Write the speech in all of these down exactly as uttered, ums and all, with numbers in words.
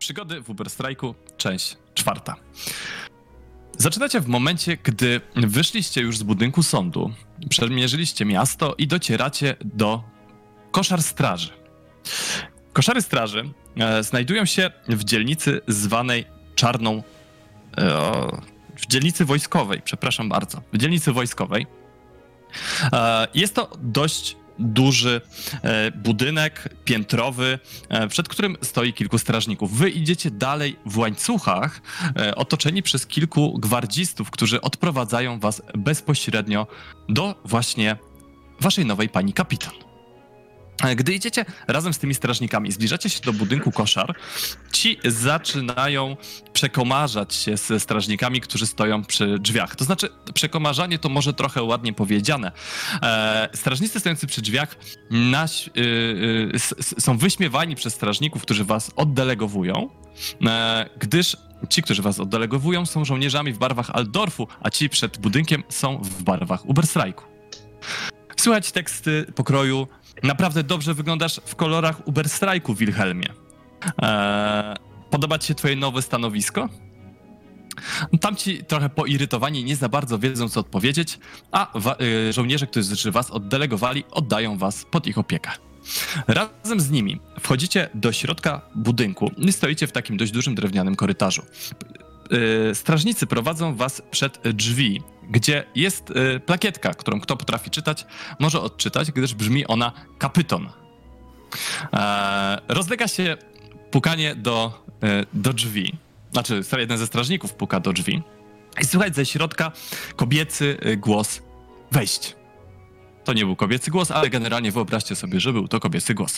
Przygody w Uberstrajku, część czwarta. Zaczynacie w momencie, gdy wyszliście już z budynku sądu, przemierzyliście miasto i docieracie do koszar straży. Koszary straży e, znajdują się w dzielnicy zwanej Czarną... E, w dzielnicy wojskowej, przepraszam bardzo, w dzielnicy wojskowej. E, jest to dość duży e, budynek piętrowy, e, przed którym stoi kilku strażników. Wy idziecie dalej w łańcuchach, e, otoczeni przez kilku gwardzistów, którzy odprowadzają was bezpośrednio do właśnie waszej nowej pani kapitan. Gdy idziecie razem z tymi strażnikami, zbliżacie się do budynku koszar, ci zaczynają przekomarzać się ze strażnikami, którzy stoją przy drzwiach. To znaczy, przekomarzanie to może trochę ładnie powiedziane. E, strażnicy stojący przy drzwiach naś, y, y, s, są wyśmiewani przez strażników, którzy was oddelegowują, e, gdyż ci, którzy was oddelegowują, są żołnierzami w barwach Altdorfu, a ci przed budynkiem są w barwach Uberstrajku. Słychać teksty pokroju: naprawdę dobrze wyglądasz w kolorach Uberstrajku, Wilhelmie. Eee, podoba ci się twoje nowe stanowisko? Tamci trochę poirytowani, nie za bardzo wiedzą, co odpowiedzieć, a wa- y, żołnierze, którzy was oddelegowali, oddają was pod ich opiekę. Razem z nimi wchodzicie do środka budynku i stoicie w takim dość dużym drewnianym korytarzu. Yy, strażnicy prowadzą was przed drzwi, gdzie jest yy, plakietka, którą kto potrafi czytać, może odczytać, gdyż brzmi ona kapyton. Yy, rozlega się pukanie do, yy, do drzwi, znaczy jeden ze strażników puka do drzwi i słychać ze środka kobiecy yy, głos: wejść. To nie był kobiecy głos, ale generalnie wyobraźcie sobie, że był to kobiecy głos.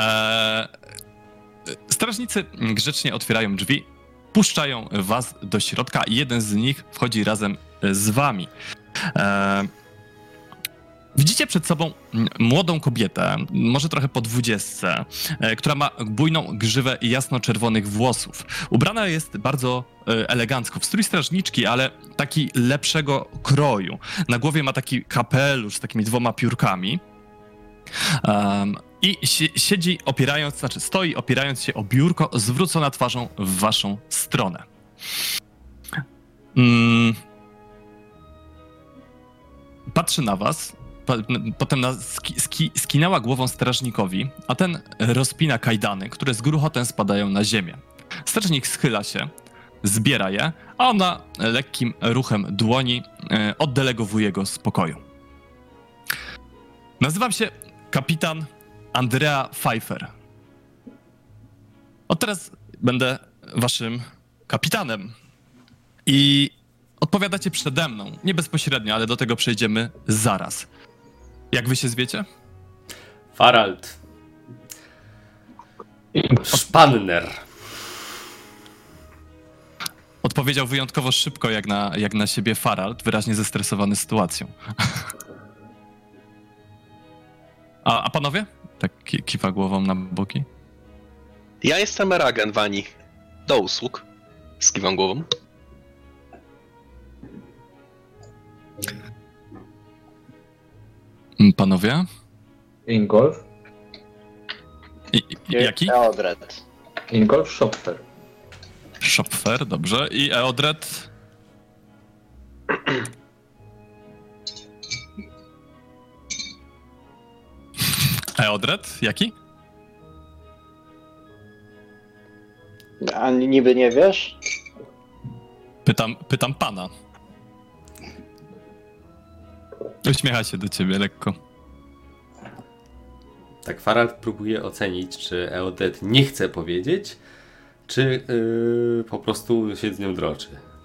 Yy, strażnicy grzecznie otwierają drzwi, puszczają was do środka i jeden z nich wchodzi razem z wami. E, widzicie przed sobą młodą kobietę, może trochę po dwudziestce, e, która ma bujną grzywę jasno-czerwonych włosów. Ubrana jest bardzo e, elegancko, w strój strażniczki, ale taki lepszego kroju. Na głowie ma taki kapelusz z takimi dwoma piórkami. Um, I si- siedzi opierając, znaczy stoi opierając się o biurko, zwrócona twarzą w waszą stronę. Mm. Patrzy na was, po, potem na ski, ski, skinęła głową strażnikowi, a ten rozpina kajdany, które z gruchotem spadają na ziemię. Strażnik schyla się, zbiera je, a ona lekkim ruchem dłoni e, oddelegowuje go z pokoju. Nazywam się kapitan Andrea Pfeiffer. Od teraz będę waszym kapitanem i odpowiadacie przede mną. Nie bezpośrednio, ale do tego przejdziemy zaraz. Jak wy się zwiecie? Farald. Spanner. Odpowiedział wyjątkowo szybko, jak na, jak na siebie Farald, wyraźnie zestresowany sytuacją. A, a panowie? Tak ki- kiwa głową na boki. Ja jestem Ragen Wani. Do usług. Skiwam głową. Panowie? Ingolf. I, i, jaki? Eodred. Ingolf Schopfer. Schopfer, dobrze. I Eodred? Eodred? Jaki? A niby nie wiesz? Pytam, pytam pana. Uśmiecha się do ciebie lekko. Tak, Farald próbuje ocenić, czy Eodet nie chce powiedzieć, czy yy, po prostu się z nią droczy.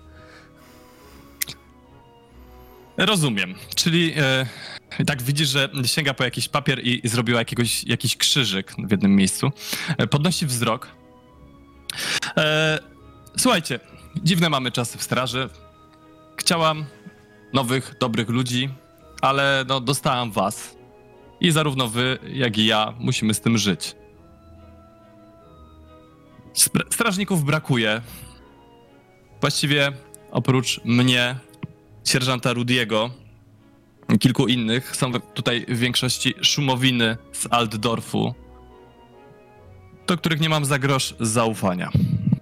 Rozumiem. Czyli e, tak widzisz, że sięga po jakiś papier i, i zrobiła jakiegoś, jakiś krzyżyk w jednym miejscu. E, podnosi wzrok. E, słuchajcie, dziwne mamy czasy w straży. Chciałam nowych, dobrych ludzi, ale no, dostałam was. I zarówno wy, jak i ja musimy z tym żyć. Spra- strażników brakuje. Właściwie oprócz mnie, sierżanta Rudiego i kilku innych, są tutaj w większości szumowiny z Altdorfu, do których nie mam za grosz zaufania.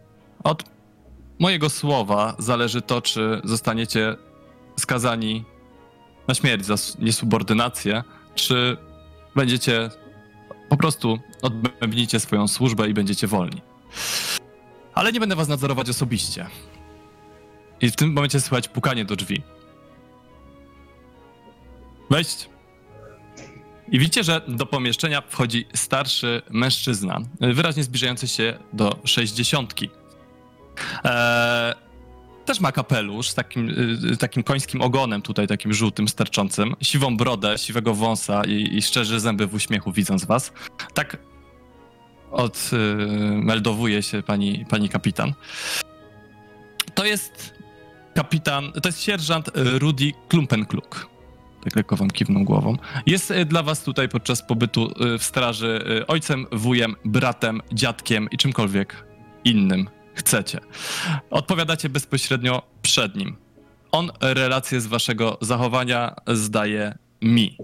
Od mojego słowa zależy to, czy zostaniecie skazani na śmierć za niesubordynację, czy będziecie po prostu odbębnicie swoją służbę i będziecie wolni. Ale nie będę was nadzorować osobiście. I w tym momencie słychać pukanie do drzwi. Wejść. I widzicie, że do pomieszczenia wchodzi starszy mężczyzna, wyraźnie zbliżający się do sześćdziesiątki. Eee, też ma kapelusz z takim, y, takim końskim ogonem tutaj, takim żółtym, sterczącym, siwą brodę, siwego wąsa i, i szczerzy zęby w uśmiechu, widząc was. Tak odmeldowuje się pani, pani kapitan. To jest kapitan, to jest sierżant Rudy Klumpenkluk. Tak lekko wam kiwnął głową. Jest dla was tutaj podczas pobytu w straży ojcem, wujem, bratem, dziadkiem i czymkolwiek innym chcecie. Odpowiadacie bezpośrednio przed nim. On relację z waszego zachowania zdaje mi.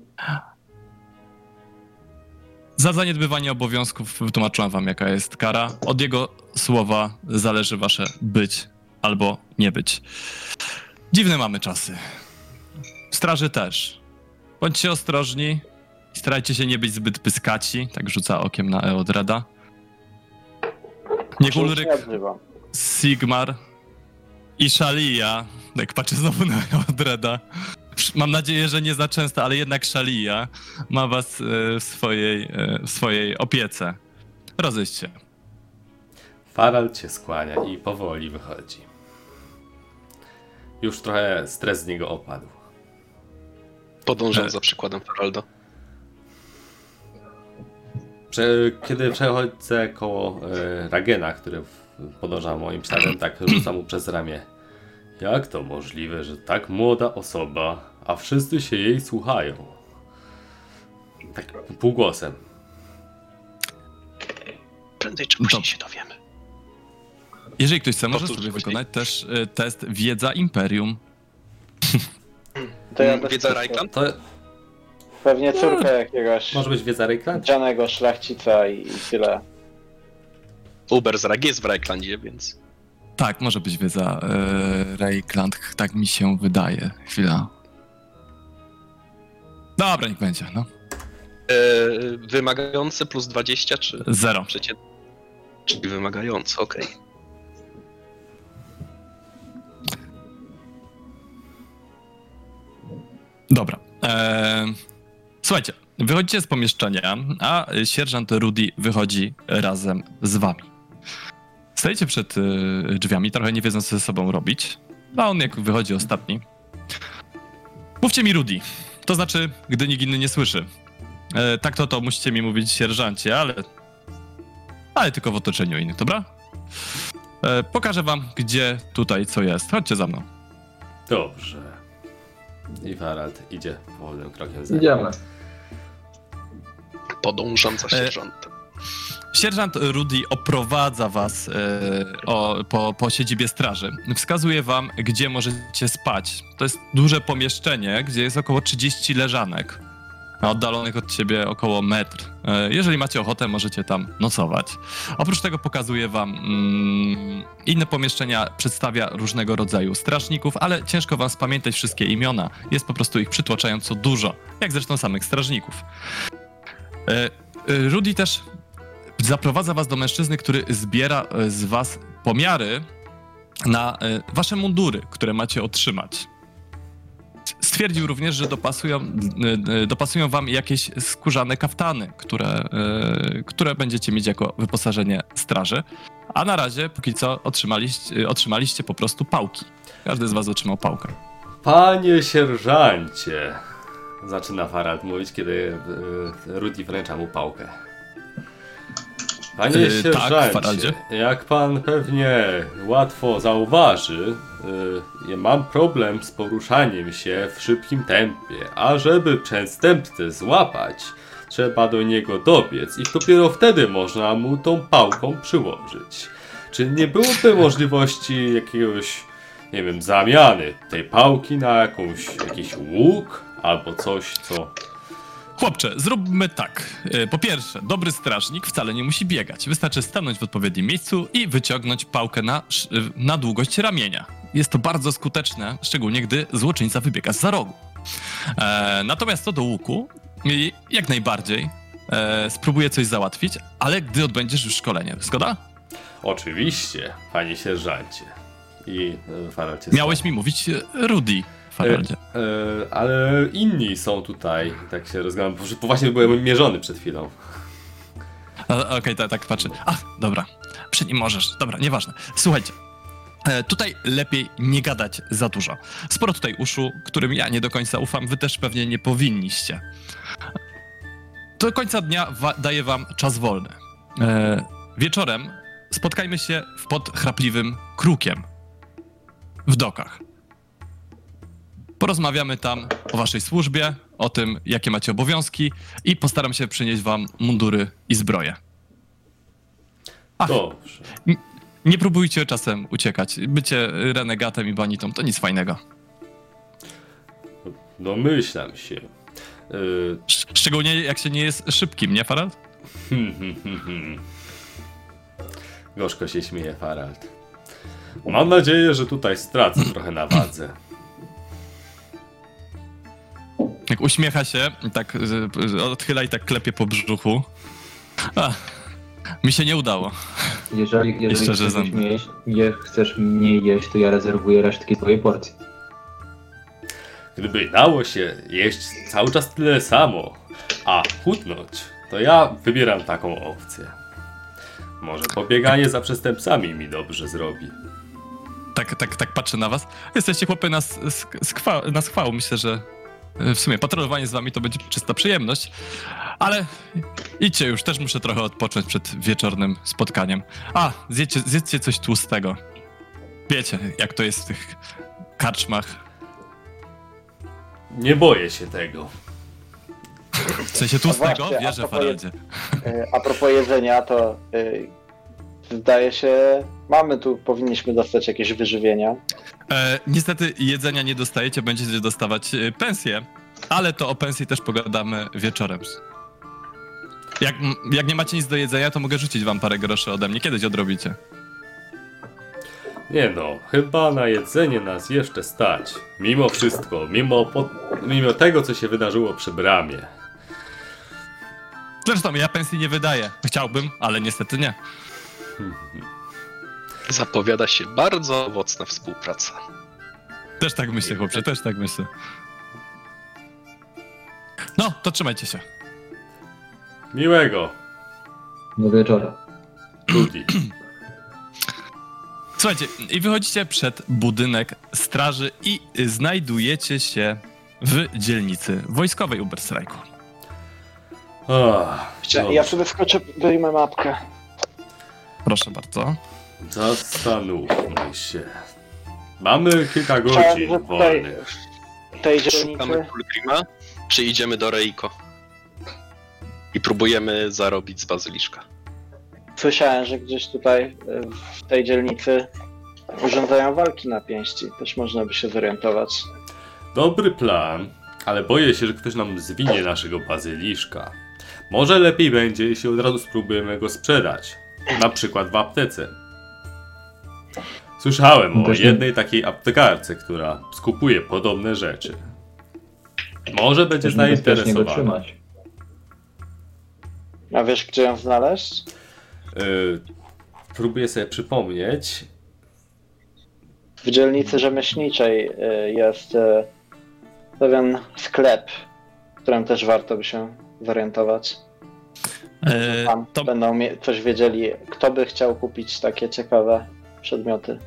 Za zaniedbywanie obowiązków wytłumaczyłem wam, jaka jest kara. Od jego słowa zależy wasze być albo nie być. Dziwne mamy czasy. W straży też. Bądźcie ostrożni. Starajcie się nie być zbyt pyskaci. Tak rzuca okiem na Eodreda. Niech Ulryk, Sigmar i Shalia, jak patrzę znowu na Eodreda, mam nadzieję, że nie za często, ale jednak Shalia ma was w swojej, w swojej opiece. Rozejść się. Farald się skłania i powoli wychodzi. Już trochę stres z niego opadł. Podążam E... za przykładem Faralda. Prze kiedy przechodzę koło e, Ragena, który podąża moim śladem, tak rzucam mu przez ramię. Jak to możliwe, że tak młoda osoba, a wszyscy się jej słuchają? Tak półgłosem. Prędzej czy później To... się dowiemy. Jeżeli ktoś chce, może Powtórz sobie później. wykonać też y, test Wiedza Imperium. To ja też Wiedza chcę. Reichland? To Pewnie córkę jakiegoś może być wiedza Reichland? dzianego szlachcica i, i tyle. Uber z Rag jest w Reichlandzie, więc... Tak, może być Wiedza y, Reikland, tak mi się wydaje. Chwila. Dobra, niech będzie, no. E, wymagający plus dwadzieścia, czy... Zero. Przeciętny? Czyli wymagający, okej. Dobra. Eee, słuchajcie, wychodzicie z pomieszczenia, a sierżant Rudy wychodzi razem z wami. Stajecie przed y, drzwiami, trochę nie wiedząc, co ze sobą robić. A on, jak wychodzi ostatni. Mówcie mi, Rudy. To znaczy, gdy nikt inny nie słyszy. E, tak to to musicie mi mówić, sierżancie, ale... Ale tylko w otoczeniu innych, dobra? E, pokażę wam, gdzie tutaj co jest. Chodźcie za mną. Dobrze. I Farald idzie powolnym krokiem za nim. Idziemy. Podążam za sierżantem. Sierżant Rudy oprowadza was e, o, po, po siedzibie straży. Wskazuje wam, gdzie możecie spać. To jest duże pomieszczenie, gdzie jest około trzydzieści leżanek, a oddalonych od siebie około metr. E, jeżeli macie ochotę, możecie tam nocować. Oprócz tego pokazuje wam mm, inne pomieszczenia, przedstawia różnego rodzaju strażników, ale ciężko wam spamiętać wszystkie imiona. Jest po prostu ich przytłaczająco dużo, jak zresztą samych strażników. E, e, Rudy też zaprowadza was do mężczyzny, który zbiera z was pomiary na wasze mundury, które macie otrzymać. Stwierdził również, że dopasują, dopasują wam jakieś skórzane kaftany, które, które będziecie mieć jako wyposażenie straży. A na razie, póki co, otrzymaliście, otrzymaliście po prostu pałki. Każdy z was otrzymał pałkę. Panie sierżancie! Zaczyna Farald mówić, kiedy y, Rudy wręcza mu pałkę. Panie Yy, sierżancie, tak, Faraldzie. jak pan pewnie łatwo zauważy, yy, mam problem z poruszaniem się w szybkim tempie, a żeby przestępcę złapać, trzeba do niego dobiec i dopiero wtedy można mu tą pałką przyłożyć. Czy nie byłoby możliwości jakiegoś, nie wiem, zamiany tej pałki na jakąś, jakiś łuk albo coś, co Chłopcze, zróbmy tak. E, Po pierwsze, dobry strażnik wcale nie musi biegać. Wystarczy stanąć w odpowiednim miejscu i wyciągnąć pałkę na, sz- na długość ramienia. Jest to bardzo skuteczne, szczególnie gdy złoczyńca wybiega z za rogu. E, natomiast co do łuku, i jak najbardziej e, spróbuję coś załatwić, ale gdy odbędziesz już szkolenie. Zgoda? Oczywiście, panie sierżancie. I e, Faralcie. Miałeś mi mówić e, Rudy, Faraldzie. E, e, ale inni są tutaj, tak się rozglądam, bo bo właśnie byłem mierzony przed chwilą. A, Okej, tak, tak patrzę. A, dobra, przy nim możesz. Dobra, nieważne. Słuchajcie, e, tutaj lepiej nie gadać za dużo. Sporo tutaj uszu, którym ja nie do końca ufam, wy też pewnie nie powinniście. Do końca dnia wa- daję wam czas wolny. E, wieczorem spotkajmy się w pod chrapliwym krukiem w dokach. Porozmawiamy tam o waszej służbie, o tym, jakie macie obowiązki i postaram się przynieść wam mundury i zbroję. Ach, Dobrze. nie próbujcie czasem uciekać. Bycie renegatem i banitą to nic fajnego. Domyślam się. E, Sz- szczególnie jak się nie jest szybkim, nie, Farad? Hmm, hmm, hmm, hmm. Gorzko się śmieje Farald. Mam nadzieję, że tutaj stracę trochę na wadze. Jak uśmiecha się, tak y, y, odchyla i tak klepie po brzuchu. A, mi się nie udało. Jeżeli, jeżeli szczerze chcesz, zęby. mnie jeść, je, chcesz mniej jeść, to ja rezerwuję resztki twojej porcji. Gdyby dało się jeść cały czas tyle samo, a chudnąć, to ja wybieram taką opcję. Może pobieganie za przestępcami mi dobrze zrobi. Tak, tak, tak patrzę na was. Jesteście chłopy na, s- sk- skwa- na schwał. Myślę, że y, w sumie patrolowanie z wami to będzie czysta przyjemność. Ale idźcie już, też muszę trochę odpocząć przed wieczornym spotkaniem. A, zjedzcie, zjedzcie coś tłustego. Wiecie, jak to jest w tych karczmach. Nie boję się tego. W sensie tłustego? właśnie, a Wierzę, propos Faraldzie. E, A propos jedzenia, to e, zdaje się, mamy tu, powinniśmy dostać jakieś wyżywienia. E, niestety jedzenia nie dostajecie, będziecie dostawać e, pensję, ale to o pensji też pogadamy wieczorem. Jak, jak nie macie nic do jedzenia, to mogę rzucić wam parę groszy ode mnie. Kiedyś odrobicie. Nie no, chyba na jedzenie nas jeszcze stać. Mimo wszystko, mimo, po, mimo tego, co się wydarzyło przy bramie. Zresztą ja pensji nie wydaję. Chciałbym, ale niestety nie. Zapowiada się bardzo owocna współpraca. Też tak myślę, chłopcze, też tak myślę. No, to trzymajcie się. Miłego, Do wieczora. Rudy. Słuchajcie, i wychodzicie przed budynek straży i y, znajdujecie się w dzielnicy wojskowej Uberstrajku. Ach, Chcia- Ja sobie wskoczę, wyjmę mapkę. Proszę bardzo. zastanówmy się. Mamy kilka Chciałem, godzin że tutaj wolnych. w tej Szukamy dzielnicy Kulgrima, czy idziemy do Reiko? I próbujemy zarobić z bazyliszka. słyszałem, że gdzieś tutaj e, w tej dzielnicy urządzają walki na pięści. Też można by się zorientować. Dobry plan, ale boję się, że ktoś nam zwinie naszego bazyliszka. Może lepiej będzie, jeśli od razu spróbujemy go sprzedać. Na przykład w aptece. Słyszałem o Też nie- jednej takiej aptekarce, która skupuje podobne rzeczy. Może będzie Też niebezpiecznie go zainteresowana. trzymać. A wiesz, gdzie ją znaleźć? Yy, próbuję sobie przypomnieć. W dzielnicy rzemieślniczej e, jest e, pewien sklep, w którym też warto by się zorientować. E, Tam to, będą mie- coś wiedzieli, kto by chciał kupić takie ciekawe przedmioty.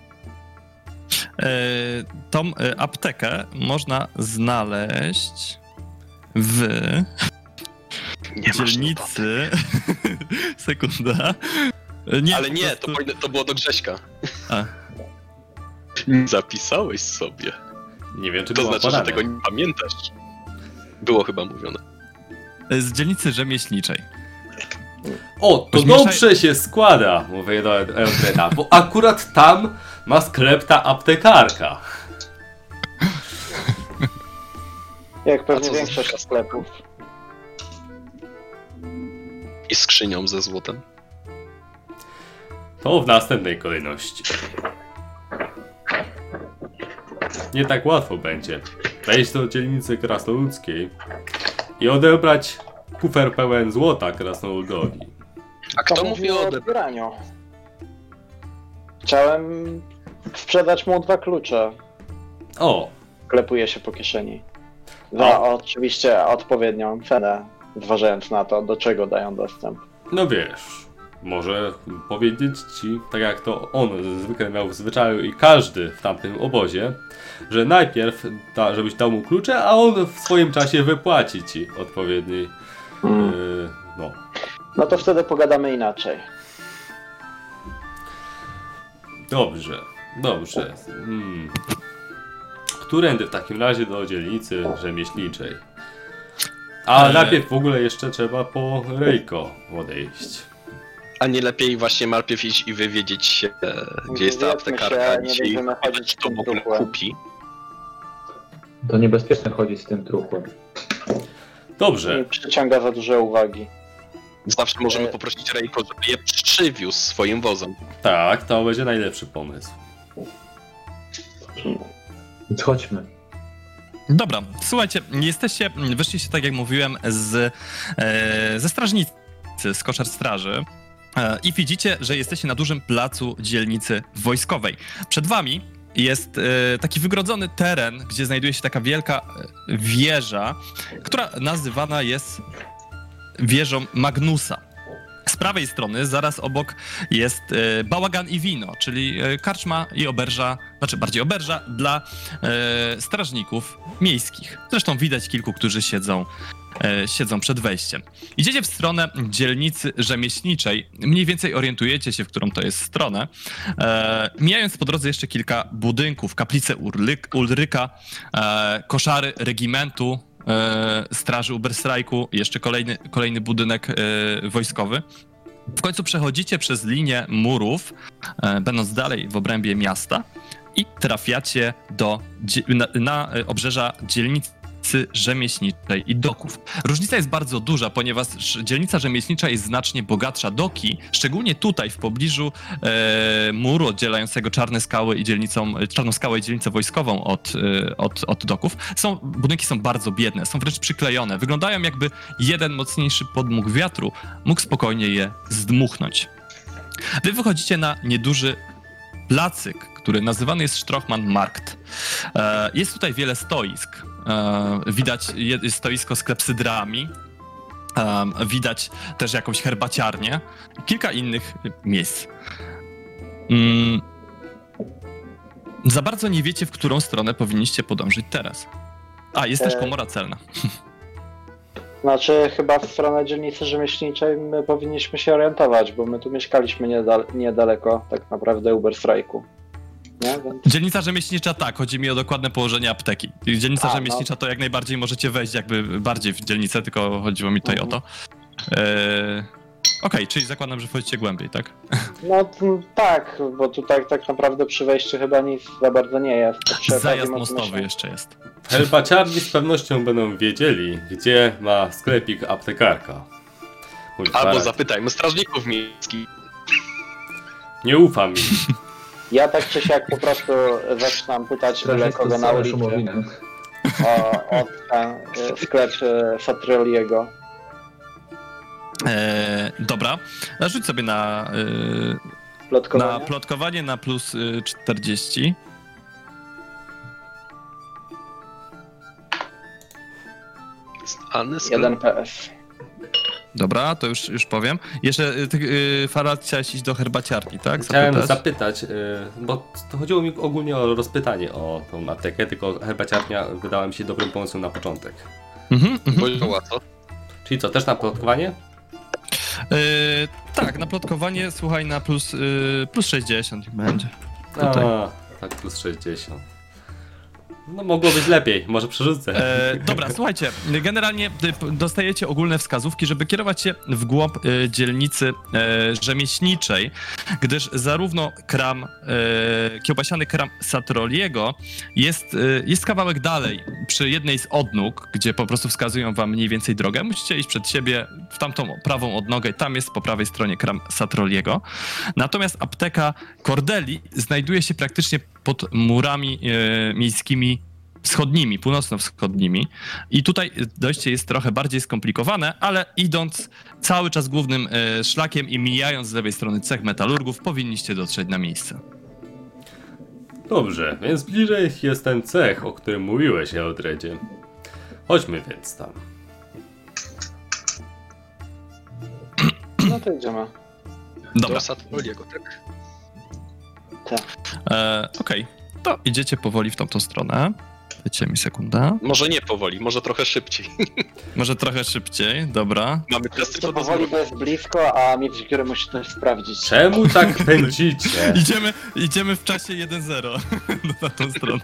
e, tą e, aptekę można znaleźć w Nie masz dzielnicy. Sekunda. E, Nie, Ale po nie, prostu- to, powinno- to było do Grześka. A. Zapisałeś sobie. Nie wiem, czy To było znaczy, że podane. tego nie pamiętasz. Było chyba mówione. Z dzielnicy rzemieślniczej. O, to Zmieszaj- dobrze się składa, mówię do Eldreda, bo akurat tam ma sklep ta aptekarka. Jak A pewnie co za większość miasto? sklepów. I skrzynią ze złotem. To w następnej kolejności. Nie tak łatwo będzie wejść do dzielnicy krasnoludzkiej i odebrać kufer pełen złota krasnoludowi. A kto To mówi o odebraniu? odbieraniu? Chciałem sprzedać mu dwa klucze. O, Klepuje się po kieszeni. Za oczywiście odpowiednią cenę, zważając na to, do czego dają dostęp. no wiesz, może powiedzieć ci, tak jak to on zwykle miał w zwyczaju i każdy w tamtym obozie, że najpierw, da, żebyś dał mu klucze, a on w swoim czasie wypłaci ci odpowiedni, Mm. yy, no. No to wtedy pogadamy inaczej. Dobrze, dobrze. Hmm. Którędy w takim razie do dzielnicy rzemieślniczej? A Eee. najpierw w ogóle jeszcze trzeba po Rejko odejść. A nie lepiej właśnie najpierw iść i wywiedzieć się, e, gdzie jest ta Wywiedzmy aptekarka, się, nie dzisiaj będziemy chodzić czy z to tym w ogóle truchłem. kupi. To niebezpieczne chodzić z tym truchłem. Dobrze, I przyciąga za dużo uwagi. Zawsze możemy Eee. poprosić Reiko, żeby je przywiózł swoim wozem. tak, to będzie najlepszy pomysł. Więc chodźmy. Dobra, słuchajcie, jesteście, wyszliście, tak jak mówiłem, z, e, ze strażnicy, z koszar straży e, i widzicie, że jesteście na dużym placu dzielnicy wojskowej. Przed wami jest e, taki wygrodzony teren, gdzie znajduje się taka wielka e, wieża, która nazywana jest wieżą Magnusa. Z prawej strony, zaraz obok, jest e, bałagan i wino, czyli e, karczma i oberża, znaczy bardziej oberża dla e, strażników miejskich. Zresztą widać kilku, którzy siedzą, e, siedzą przed wejściem. Idziecie w stronę dzielnicy rzemieślniczej, mniej więcej orientujecie się, w którą to jest stronę, e, mijając po drodze jeszcze kilka budynków, kaplicę Urlyk, Ulryka, e, koszary regimentu, e, straży Uberstrajku, jeszcze kolejny, kolejny budynek e, wojskowy. W końcu przechodzicie przez linię murów, e, będąc dalej w obrębie miasta i trafiacie do, dzie- na, na e, obrzeża dzielnicy rzemieślniczej i doków. Różnica jest bardzo duża, ponieważ dzielnica rzemieślnicza jest znacznie bogatsza. Doki, szczególnie tutaj w pobliżu e, muru oddzielającego Czarne Skały i dzielnicą, Czarną Skałę i dzielnicę wojskową od, e, od, od doków, są, budynki są bardzo biedne, są wręcz przyklejone. Wyglądają, jakby jeden mocniejszy podmuch wiatru mógł spokojnie je zdmuchnąć. Wy wychodzicie na nieduży placyk, który nazywany jest Strochman Markt. E, Jest tutaj wiele stoisk. E, Widać je- stoisko z klepsydrami. E, Widać też jakąś herbaciarnię. Kilka innych miejsc. Mm. Za bardzo nie wiecie, w którą stronę powinniście podążyć teraz. A, jest też E, komora celna. Znaczy, chyba w stronę dzielnicy rzemieślniczej my powinniśmy się orientować, bo my tu mieszkaliśmy niedal- niedaleko tak naprawdę Uberstrajku. Nie? Więc... Dzielnica rzemieślnicza, tak, chodzi mi o dokładne położenie apteki. Dzielnica A, no. rzemieślnicza to jak najbardziej możecie wejść jakby bardziej w dzielnicę, tylko chodziło mi tutaj Mhm. o to. Eee, Okej, czyli zakładam, że wchodzicie głębiej, tak? No t- tak, bo tutaj tak naprawdę przy wejściu chyba nic za bardzo nie jest. To przy okazji Zajazd możemy mostowy się- jeszcze jest. Herbaciarni z pewnością będą wiedzieli, gdzie ma sklepik aptekarka. Mój Albo barak. zapytajmy strażników miejskich. Nie ufam im. Ja tak czy siak po prostu zaczynam pytać, ile Strażnik to kogo na całe ulicy szumowiny. o, o ten y, sklep y, Satrioliego. Eee, dobra, rzuć sobie na, yy, na Plotkowanie? plotkowanie na plus y, czterdzieści. Anny sklep. jeden P S. Dobra, to już, już powiem. Jeszcze, y, ty, y, Farad, chciałeś iść do herbaciarki, tak? Chciałem Zapytać? zapytać, y, bo to chodziło mi ogólnie o rozpytanie o tą aptekę, tylko herbaciarnia wydała mi się dobrym pomysłem na początek. Mhm, mhm. Bo co? Czyli co, też na plotkowanie? Yy, tak, na plotkowanie, słuchaj, na plus, yy, plus sześćdziesiąt niech będzie. Tutaj. A, tak plus sześćdziesiąt. No mogło być lepiej, może przerzucę. E, dobra, słuchajcie, generalnie y, p- dostajecie ogólne wskazówki, żeby kierować się w głąb y, dzielnicy e, rzemieślniczej, gdyż zarówno kram, e, kiełbasiany kram Satroliego jest, y, jest kawałek dalej, przy jednej z odnóg, gdzie po prostu wskazują wam mniej więcej drogę. Musicie iść przed siebie w tamtą prawą odnogę, tam jest po prawej stronie kram Satroliego. Natomiast apteka Cordeli znajduje się praktycznie pod murami e, miejskimi wschodnimi, północno-wschodnimi. I tutaj dojście jest trochę bardziej skomplikowane, ale idąc cały czas głównym e, szlakiem i mijając z lewej strony cech metalurgów, powinniście dotrzeć na miejsce. Dobrze, więc bliżej jest ten cech, o którym mówiłeś, Eldredzie. Chodźmy więc tam. No to idziemy. Dobra, Do Satroliego, tak? e, okej. To idziecie powoli w tamtą stronę. Dajcie mi sekundę. Może nie powoli, może trochę szybciej. Może trochę szybciej, dobra. Mamy czas To tylko do powoli, bo jest blisko, a Miedzigiery musi coś sprawdzić. Czemu tak pędzicie? Idziemy, idziemy w czasie jeden zero na tą stronę.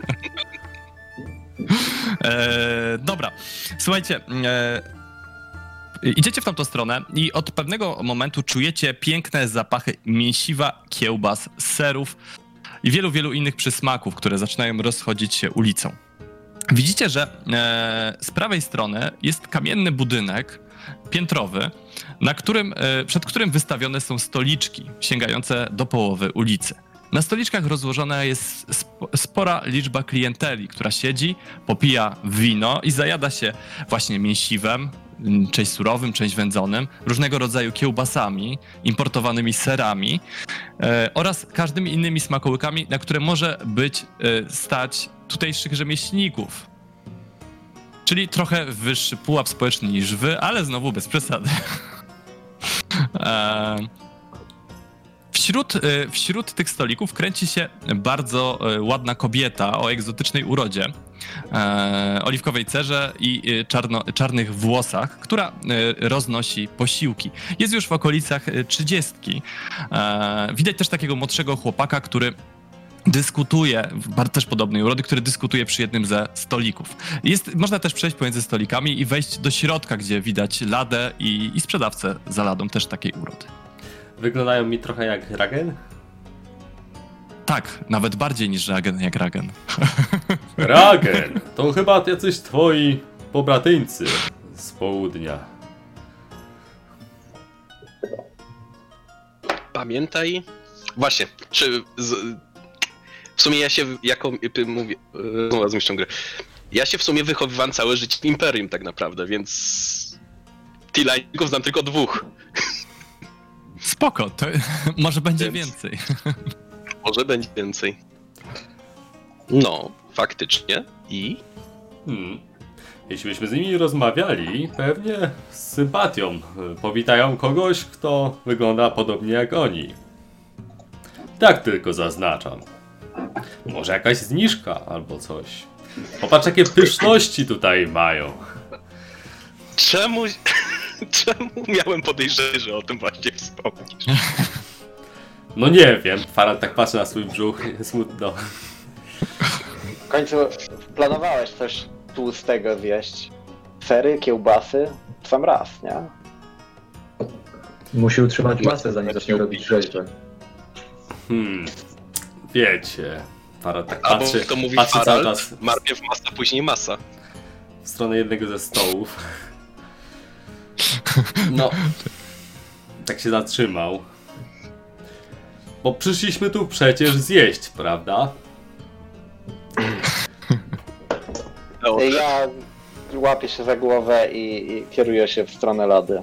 E, dobra, słuchajcie, e, idziecie w tamtą stronę i od pewnego momentu czujecie piękne zapachy mięsiwa, kiełbas, serów i wielu, wielu innych przysmaków, które zaczynają rozchodzić się ulicą. Widzicie, że e, z prawej strony jest kamienny budynek piętrowy, na którym, e, przed którym wystawione są stoliczki sięgające do połowy ulicy. Na stoliczkach rozłożona jest sp- spora liczba klienteli, która siedzi, popija wino i zajada się właśnie mięsiwem, m, część surowym, część wędzonym, różnego rodzaju kiełbasami, importowanymi serami e, oraz każdymi innymi smakołykami, na które może być e, stać tutejszych rzemieślników. Czyli trochę wyższy pułap społeczny niż wy, ale znowu bez przesady. e, Wśród, y, wśród tych stolików kręci się bardzo y, ładna kobieta o egzotycznej urodzie, e, oliwkowej cerze i y, czarno, czarnych włosach, która y, roznosi posiłki. Jest już w okolicach y, trzydziestki. E, widać też takiego młodszego chłopaka, który dyskutuje, bardzo też podobnej urody, który dyskutuje przy jednym ze stolików. Jest, można też przejść pomiędzy stolikami i wejść do środka, gdzie widać ladę i, i sprzedawcę za ladą też takiej urody. Wyglądają mi trochę jak Ragen? Tak, nawet bardziej niż Ragen jak Ragen. Ragen! To chyba jacyś twoi pobratyńcy z południa. Pamiętaj. Właśnie, czy. Z, w sumie ja się jako. Mówię. Znowu raz mieszczą grę. Ja się w sumie wychowywałem całe życie w Imperium, tak naprawdę, więc. Tilańczyków znam tylko dwóch. Spoko, to może będzie Więc- więcej. Może będzie więcej. No, faktycznie. I. Hmm. Jeśli byśmy z nimi rozmawiali, pewnie z sympatią y, powitają kogoś, kto wygląda podobnie jak oni. Tak tylko zaznaczam. Może jakaś zniżka albo coś. Popatrz, jakie pyszności tutaj mają. Czemu. Czemu miałem podejrzenie, że o tym właśnie wspomnisz? No nie wiem, Farad tak patrzy na swój brzuch, smutno. W końcu planowałeś coś tłustego zjeść. Sery, kiełbasy, w sam raz, nie? Musi utrzymać masę, zanim zacznie robić rzeźbę. Hmm, wiecie, Farad tak Albo patrzy, to mówi patrzy cały Harald, czas najpierw masa, później masa. w stronę jednego ze stołów. No, tak się zatrzymał. Bo przyszliśmy tu przecież zjeść, prawda? No, Ja łapię się za głowę i, i kieruję się w stronę lady.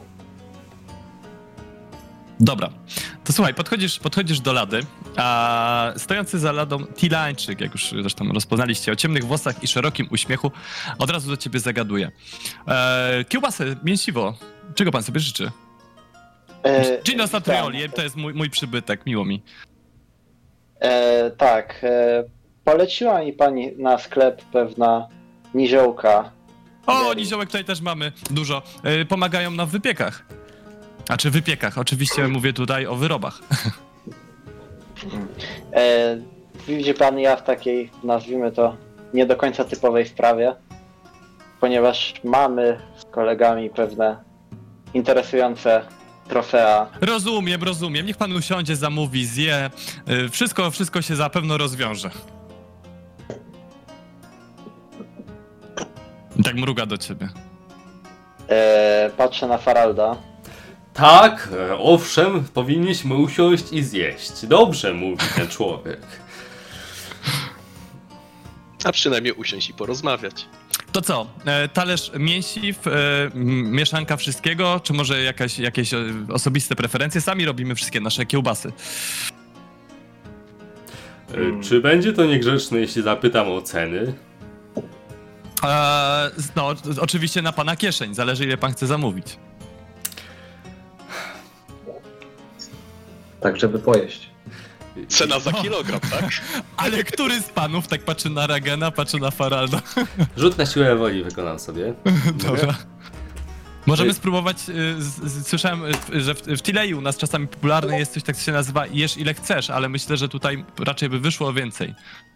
Dobra, to słuchaj, podchodzisz, podchodzisz do lady, a stojący za ladą Tilańczyk, jak już zresztą rozpoznaliście, o ciemnych włosach i szerokim uśmiechu, od razu do ciebie zagaduje. E, kiełbasy, mięsiwo, czego pan sobie życzy? E, Gino Satrioli, tak. to jest mój, mój przybytek, miło mi. E, tak, e, poleciła mi pani na sklep pewna niziołka. O, Mary. niziołek tutaj też mamy dużo. E, pomagają nam w wypiekach. A czy wypiekach? Oczywiście mówię tutaj o wyrobach. E, widzi pan, ja w takiej, nazwijmy to, nie do końca typowej sprawie, ponieważ mamy z kolegami pewne interesujące trofea. Rozumiem, rozumiem. Niech pan usiądzie, zamówi, zje. Y, Wszystko, wszystko się zapewne rozwiąże. I tak mruga do ciebie. E, patrzę na Faralda. Tak, e, owszem, powinniśmy usiąść i zjeść. Dobrze mówi ten człowiek. A przynajmniej usiąść i porozmawiać. To co? E, talerz mięsiw, e, m- mieszanka wszystkiego, czy może jakaś, jakieś e, osobiste preferencje? Sami robimy wszystkie nasze kiełbasy. E, Czy będzie to niegrzeczne, jeśli zapytam o ceny? E, no, oczywiście na pana kieszeń, zależy ile pan chce zamówić. Tak, żeby pojeść. Cena za kilogram, tak? Ale który z panów tak patrzy na Ragena, patrzy na Faralda? Rzut na siłę woli wykonam sobie. Dobra. Możemy Ej. spróbować, y, z, z, słyszałem, y, że w, w Tilei u nas czasami popularne jest coś tak, co się nazywa jesz ile chcesz, ale myślę, że tutaj raczej by wyszło więcej.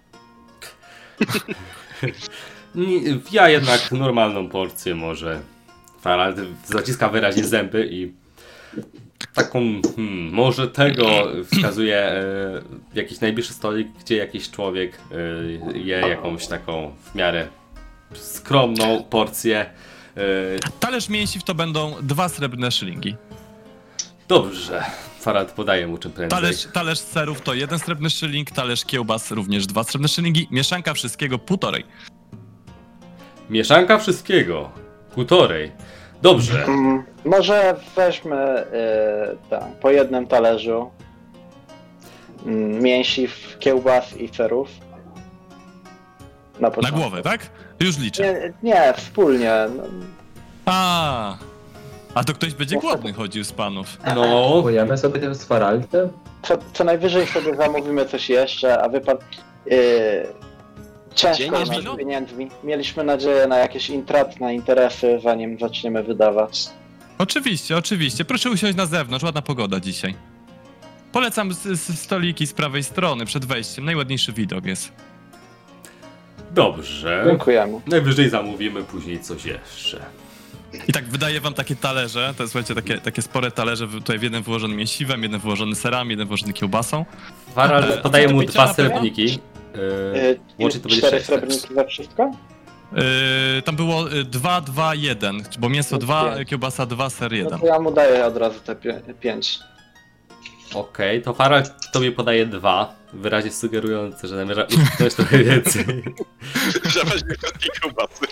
Nie, Ja jednak normalną porcję może. Farald zaciska wyraźnie zęby i taką, hmm, może tego wskazuje e, jakiś najbliższy stolik, gdzie jakiś człowiek e, je jakąś taką w miarę skromną porcję. E, Talerz mięsiw to będą dwa srebrne szylingi. dobrze, Farald podaje mu czym prędzej. Talerz, talerz serów to jeden srebrny szyling, talerz kiełbas również dwa srebrne szylingi, mieszanka wszystkiego półtorej. Mieszanka wszystkiego. Półtorej. Dobrze. Mm, może weźmy y, tam, po jednym talerzu mm, mięsiw, kiełbas i serów. Na, Na początku. głowę, tak? Już liczę. Nie, nie, wspólnie. No, A, a to ktoś będzie głodny chodził z panów. No, Pojemy sobie tym z Faraldem? co, co najwyżej sobie zamówimy coś jeszcze, a wy pan... Y, ciężko Dzień jest na z wino? pieniędzmi. Mieliśmy nadzieję na jakieś intratne interesy, zanim zaczniemy wydawać. Oczywiście, oczywiście. Proszę usiąść na zewnątrz, ładna pogoda dzisiaj. Polecam s- s- stoliki z prawej strony, przed wejściem. Najładniejszy widok jest. dobrze. Dziękujemy. Najwyżej zamówimy później coś jeszcze. I tak wydaję wam takie talerze, to słuchajcie, takie, takie spore talerze, w- tutaj w jeden wyłożony mięsiwem, jeden wyłożony serami, jeden wyłożony kiełbasą. Farald E, podaje a co to mu pięcia dwa na pewno? srebrniki. E, Y, łącznie to będzie cztery sześć. srebrniki za wszystko? Yy, tam było y, dwa, dwa, jeden, bo mięso dwa, Pięć. kiełbasa dwa, ser No jeden. to ja mu daję od razu te pie- pięć. Okej, to Farald tobie podaje dwa, wyraźnie sugerujące, że zamierza utknąć trochę więcej. Że weźmie wszystkie kiełbasy.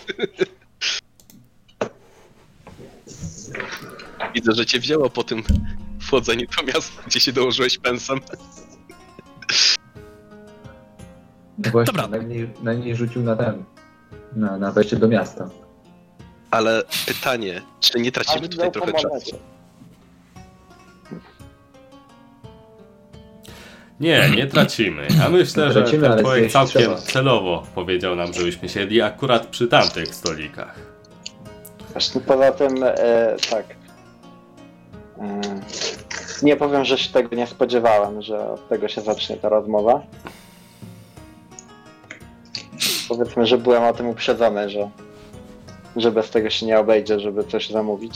Widzę, że cię wzięło po tym wchodzeniu do miasta, gdzie się dołożyłeś pensem. No właśnie, Dobra. najmniej, najmniej rzucił na ten. Na, na wejście do miasta. Ale pytanie, czy nie tracimy Aż tutaj wziął trochę po czasu? monecie. Nie, nie tracimy. Ja myślę, że Tracimy, ten ale człowiek zjeść całkiem trzeba. celowo powiedział nam, żebyśmy siedli akurat przy tamtych stolikach. Właśnie poza tym, e, tak. E, nie powiem, że się tego nie spodziewałem, że od tego się zacznie ta rozmowa. Powiedzmy, że byłem o tym uprzedzony, że, że bez tego się nie obejdzie, żeby coś zamówić.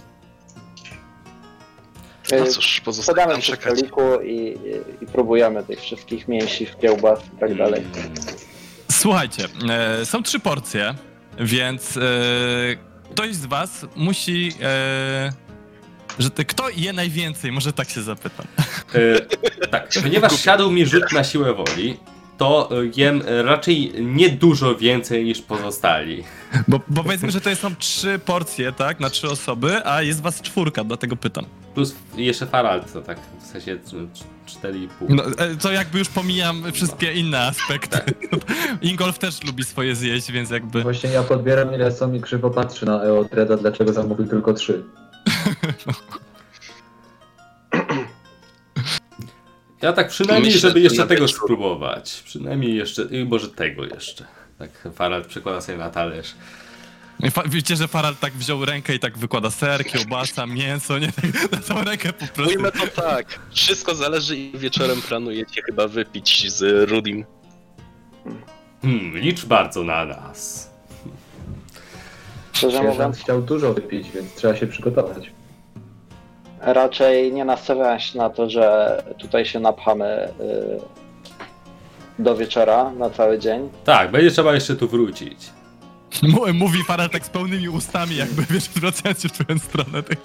E, No cóż, pozostaje Siadamy nam przy czekać. stoliku i, i, i próbujemy tych wszystkich mięsiw, kiełbas i tak dalej. Mm, Słuchajcie, e, są trzy porcje, więc e, ktoś z was musi... E, że te, kto je najwięcej? Może tak się zapytam. e, tak, ponieważ siadł mi rzut na siłę woli, to e, jem raczej nie dużo więcej niż pozostali. Bo, bo powiedzmy, że to są trzy porcje, tak? Na trzy osoby, a jest was czwórka, dlatego pytam. Plus jeszcze Farald, to tak w sensie cztery i pół. No, e, to jakby już pomijam wszystkie inne aspekty. Ingolf też lubi swoje zjeść, więc jakby... Właśnie ja podbieram ile są i krzywo patrzy na Eotreda, dlaczego zamówił tylko trzy. Ja tak przynajmniej, Myślę, żeby że jeszcze na tego wieczór. spróbować. Przynajmniej jeszcze, i może tego jeszcze. Tak Farald przekłada sobie na talerz. Fa- Wiecie, że Farald tak wziął rękę i tak wykłada ser, kiełbasa, mięso, nie? Tak, na całą rękę po prostu. Ujmę to tak. Wszystko zależy i wieczorem planujecie chyba wypić z Rudim. Hmm, licz bardzo na nas. Szczerze Sierżant mówiąc, chciał dużo wypić, więc trzeba się przygotować. raczej nie nastawiałem się na to, że tutaj się napchamy y, do wieczora na cały dzień. Tak, będzie trzeba jeszcze tu wrócić. M- Mówi Farel tak z pełnymi ustami, jakby wiesz, zwracając się w twoją stronę. Tak.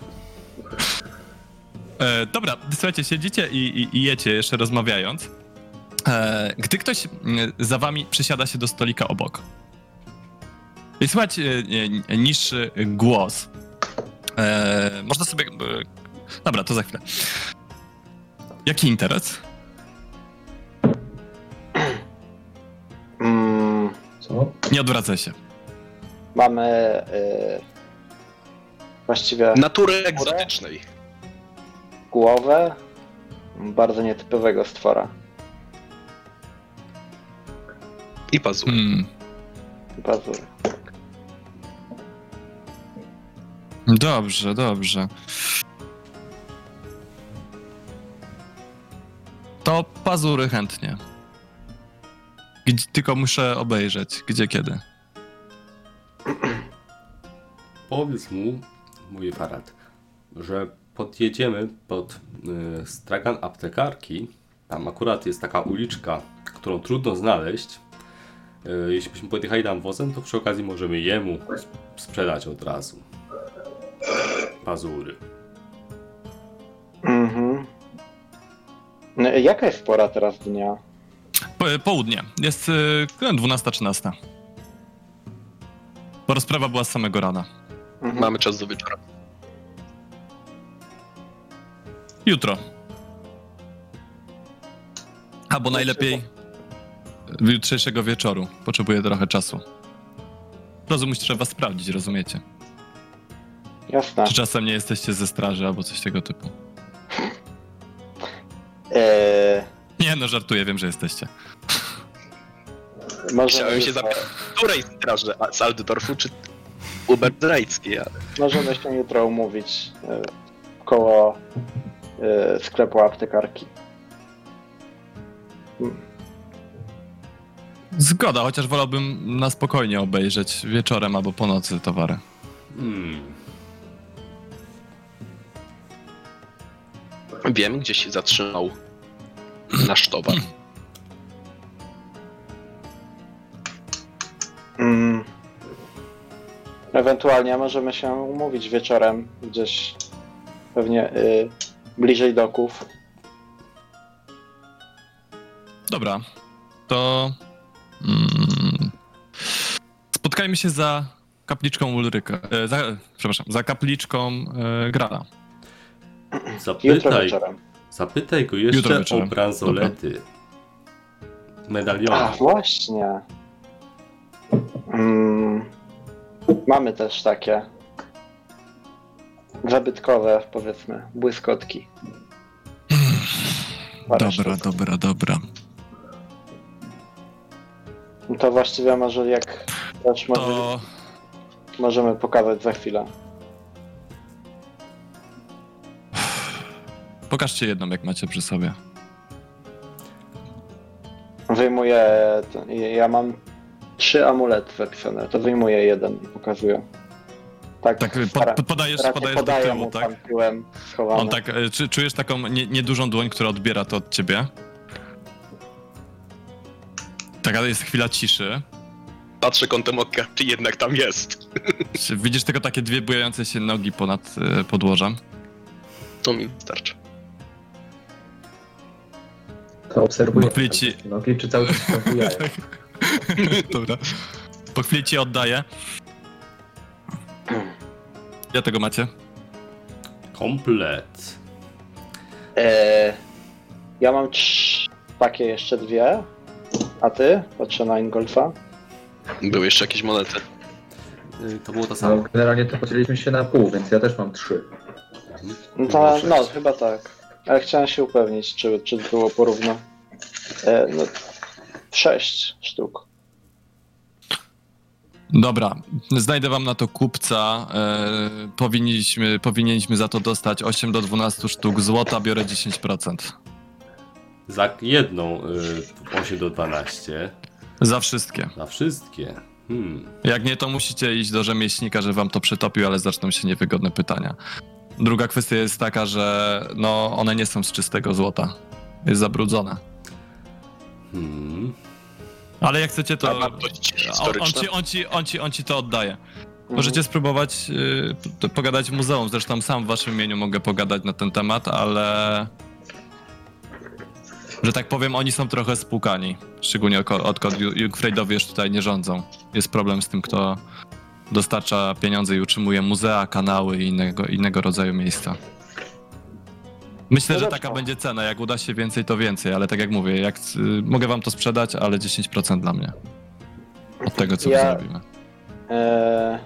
E, dobra, słuchajcie, siedzicie i, i, i jecie, jeszcze rozmawiając. E, gdy ktoś mm, za wami przysiada się do stolika obok. I słychać e, e, niższy głos. E, można sobie... E, dobra, to za chwilę. Jaki interes? Mm, Co? Nie odwracaj się. mamy y, właściwie Natury egzotycznej. głowę bardzo nietypowego stwora. I pazury. Hmm. I pazury. Dobrze, dobrze. To pazury chętnie. Gdzie, tylko muszę obejrzeć, gdzie, kiedy. Powiedz mu, mówi Farad, że podjedziemy pod y, stragan aptekarki. Tam akurat jest taka uliczka, którą trudno znaleźć. Y, jeśli byśmy podjechali tam wozem, to przy okazji możemy jemu sp- sprzedać od razu pazury. Mhm. No, jaka jest pora teraz dnia? Po, południe. Jest y, dwunasta trzynaста. Bo rozprawa była z samego rana. Mhm. Mamy czas do wieczora. Jutro. Albo najlepiej jutrzejszego wieczoru. Potrzebuję trochę czasu. Rozum trzeba sprawdzić, rozumiecie? Jasne. Czy czasem nie jesteście ze straży albo coś tego typu? Eee, Nie, no żartuję, wiem, że jesteście. może Chciałem się zapytać, której straży? A z Altdorfu czy Uberdrajckiej? Ale... Możemy się jutro umówić e, koło e, sklepu aptekarki. Zgoda, chociaż wolałbym na spokojnie obejrzeć wieczorem albo po nocy towary. Hmm. Wiem, gdzie się zatrzymał nasz towar. Mm. Ewentualnie możemy się umówić wieczorem gdzieś pewnie y, bliżej doków. Dobra, to mm, spotkajmy się za kapliczką Ulryka. E, za, przepraszam, za kapliczką e, Grala. Jutro Zapytaj, wieczorem. zapytaj go Jutro jeszcze o wieczorem. bransolety. A Medaliony. właśnie. Mm. Mamy też takie zabytkowe, powiedzmy, błyskotki. Parę Dobra, sztuk. dobra, dobra. No to właściwie może jak też może, To możemy pokazać za chwilę. pokażcie jedną, jak macie przy sobie. Wyjmuję, to- ja mam trzy amulety zapisane, to wyjmuję jeden i pokazuję. Tak, Tak, stara- po, podajesz, raczej podajesz do podaję tyłu, mu tak? tam tyłem schowany. On tak, e, czy czujesz taką nie, niedużą dłoń, która odbiera to od ciebie? Taka jest chwila ciszy. Patrzę kątem oka, czy jednak tam jest. Czy widzisz tylko takie dwie bujające się nogi ponad e, podłożem. To mi wystarczy. To obserwuję. Po chwili ci- Nogi czy cały czas się bujają? Dobra. Po chwili ci oddaję. Ja tego macie? Komplet. Eee, ja mam trz- takie jeszcze dwie, a ty? Patrzę na Ingolfa. Były jeszcze jakieś monety. Y, To było to No, samo. generalnie to podzieliliśmy się na pół, więc ja też mam trzy. No, to, no chyba tak. Ale chciałem się upewnić, czy, czy było porówno. E, no, sześć sztuk. Dobra, znajdę wam na to kupca. E, powinniśmy, powinniśmy za to dostać osiem do dwunastu sztuk złota, biorę dziesięć procent. Za jedną y, osiem do dwunastu. Za wszystkie. Na wszystkie. Hmm. Jak nie, to musicie iść do rzemieślnika, że wam to przetopił, ale zaczną się niewygodne pytania. Druga kwestia jest taka, że no one nie są z czystego złota. Jest zabrudzone. Hmm. Ale jak chcecie, to A wartość on, on, historyczna? ci, on, ci, on, ci, on ci to oddaje. Możecie spróbować y, p- pogadać w muzeum, zresztą sam w waszym imieniu mogę pogadać na ten temat, ale... Że tak powiem, oni są trochę spłukani. Szczególnie oko- odkąd Ju- Jungfrejdowie już tutaj nie rządzą. Jest problem z tym, kto dostarcza pieniądze i utrzymuje muzea, kanały i innego, innego rodzaju miejsca. Myślę, No że dobrze. taka będzie cena. Jak uda się więcej, to więcej, ale tak jak mówię, jak, y, mogę wam to sprzedać, ale dziesięć procent dla mnie. Od tego, co Ja- zrobimy. Eee...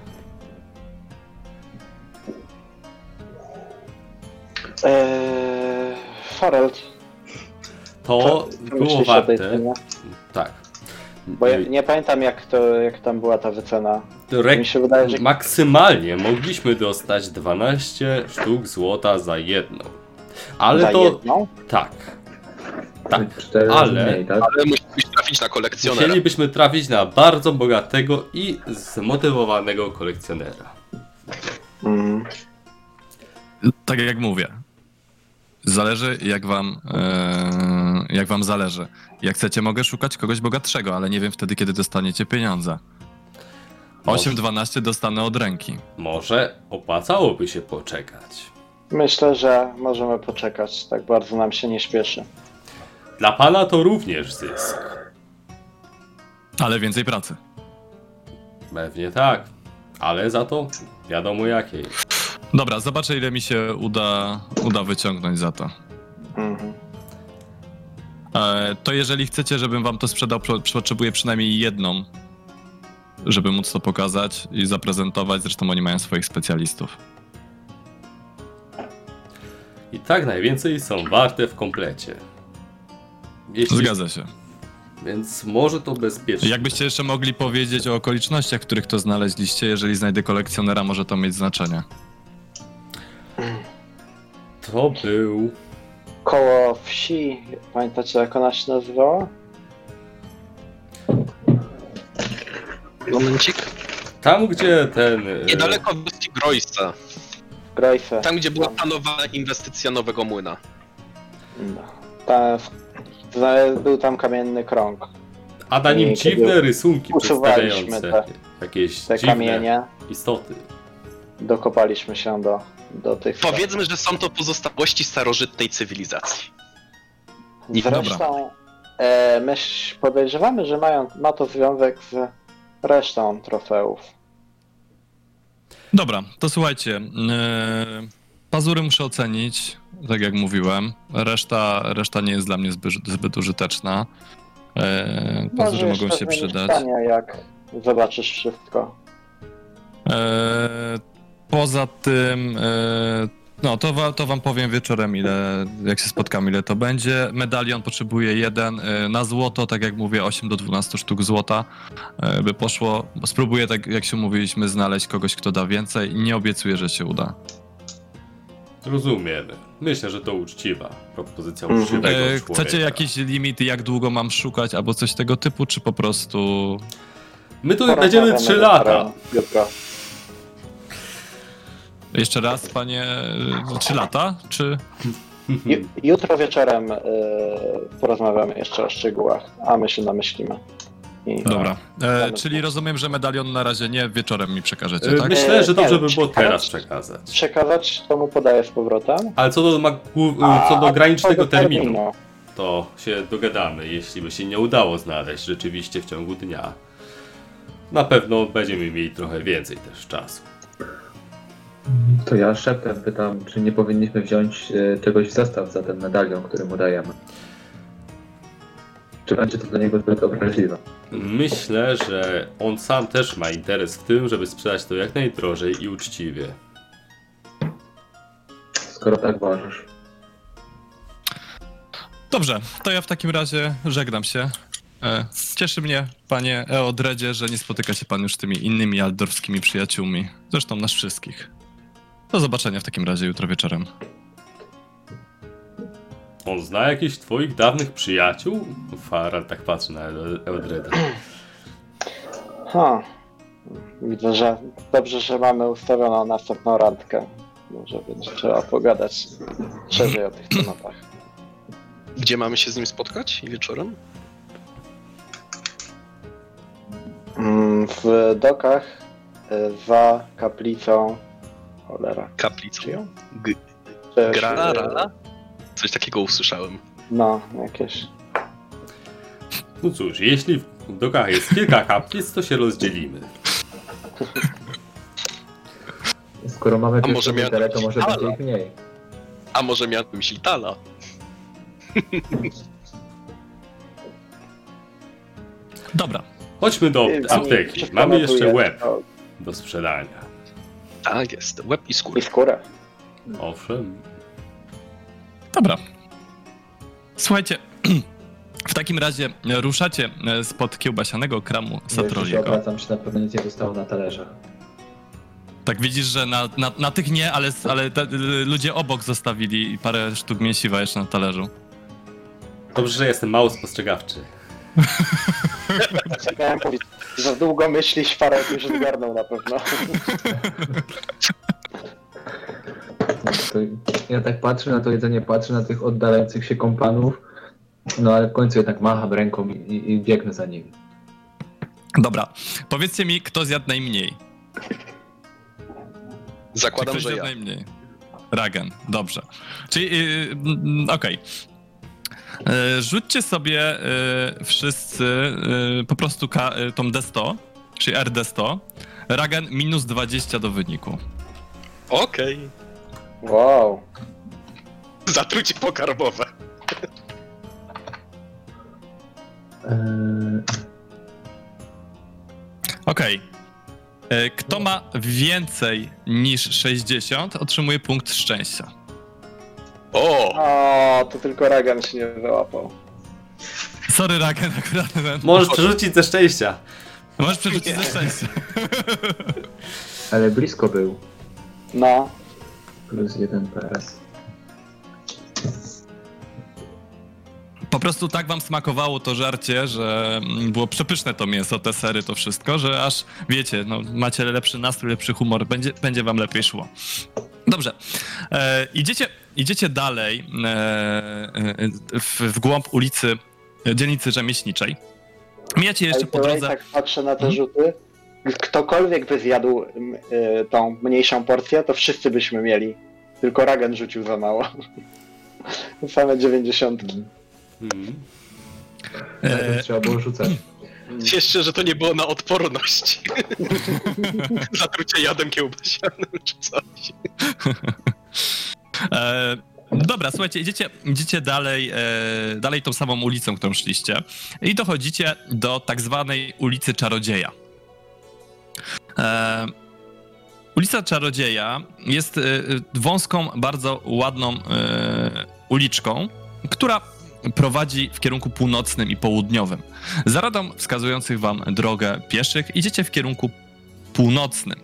Eee... Harold, To co było myślisz o tej warte. cenie? Tak. Bo ja nie pamiętam jak to, jak tam była ta wycena. Rek- Mi się wydaje, że Maksymalnie mogliśmy dostać dwanaście sztuk złota za jedną. Ale za to. jedną? Tak. Tak. Cztery razy ale- mniej, tak? Ale musisz trafić na kolekcjonera. Musielibyśmy trafić na bardzo bogatego i zmotywowanego kolekcjonera. Mm. Tak jak mówię. Zależy jak wam, e, jak wam zależy. Jak chcecie, mogę szukać kogoś bogatszego, ale nie wiem wtedy, kiedy dostaniecie pieniądze. osiem dwanaście dostanę od ręki. Może opłacałoby się poczekać. Myślę, że możemy poczekać. Tak bardzo nam się nie śpieszy. Dla pana to również zysk. Ale więcej pracy. Pewnie tak. Ale za to wiadomo jakiej. Dobra, zobaczę ile mi się uda, uda wyciągnąć za to. Mhm. E, to jeżeli chcecie, żebym wam to sprzedał, pro- potrzebuję przynajmniej jedną, żeby móc to pokazać i zaprezentować. Zresztą oni mają swoich specjalistów. I tak najwięcej są warte w komplecie. Jeśli... Zgadza się. Więc może to bezpiecznie. Jakbyście jeszcze mogli powiedzieć o okolicznościach, w których to znaleźliście, jeżeli znajdę kolekcjonera, może to mieć znaczenie. To był... Koło wsi, pamiętacie jak ona się nazywała? Momencik. Tam, gdzie ten... e, Niedaleko wioski Grojsa. Grejfe. Tam, gdzie była planowana inwestycja nowego młyna. No. Ta, ta, był tam kamienny krąg. A na nim I kiedy dziwne rysunki usuwaliśmy przedstawiające jakieś Te dziwne kamienie, istoty. dokopaliśmy się do, do tych... Powiedzmy, że są to pozostałości starożytnej cywilizacji. Zresztą e, my podejrzewamy, że mają, ma to związek z resztą trofeów. Dobra, to słuchajcie. Yy, pazury muszę ocenić, tak jak mówiłem. Reszta, reszta nie jest dla mnie zbyt, zbyt użyteczna. Yy, pazury Może mogą jeszcze się zmienić przydać. zdanie, jak zobaczysz wszystko. Yy, poza tym, yy, no to, wa, to wam powiem wieczorem, ile, jak się spotkamy, ile to będzie. Medalion potrzebuje jeden. Yy, na złoto, tak jak mówię, osiem do dwunastu sztuk złota yy, by poszło. Spróbuję, tak jak się mówiliśmy, znaleźć kogoś, kto da więcej. Nie obiecuję, że się uda. Rozumiemy. Myślę, że to uczciwa propozycja Mhm. uczciwego E, człowieka. chcecie jakiś limit, jak długo mam szukać, albo coś tego typu, czy po prostu... My tu Porozmawiamy będziemy trzy lata. Jutro. Jeszcze raz, panie... e, Trzy lata, czy... Ju, jutro wieczorem y, porozmawiamy jeszcze o szczegółach, a my się namyślimy. I, Dobra. E, Mamy czyli to. rozumiem, że medalion na razie nie, wieczorem mi przekażecie, E, tak? Myślę, że Nie, dobrze nie, by było przekazać. teraz przekazać. Przekazać, to mu podaję z powrotem. Ale co do, ma- głów- A, co do a granicznego co do terminu, to się dogadamy, jeśli by się nie udało znaleźć rzeczywiście w ciągu dnia. Na pewno będziemy mieli trochę więcej też czasu. To ja szeptem pytam, czy nie powinniśmy wziąć e, czegoś w zestaw za ten medalion, który mu dajemy. Czy będzie to dla niego zbyt obraźliwe? Myślę, że on sam też ma interes w tym, żeby sprzedać to jak najdrożej i uczciwie. Skoro tak uważasz. Dobrze, to ja w takim razie żegnam się. E, cieszy mnie, panie Eodredzie, że nie spotyka się pan już z tymi innymi aldorskimi przyjaciółmi. Zresztą nas wszystkich. Do zobaczenia w takim razie jutro wieczorem. On zna jakichś twoich dawnych przyjaciół? Farad tak patrzy na Eldreda. Ha. Widzę, że dobrze, że mamy ustawioną następną randkę. Może będzie trzeba pogadać szerzej o tych tematach. Gdzie mamy się z nim spotkać wieczorem? Mm, W dokach y, za kaplicą. Cholera. Kaplicą. Czyją? G- Też, Grara? y, Coś takiego usłyszałem. No, jakieś. No cóż, jeśli w dokach jest kilka kaplic, to się rozdzielimy. Skoro mamy A może pierwszą miałem literę, to może Halo. będzie ich mniej. A może miałem na myśli Tala? Dobra. Chodźmy do Y, apteki. wszystko Mamy notuję. jeszcze łeb O, do sprzedania. Tak jest, łeb i I skóra. skórę. Owszem. Dobra. Słuchajcie, w takim razie ruszacie spod kiełbasianego kramu Bo jeszcze się Satroliego. obracam, czy na pewno nic nie zostało na talerzach. Tak, widzisz, że na, na, na tych nie, ale, ale te, ludzie obok zostawili parę sztuk mięsiwa jeszcze na talerzu. Dobrze, że jestem mało spostrzegawczy. Miałem powiedzieć, za długo myślisz, Farad już zgarnął na pewno. To ja tak patrzę na to jedzenie, patrzę na tych oddalających się kompanów, no ale w końcu jednak macham ręką i, i, i biegnę za nimi. Dobra, powiedzcie mi, kto zjadł najmniej. Czy Zakładam, ktoś że zjadł ja. najmniej? Ragen, dobrze. Czyli, yy, mm, okej. Yy, rzućcie sobie yy, wszyscy yy, po prostu ka- yy, tą D sto, czyli R D sto. Ragen minus dwadzieścia do wyniku. Okej. Wow. Zatrucie pokarmowe. Eee, Okej. Yy, Kto ma więcej niż sześćdziesiąt, otrzymuje punkt szczęścia. O! O, to tylko Ragan się nie wyłapał. Sorry, Ragen, akurat ten... Możesz przerzucić ze szczęścia. Możesz przerzucić ze szczęścia. ale blisko był. No. Plus jeden P S. Po prostu tak wam smakowało to żarcie, że mm, było przepyszne to mięso, te sery, to wszystko, że aż, wiecie, no, macie lepszy nastrój, lepszy humor, będzie, będzie wam lepiej szło. Dobrze. E, idziecie, idziecie dalej e, e, w, w głąb ulicy, e, dzielnicy rzemieślniczej. Mijacie jeszcze By po the way, drodze... tak patrzę na te Mhm. rzuty. Ktokolwiek by zjadł m, y, tą mniejszą porcję, to wszyscy byśmy mieli. Tylko Ragan rzucił za mało. Same dziewięćdziesiątki. Mhm. E, Trzeba było rzucać. Jeszcze, że to nie było na odporność. Zatrucie jadem kiełbasianym czy coś. E, dobra, słuchajcie, idziecie, idziecie dalej, e, dalej tą samą ulicą, którą szliście i dochodzicie do tak zwanej ulicy Czarodzieja. E, ulica Czarodzieja jest e, wąską, bardzo ładną e, uliczką, która prowadzi w kierunku północnym i południowym. Za radą wskazujących wam drogę pieszych idziecie w kierunku północnym.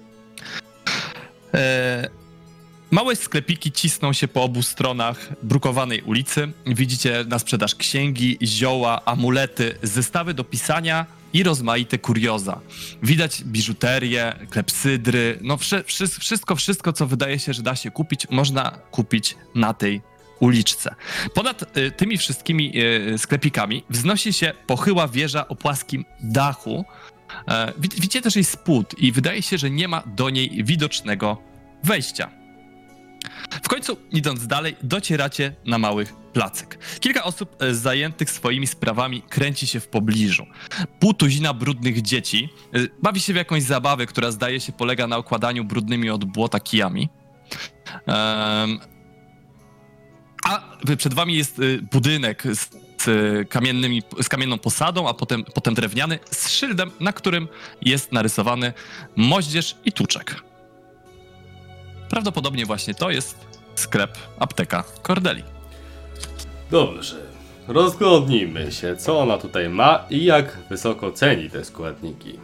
E, Małe sklepiki cisną się po obu stronach brukowanej ulicy. Widzicie na sprzedaż księgi, zioła, amulety, zestawy do pisania i rozmaite kurioza. Widać biżuterię, klepsydry, no wszy, wszy, wszystko, wszystko, co wydaje się, że da się kupić, można kupić na tej uliczce. Ponad y, tymi wszystkimi y, sklepikami wznosi się pochyła wieża o płaskim dachu. E, wid- widzicie też jej spód i wydaje się, że nie ma do niej widocznego wejścia. W końcu, idąc dalej, docieracie na mały placyk. Kilka osób e, zajętych swoimi sprawami kręci się w pobliżu. Pół tuzina brudnych dzieci e, bawi się w jakąś zabawę, która zdaje się polega na okładaniu brudnymi od błota kijami. Em, a przed wami jest e, budynek z, z, kamiennymi, z kamienną posadą, a potem, potem drewniany, z szyldem, na którym jest narysowany moździerz i tuczek. Prawdopodobnie właśnie to jest sklep apteka Cordeli. Dobrze. Rozglądnijmy się, co ona tutaj ma i jak wysoko ceni te składniki.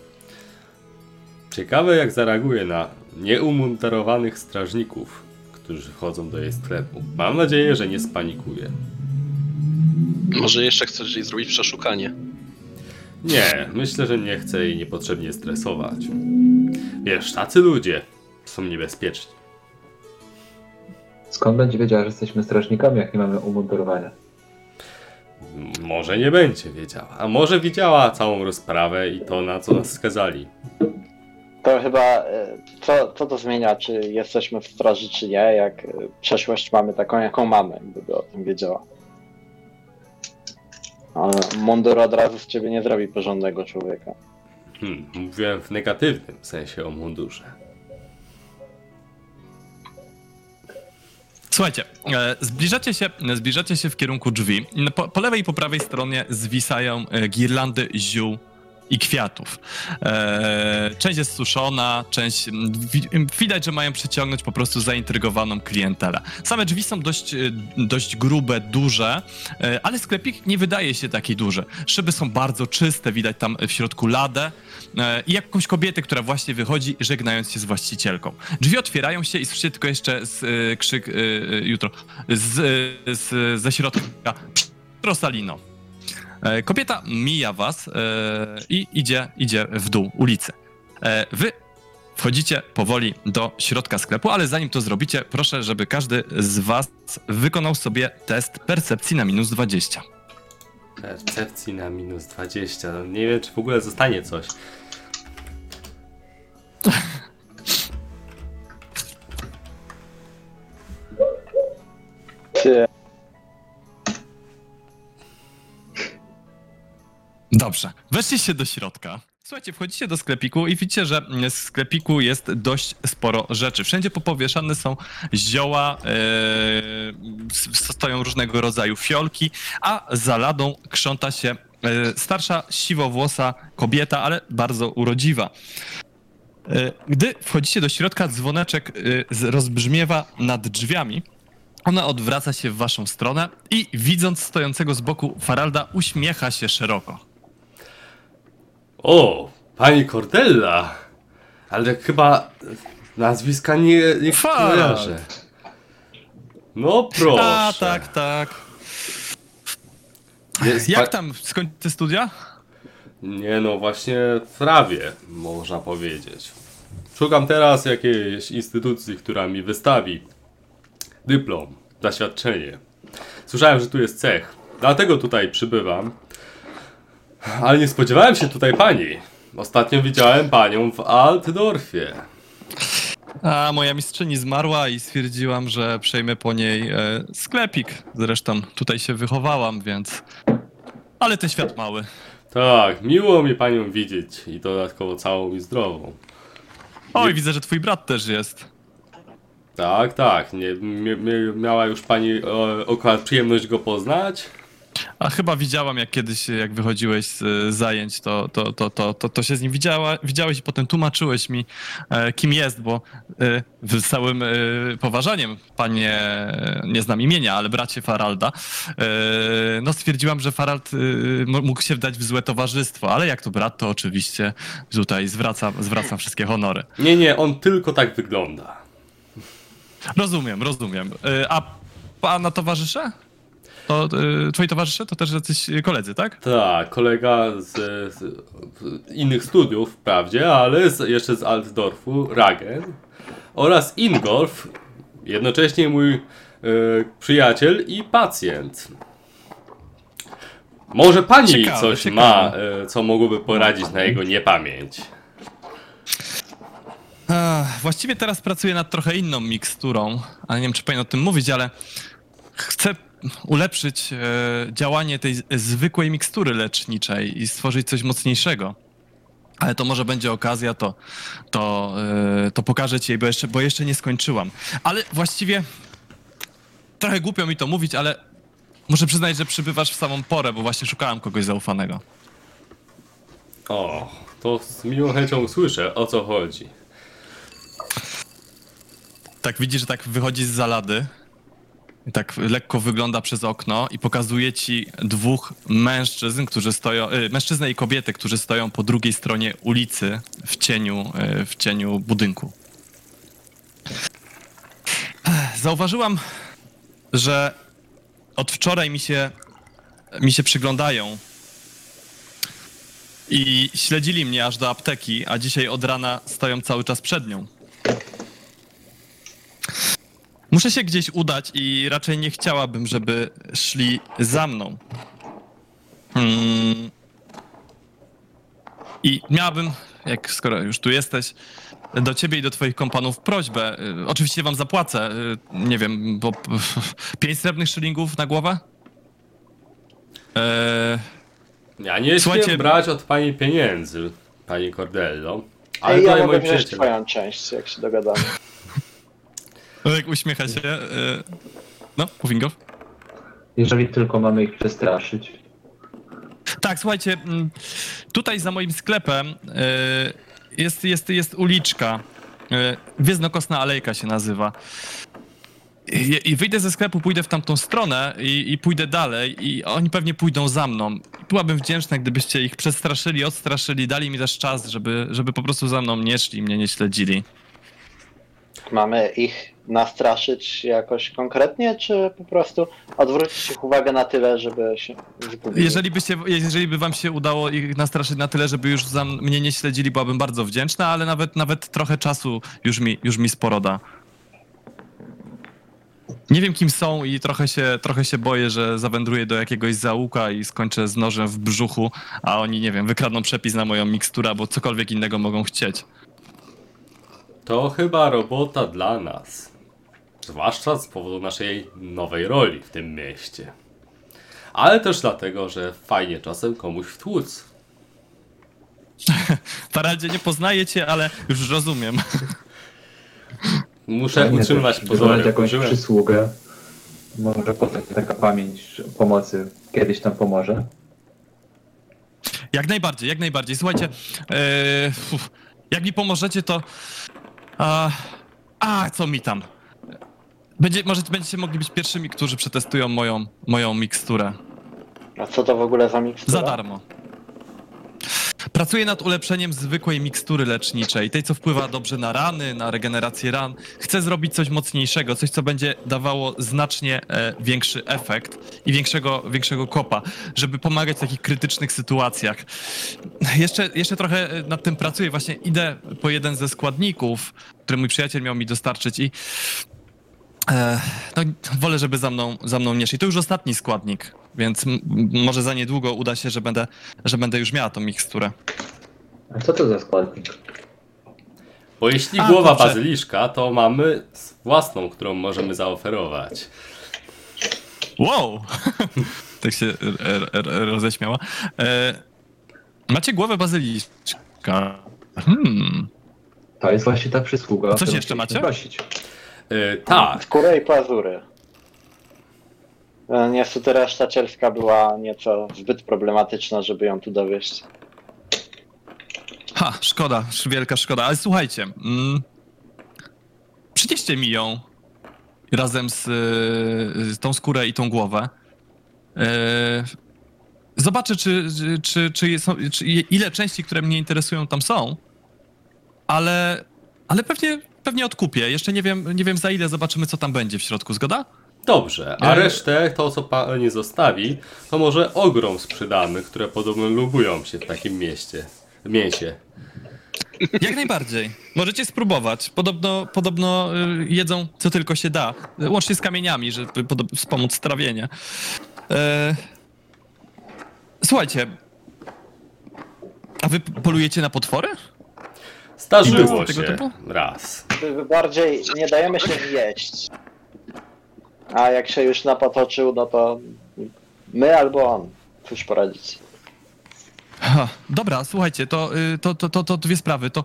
Ciekawe, jak zareaguje na nieumuntarowanych strażników, którzy którzy wchodzą do jej sklepu. Mam nadzieję, że nie spanikuje. Może jeszcze chcesz jej zrobić przeszukanie? Nie, myślę, że nie chcę jej niepotrzebnie stresować. Wiesz, tacy ludzie są niebezpieczni. Skąd będzie wiedziała, że jesteśmy strażnikami, jak nie mamy umundurowania? M- Może nie będzie wiedziała, a może widziała całą rozprawę i to, na co nas skazali. To chyba, e, co, co to zmienia, czy jesteśmy w straży, czy nie, jak e, przeszłość mamy taką, jaką mamy, gdyby o tym wiedziała. Ale mundur od razu z ciebie nie zrobi porządnego człowieka. Hmm, mówiłem w negatywnym sensie o mundurze. Słuchajcie, e, zbliżacie się, zbliżacie się w kierunku drzwi. Po, po lewej i po prawej stronie zwisają e, girlandy ziół i kwiatów. E, część jest suszona, część m, wi, widać, że mają przyciągnąć po prostu zaintrygowaną klientelę. Same drzwi są dość, e, dość grube, duże, e, ale sklepik nie wydaje się taki duży. Szyby są bardzo czyste, widać tam w środku ladę e, i jakąś kobietę, która właśnie wychodzi, żegnając się z właścicielką. Drzwi otwierają się i słyszycie tylko jeszcze z, e, krzyk e, e, jutro z, e, z, ze środka Rosalino. E, Kobieta mija was e, i idzie, idzie w dół ulicy. E, wy wchodzicie powoli do środka sklepu, ale zanim to zrobicie, proszę, żeby każdy z was wykonał sobie test percepcji na minus dwadzieścia. Percepcji na minus dwadzieścia. No nie wiem, czy w ogóle zostanie coś. Ty, Dobrze, weszliście do środka. Słuchajcie, wchodzicie do sklepiku i widzicie, że w sklepiku jest dość sporo rzeczy. Wszędzie popowieszane są zioła, yy, stoją różnego rodzaju fiolki, a za ladą krząta się yy, starsza, siwowłosa kobieta, ale bardzo urodziwa. Yy, gdy wchodzicie do środka, dzwoneczek yy, z- rozbrzmiewa nad drzwiami. Ona odwraca się w waszą stronę i widząc stojącego z boku Faralda, uśmiecha się szeroko. O, pani Cordella! Ale chyba nazwiska nie, nie Farald. kojarzę. No proszę. A, tak, tak. Jest Jak pa- tam? Skończycie studia? Nie no, właśnie prawie, można powiedzieć. Szukam teraz jakiejś instytucji, która mi wystawi dyplom, zaświadczenie. Słyszałem, że tu jest cech, dlatego tutaj przybywam. Ale nie spodziewałem się tutaj pani. Ostatnio widziałem panią w Altdorfie. A moja mistrzyni zmarła i stwierdziłam, że przejmę po niej e, sklepik. Zresztą tutaj się wychowałam, więc... Ale ten świat mały. Tak, miło mi panią widzieć i dodatkowo całą i zdrową. Oj, widzę, że twój brat też jest. Tak, tak, nie, mie, mie, miała już pani e, akurat przyjemność go poznać? A chyba widziałam, jak kiedyś, jak wychodziłeś z e, zajęć, to, to, to, to, to, to się z nim widziała, widziałeś i potem tłumaczyłeś mi, e, kim jest, bo e, z całym e, poważaniem, panie, e, nie znam imienia, ale bracie Faralda, e, no stwierdziłam, że Farald e, m- mógł się wdać w złe towarzystwo, ale jak to brat, to oczywiście tutaj zwracam, zwracam wszystkie honory. Nie, nie, on tylko tak wygląda. Rozumiem, rozumiem. E, a pana towarzysze? To e, twoi towarzysze to też jacyś koledzy, tak? Tak, kolega z, z innych studiów wprawdzie, ale z, jeszcze z Altdorfu, Ragen oraz Ingolf, jednocześnie mój e, przyjaciel i pacjent. Może pani Ciekawe, coś ciekawe. ma, e, co mogłoby poradzić na jego niepamięć? Ech, właściwie teraz pracuję nad trochę inną miksturą, ale nie wiem, czy powinien o tym mówić, ale chcę ulepszyć e, działanie tej z- zwykłej mikstury leczniczej i stworzyć coś mocniejszego. Ale to może będzie okazja, to, to, e, to pokażę ci jej, bo jeszcze, bo jeszcze nie skończyłam. Ale właściwie trochę głupio mi to mówić, ale muszę przyznać, że przybywasz w samą porę, bo właśnie szukałem kogoś zaufanego. O, to z miłą chęcią słyszę, o co chodzi. Tak widzisz, że tak wychodzi z zalady. I tak lekko wygląda przez okno i pokazuje ci dwóch mężczyzn, którzy stoją, y, mężczyznę i kobietę, którzy stoją po drugiej stronie ulicy w cieniu, y, w cieniu budynku. zauważyłam, że od wczoraj mi się, mi się przyglądają i śledzili mnie aż do apteki, a dzisiaj od rana stoją cały czas przed nią. Muszę się gdzieś udać i raczej nie chciałabym, żeby szli za mną. Hmm. I miałabym, jak skoro już tu jesteś, do ciebie i do twoich kompanów prośbę. Y, Oczywiście wam zapłacę, y, nie wiem, bo pięć srebrnych szylingów na głowę? Eee, Ja nie Słuchajcie- śmiem brać od pani pieniędzy, pani Cordello. Ale Ej, ja tutaj mogę moi wziąć przyjaciele. twoją część, jak się dogadamy. jak uśmiecha się. y, No, Puffingow? Jeżeli tylko mamy ich przestraszyć. Tak, słuchajcie, mm, tutaj za moim sklepem y, jest, jest, jest uliczka. y, Gwiezdnokosna Alejka się nazywa. I, I wyjdę ze sklepu, pójdę w tamtą stronę i, i pójdę dalej i oni pewnie pójdą za mną. Byłabym wdzięczna, gdybyście ich przestraszyli, odstraszyli, dali mi też czas, żeby, żeby po prostu za mną nie szli, mnie nie śledzili. Mamy ich nastraszyć jakoś konkretnie, czy po prostu odwrócić ich uwagę na tyle, żeby się zgubili? Jeżeli, byście, jeżeli by wam się udało ich nastraszyć na tyle, żeby już za m- mnie nie śledzili, byłabym bardzo wdzięczna, ale nawet, nawet trochę czasu już mi, już mi sporo da. Nie wiem, kim są i trochę się, trochę się boję, że zawędruję do jakiegoś zaułka i skończę z nożem w brzuchu, a oni, nie wiem, wykradną przepis na moją miksturę albo cokolwiek innego mogą chcieć. To chyba robota dla nas. Zwłaszcza z powodu naszej nowej roli w tym mieście. Ale też dlatego, że fajnie czasem komuś wtłuc. Faraldzie, nie poznaję cię, ale już rozumiem. Muszę Fajnie utrzymywać też pozory. wykonać jakąś Użyłem- przysługę. Może potem taka pamięć pomocy kiedyś tam pomoże. Jak najbardziej, jak najbardziej. Słuchajcie, e, uf, jak mi pomożecie, to... A, a co mi tam? Będzie, może będziecie mogli być pierwszymi, którzy przetestują moją, moją miksturę. A co to w ogóle za mikstura? Za darmo. Pracuję nad ulepszeniem zwykłej mikstury leczniczej, tej co wpływa dobrze na rany, na regenerację ran. Chcę zrobić coś mocniejszego, coś co będzie dawało znacznie e, większy efekt i większego, większego kopa, żeby pomagać w takich krytycznych sytuacjach. Jeszcze, jeszcze trochę nad tym pracuję, właśnie idę po jeden ze składników, który mój przyjaciel miał mi dostarczyć i e, no, wolę, żeby za mną, za mną nie szli. To już ostatni składnik, więc m- może za niedługo uda się, że będę, że będę już miała tą miksturę. A co to za składnik? Bo jeśli A, głowa kurczę. bazyliszka, to mamy własną, którą możemy zaoferować. Wow! Tak się r- r- r- roześmiała. E, macie głowę bazyliszka. Hmm. To jest właśnie ta przysługa. o Coś którą jeszcze chcieliśmy macie? prosić. Yy, tak, Skórę i pazury. E, Niestety reszta cielska była nieco zbyt problematyczna, żeby ją tu dowieść. Ha, szkoda, wielka szkoda. Ale słuchajcie, mm, przynieście mi ją razem z, y, z tą skórę i tą głowę. E, zobaczę, czy, czy, czy, są, czy ile części, które mnie interesują, tam są, ale, ale pewnie, pewnie odkupię. Jeszcze nie wiem, nie wiem za ile, zobaczymy, co tam będzie w środku, zgoda? dobrze. A Yy. resztę, to co pan nie zostawi, to może ogrom sprzedamy, które podobno lubują się w takim mieście. Mięsie. Jak najbardziej. Możecie spróbować. Podobno, podobno y, jedzą co tylko się da. Y, Łącznie z kamieniami, żeby podob- wspomóc trawienie. E... Słuchajcie. A wy polujecie na potwory? Zdarzyło Tego się typu? raz. Bardziej nie dajemy się zjeść. A jak się już napotoczył, no to my albo on. Cóż poradzić. Ha, dobra, słuchajcie, to, y, to, to, to, to dwie sprawy. To...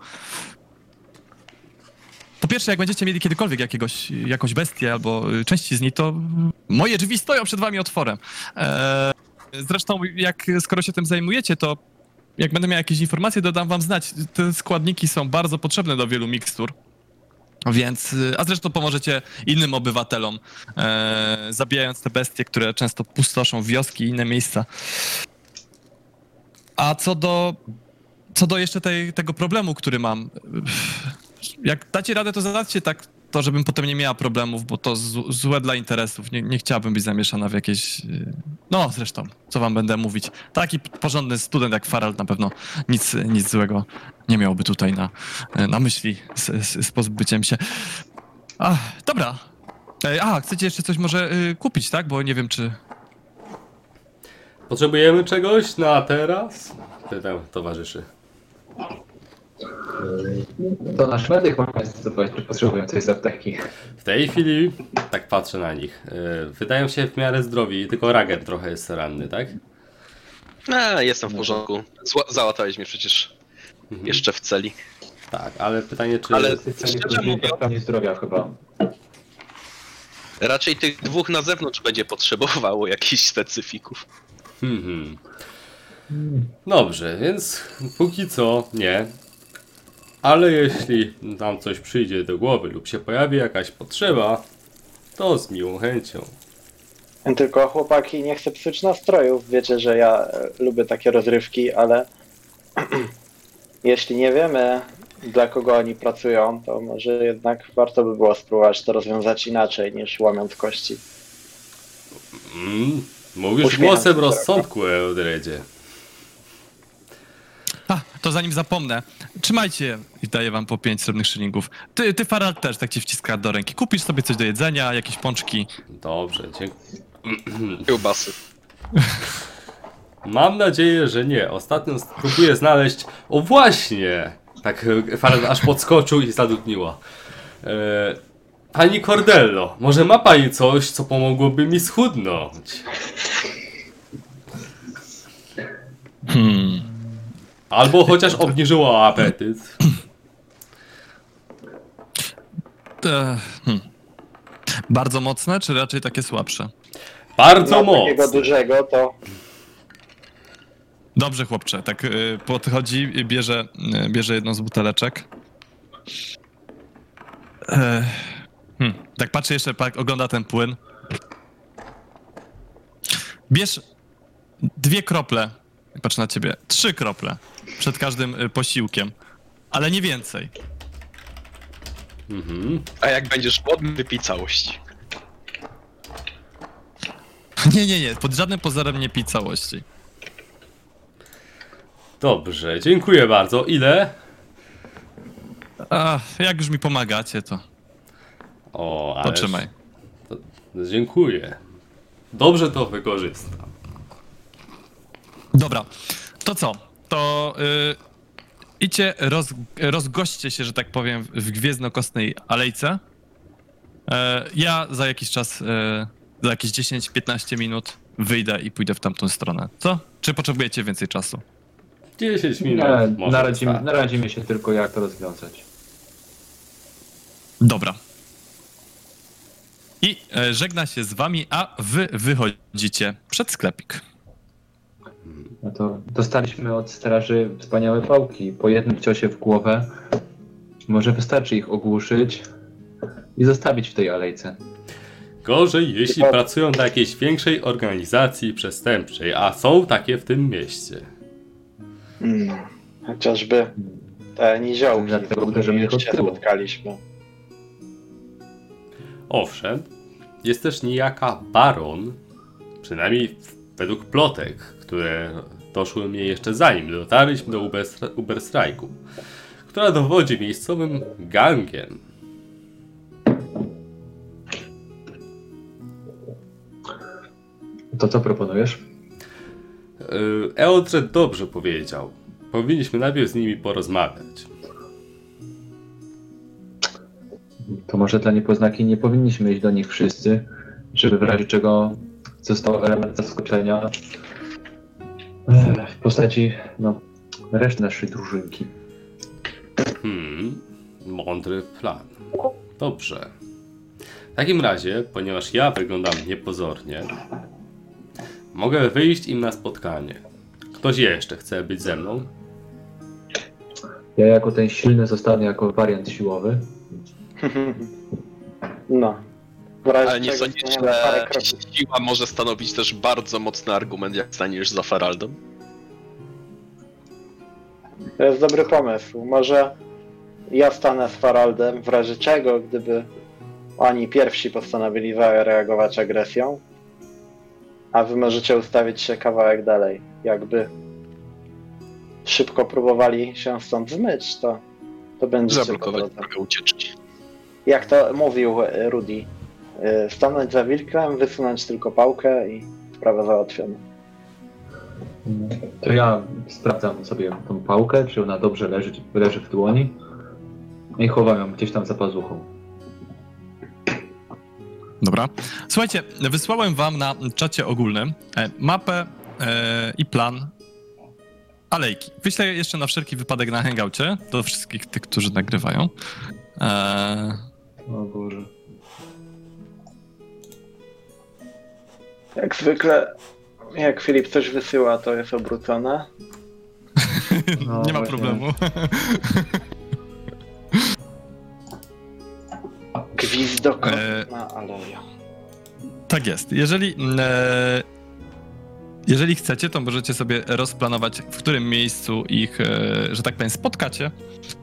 Po pierwsze, jak będziecie mieli kiedykolwiek jakiegoś, jakąś bestię albo y, części z niej, to moje drzwi stoją przed wami otworem. E, zresztą, jak skoro się tym zajmujecie, to jak będę miał jakieś informacje, dodam wam znać. Te składniki są bardzo potrzebne do wielu mikstur. Więc, y, a zresztą pomożecie innym obywatelom, e, zabijając te bestie, które często pustoszą wioski i inne miejsca. A co do, co do jeszcze tej, tego problemu, który mam, jak dacie radę, to zadajcie tak to, żebym potem nie miała problemów, bo to z, złe dla interesów. Nie, nie chciałabym być zamieszana w jakieś... yy, No, zresztą, co wam będę mówić. Taki porządny student jak Farald na pewno nic, nic złego nie miałby tutaj na, na myśli z, z, z pozbyciem się. Ach, dobra. Ej, A, chcecie jeszcze coś może yy, kupić, tak? Bo nie wiem, czy... Potrzebujemy czegoś na teraz? Pytam towarzyszy. To nasz medyk ma Państwo zobaczyć, czy potrzebują coś z apteki. W tej chwili, tak patrzę na nich, yy, wydają się w miarę zdrowi, tylko Ragen trochę jest ranny, tak? A, jestem w porządku. Zła- Załatałeś mnie przecież Mhm. jeszcze w celi. Tak, ale pytanie czy... Ale- Szczerze Szczerze mówiąc- w pełni zdrowia chyba. Raczej tych dwóch na zewnątrz będzie potrzebowało jakichś specyfików. Mhm. Dobrze, więc póki co nie. Ale jeśli nam coś przyjdzie do głowy lub się pojawi jakaś potrzeba, to z miłą chęcią. Tylko chłopaki, nie chcę psuć nastrojów. Wiecie, że ja e, lubię takie rozrywki, ale jeśli nie wiemy, dla kogo oni pracują, to może jednak warto by było spróbować to rozwiązać inaczej niż łamiąc kości. Mm, mówisz Uśmiecham głosem się rozsądku, Eldredzie. A, to zanim zapomnę, trzymajcie i daję wam po pięć srebrnych szylingów. Ty, ty Farald też tak ci wciska do ręki. Kupisz sobie coś do jedzenia, jakieś pączki. Dobrze, dziękuję. Kiełbasy. Mam nadzieję, że nie. Ostatnio próbuję znaleźć... O właśnie! Tak Farad aż podskoczył i zadudniła. E, Pani Cordello, może ma pani coś, co pomogłoby mi schudnąć? Hmm. Albo chociaż obniżyło apetyt. E, hmm. Bardzo mocne, czy raczej takie słabsze? Bardzo No, takiego mocno. dużego to Dobrze, chłopcze, tak y, podchodzi, y, bierze, y, bierze jedną z buteleczek. E, hmm, tak patrzy jeszcze, tak ogląda ten płyn. Bierz dwie krople, patrzę na ciebie, trzy krople przed każdym y, posiłkiem, ale nie więcej. Mhm. A jak będziesz głodny, wypij całość. Nie, nie, nie, pod żadnym pozorem nie pij całości. Dobrze, dziękuję bardzo. Ile? A, jak już mi pomagacie, to, O, to ale... trzymaj. Dziękuję. Dobrze to wykorzystam. Dobra, to co? To y, idźcie, roz, rozgośćcie się, że tak powiem, w Gwiezdnokostnej Alejce. E, ja za jakiś czas, e, za jakieś dziesięć piętnaście minut wyjdę i pójdę w tamtą stronę. Co? Czy potrzebujecie więcej czasu? dziesięć minut. Nie, może naradzimy, wystarczy. naradzimy się tylko, jak to rozwiązać. Dobra. I e, żegna się z wami, a wy wychodzicie przed sklepik. No to dostaliśmy od straży wspaniałe pałki. Po jednym ciosie w głowę może wystarczy ich ogłuszyć i zostawić w tej alejce. Gorzej, jeśli Chyba- pracują dla jakiejś większej organizacji przestępczej, a są takie w tym mieście. mm, chociażby te niziołki, Dlatego z którymi uderzymy ich od już się tyłu. spotkaliśmy. Owszem, jest też niejaka Baron, przynajmniej według plotek, które doszły mnie jeszcze zanim dotarliśmy do Uber- Uberstrajku, która dowodzi miejscowym gangiem. To co proponujesz? Yy, Eodred dobrze powiedział. Powinniśmy najpierw z nimi porozmawiać. To może dla niepoznaki nie powinniśmy iść do nich wszyscy, żeby w razie czego został element zaskoczenia Ech, w postaci, no, reszty naszej drużynki. Hmm, mądry plan. Dobrze. W takim razie, ponieważ ja wyglądam niepozornie, mogę wyjść im na spotkanie. Ktoś jeszcze chce być ze mną? Ja jako ten silny zostanę jako wariant siłowy. No. W razie Ale nie czego sądzisz, staniemy parę że kroków. siła może stanowić też bardzo mocny argument, jak staniesz za Faraldem? To jest dobry pomysł. Może ja stanę z Faraldem, w razie czego, gdyby oni pierwsi postanowili zareagować agresją, a wy możecie ustawić się kawałek dalej. Jakby szybko próbowali się stąd zmyć, to, to będzie Zablokować drogę ucieczki. Jak to mówił Rudy, stanąć za wilkiem, wysunąć tylko pałkę i sprawa załatwiona. To ja sprawdzam sobie tą pałkę, czy ona dobrze leży, leży w dłoni i chowam ją gdzieś tam za pazuchą. Dobra. Słuchajcie, wysłałem wam na czacie ogólnym e, mapę e, i plan alejki. Wyślę jeszcze na wszelki wypadek na hangoucie do wszystkich tych, którzy nagrywają. E... O Boże. Jak zwykle, jak Filip coś wysyła, to jest obrócone. No, Nie ma właśnie. problemu. Gwizdokropna aleja. Tak jest. Jeżeli, e, jeżeli chcecie, to możecie sobie rozplanować, w którym miejscu ich, e, że tak powiem, spotkacie, e,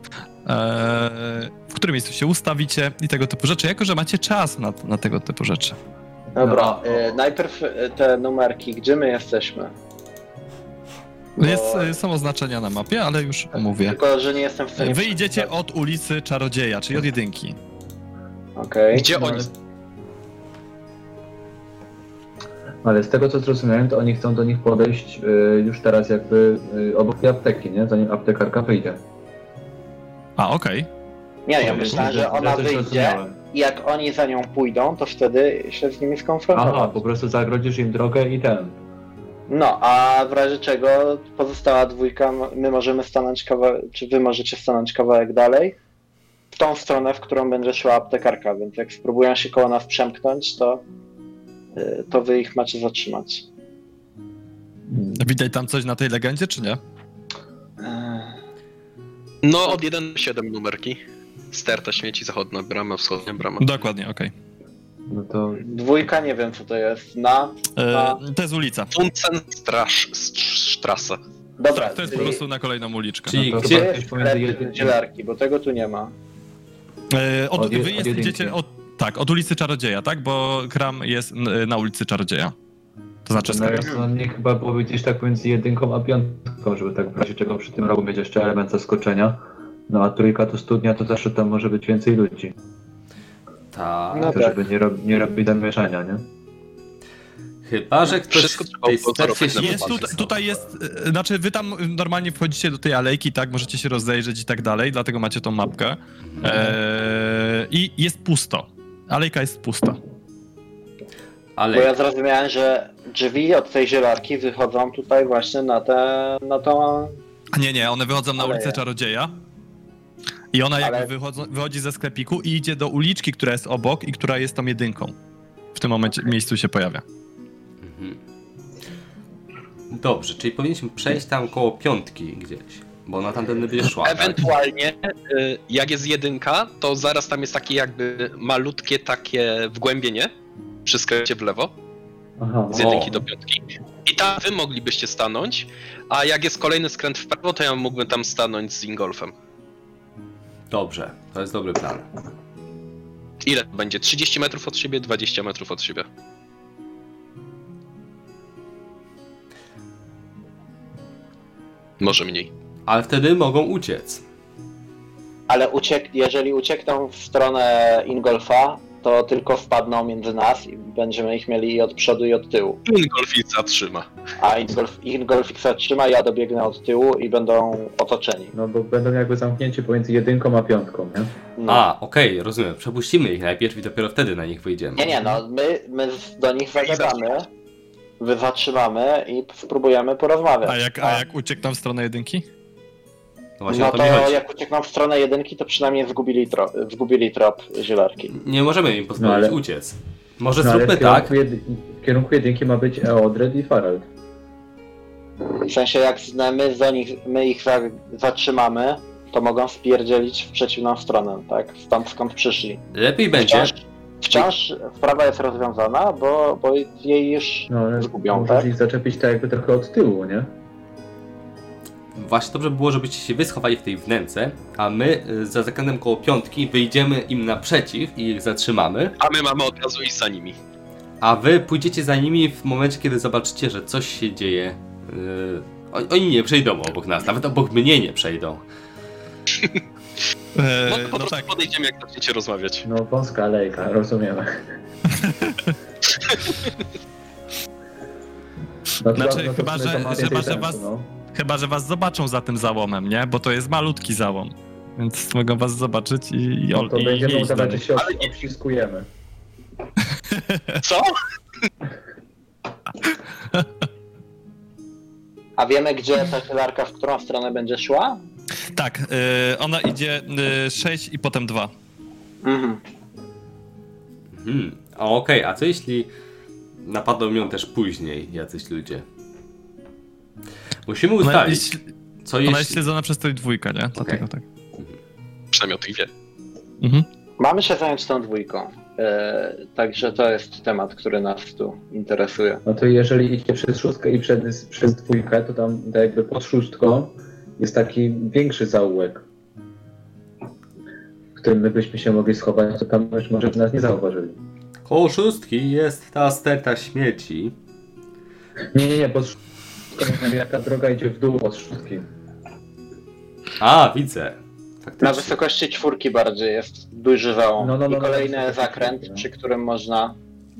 w którym miejscu się ustawicie i tego typu rzeczy, jako że macie czas na, na tego typu rzeczy. Dobra, No. y, najpierw y, te numerki, gdzie my jesteśmy? Bo- Jest, e, są oznaczenia na mapie, ale już omówię. Tylko, że nie jestem w stanie... Wy idziecie od ulicy Czarodzieja, czyli od jedynki. Okej. Gdzie No, oni? ale... ale z tego co zrozumiałem, to oni chcą do nich podejść y, już teraz jakby y, obok tej apteki, nie? Zanim aptekarka wyjdzie. A, okej. Nie, ja To myślałem, jest- że ja ona też wyjdzie zrozumiałem. i jak oni za nią pójdą, to wtedy się z nimi skonfrontować. Aha, po prostu zagrodzisz im drogę i ten. No, a w razie czego pozostała dwójka, my możemy stanąć kawałek, czy wy możecie stanąć kawałek dalej, w tą stronę, w którą będzie szła aptekarka, więc jak spróbują się koło nas przemknąć, to, y, to wy ich macie zatrzymać. Widać tam coś na tej legendzie, czy nie? Ech, No, od jeden do siedem numerki. Sterta, śmieci, zachodnia brama, wschodnia brama. Dokładnie, okej. No to Dwójka, nie wiem co to jest, na... E, To jest ulica. Tuncen Strasz, Strasse. Dobra, Tak, to jest po czyli prostu na kolejną uliczkę. Czyli no to gdzie- chyba to gdzieś jest pomiędzy sklep jedynkiem. dzielarki, bo tego tu nie ma. E, od, Od je- wy od jest, jedynki. idziecie od, tak, od ulicy Czarodzieja, tak? Bo kram jest n- na ulicy Czarodzieja. To znaczy no, sklep. no, nie chyba byłoby gdzieś tak między jedynką a piątką, żeby tak w razie czego przy tym rogu mieć jeszcze element zaskoczenia. No a trójka to studnia, to zawsze tam może być więcej ludzi. Tak. No To tak. żeby nie, rob, nie robić zamieszania, nie? Chyba, że ktoś Wszystko w trzeba tej upozorować stercie na się Jest wypadek. tutaj, tutaj jest, e, znaczy wy tam normalnie wchodzicie do tej alejki, tak? Możecie się rozejrzeć i tak dalej, dlatego macie tą mapkę. E, I jest pusto. Alejka jest pusta. Bo Ale ja zrozumiałem, że drzwi od tej zielarki wychodzą tutaj właśnie na te, na tą... A nie, nie, one wychodzą na Ale ulicę ja. Czarodzieja. I ona jakby Ale- wychodzą, wychodzi ze sklepiku i idzie do uliczki, która jest obok i która jest tą jedynką. W tym momencie miejscu się pojawia. Mhm. Dobrze, czyli powinniśmy przejść tam koło piątki gdzieś, bo ona tam będzie szła, tak? Ewentualnie, y, jak jest jedynka, to zaraz tam jest takie jakby malutkie takie wgłębienie przy skręcie w lewo, Aha, z no. jedynki do piątki. I tam wy moglibyście stanąć, a jak jest kolejny skręt w prawo, to ja mógłbym tam stanąć z Ingolfem. Dobrze, to jest dobry plan. Ile to będzie? trzydzieści metrów od siebie, dwadzieścia metrów od siebie. Może mniej. Ale wtedy mogą uciec. Ale uciek... jeżeli uciekną w stronę Ingolfa, to tylko wpadną między nas i będziemy ich mieli i od przodu i od tyłu. Ingolf ich zatrzyma. A Ingolf, Ingolf ich zatrzyma, ja dobiegnę od tyłu i będą otoczeni. No bo będą jakby zamknięci pomiędzy jedynką a piątką, nie? No. A, okej, rozumiem. Przepuścimy ich najpierw i dopiero wtedy na nich wyjdziemy. Nie, nie, no my, my do nich zagadamy, wy zatrzymamy i spróbujemy porozmawiać. A jak, a jak uciekną w stronę jedynki? No właśnie No o to mi to chodzi. jak uciekną w stronę jedynki, to przynajmniej zgubili, tro, zgubili trop zielarki. Nie możemy im pozwolić No ale- uciec. Może No ale zróbmy w kierunku, tak. jedy... w kierunku jedynki ma być Eodred i Farald. W sensie jak my, za nich, my ich za, zatrzymamy, to mogą spierdzielić w przeciwną stronę, tak? Stąd skąd przyszli. Lepiej będzie. Wciąż, wciąż sprawa jest rozwiązana, bo, bo jej już No ale zgubią, możesz tak? ich zaczepić tak jakby trochę od tyłu, nie? właśnie dobrze by było, żebyście się wy schowali w tej wnęce, a my y, za zakrętem koło piątki wyjdziemy im naprzeciw i ich zatrzymamy. A my mamy od razu iść za nimi. A wy pójdziecie za nimi w momencie, kiedy zobaczycie, że coś się dzieje. Yy, oni nie przejdą obok nas, nawet obok mnie nie przejdą. E, No to po no prostu tak. podejdziemy, jak zaczniecie rozmawiać. No wąska alejka, rozumiemy. No, Znaczy, no to chyba, w sumie że- to ma że- więcej że sensu, was- no. Chyba, że was zobaczą za tym załomem, nie? Bo to jest malutki załom. Więc mogą was zobaczyć i, i, No to i, będziemy i iść do udawać, że nich. się Ale nie- obściskujemy. Co? A wiemy, gdzie ta zielarka, w którą stronę będzie szła? Tak, y, ona idzie y, sześć i potem dwa. Mhm. Hmm. A okej, a co jeśli napadną ją też później jacyś ludzie? Musimy Ona ustalić, jest, co ona jest jeśli... śledzona przez tej dwójkę, nie? Dlatego tak. Przynajmniej o tych wie. Mhm. Mamy się zająć tą dwójką. E, także to jest temat, który nas tu interesuje. No to jeżeli idzie przez szóstkę i przez, przez dwójkę, to tam tak jakby pod szóstką jest taki większy zaułek, w którym my byśmy się mogli schować, to tam już może by nas nie zauważyli. Koło szóstki jest ta sterta śmieci. Nie, nie, nie, pod szóstką jaka droga idzie w dół od szóstki. A, widzę. Faktycznie. Na wysokości czwórki bardziej jest duży załom. No, no, no, I no, kolejny no, no, zakręt, no. przy którym można...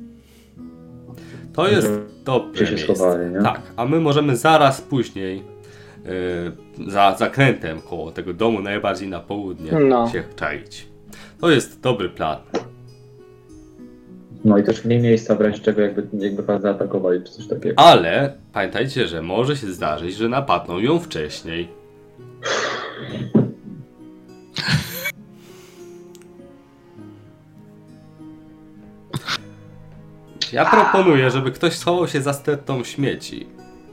To jest Żeby dobre się miejsce. schowali, nie? Tak, a my możemy zaraz później yy, za zakrętem koło tego domu najbardziej na południe No. się czaić. To jest dobry plan. No i też mniej miejsca w razie czego jakby, jakby was zaatakowali czy coś takiego. Ale pamiętajcie, że może się zdarzyć, że napadną ją wcześniej. Ja proponuję, żeby ktoś schował się za stertą śmieci.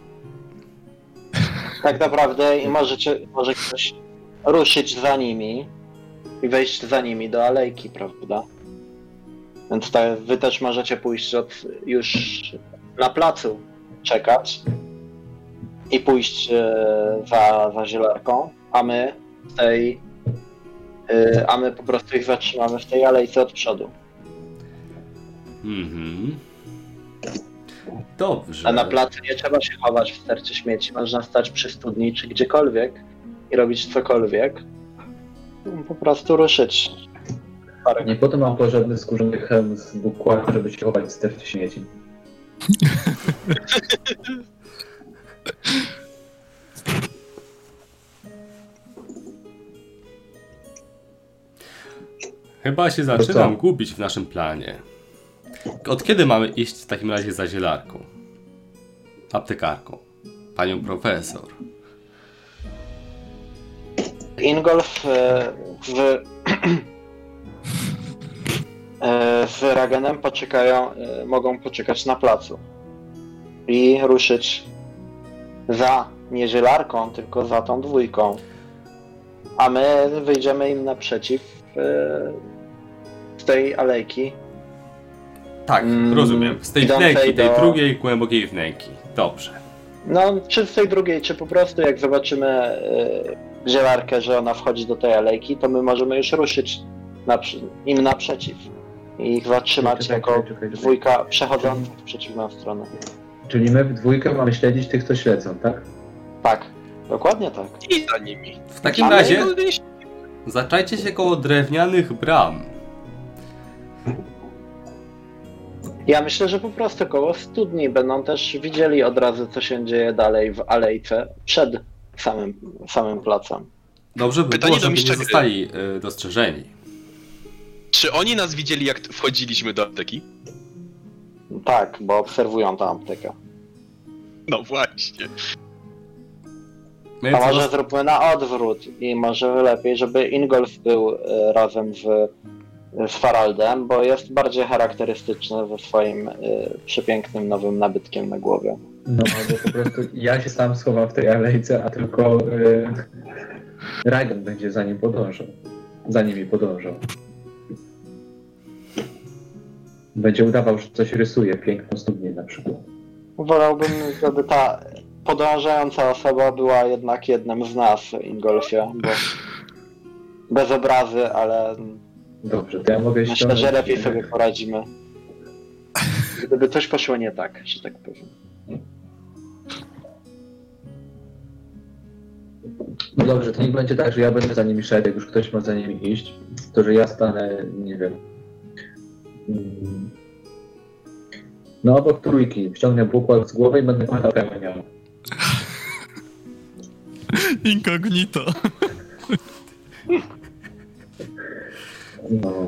Tak naprawdę i możecie, może ktoś ruszyć za nimi i wejść za nimi do alejki, prawda? Więc tak, wy też możecie pójść od, już na placu, czekać i pójść e, za, za zielarką, a my w tej, e, a my po prostu ich zatrzymamy w tej alejce od przodu. Mhm. Dobrze. A na placu nie trzeba się chować w stercie śmieci, można stać przy studni czy gdziekolwiek i robić cokolwiek. Po prostu ruszyć. Parę. Nie po to mam porządny skórzany hełm z bukłaku, żeby się chować w stercie śmieci. Chyba się co? zaczynam gubić w naszym planie. Od kiedy mamy iść w takim razie za zielarką? Aptekarką. Panią profesor. Ingolf e, w, e, z Ragenem poczekają, e, mogą poczekać na placu i ruszyć za nie zielarką, tylko za tą dwójką. A my wyjdziemy im naprzeciw e, z tej alejki. Tak, Mm, rozumiem. Z tej idącej wnęki, tej do- drugiej głębokiej wnęki. Dobrze. No, czy z tej drugiej, czy po prostu jak zobaczymy e, zielarkę, że ona wchodzi do tej alejki, to my możemy już ruszyć naprzy- im naprzeciw i ich zatrzymać Czekaj, jako czekaj, czekaj, czekaj. dwójka przechodzących w przeciwną stronę. Czyli my w dwójkę mamy śledzić tych, co śledzą, tak? Tak, dokładnie tak. I za nimi. W takim Ale- razie zaczajcie się koło drewnianych bram. Ja myślę, że po prostu koło studni będą też widzieli od razu, co się dzieje dalej w alejce przed samym, samym placem. Dobrze by Pytanie było, do żeby mistrza nie gry. zostali y, dostrzeżeni. Czy oni nas widzieli, jak wchodziliśmy do apteki? Tak, bo obserwują tę aptekę. No właśnie. My A co może zosta- zróbmy na odwrót i może lepiej, żeby Ingolf był e, razem z, z Faraldem, bo jest bardziej charakterystyczny ze swoim e, przepięknym nowym nabytkiem na głowie. No albo po prostu ja się sam schowam w tej alejce, a tylko yy, Ragen będzie za nim podążał. Za nimi podążał. Będzie udawał, że coś rysuje, piękną studnię na przykład. Wolałbym, żeby ta podążająca osoba była jednak jednym z nas, Ingolfie, bo bez obrazy, ale Dobrze, to ja mogę myślę, ściągnąć... że lepiej sobie poradzimy. Gdyby coś poszło nie tak, że tak powiem. No dobrze, to niech będzie tak, że ja będę za nimi szedł, jak już ktoś ma za nimi iść, to że ja stanę, nie wiem... mm, No obok trójki, wciągnę bukłak z głowy i będę kontaktem miał. Incognito. No.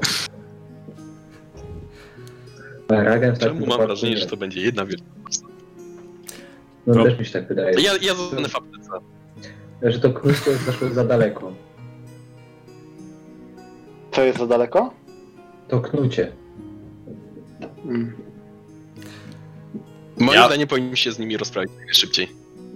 A Ragen w takim Czemu mam wypadku wrażenie, nie. że to będzie jedna wielka... No, No. też mi się tak wydaje. Ja, ja zostanę w aptece. Że to krótko jest zaszło za daleko. Co jest za daleko? To knucie. Mm. Moim Ja- zdaniem powinniśmy się z nimi rozprawić szybciej.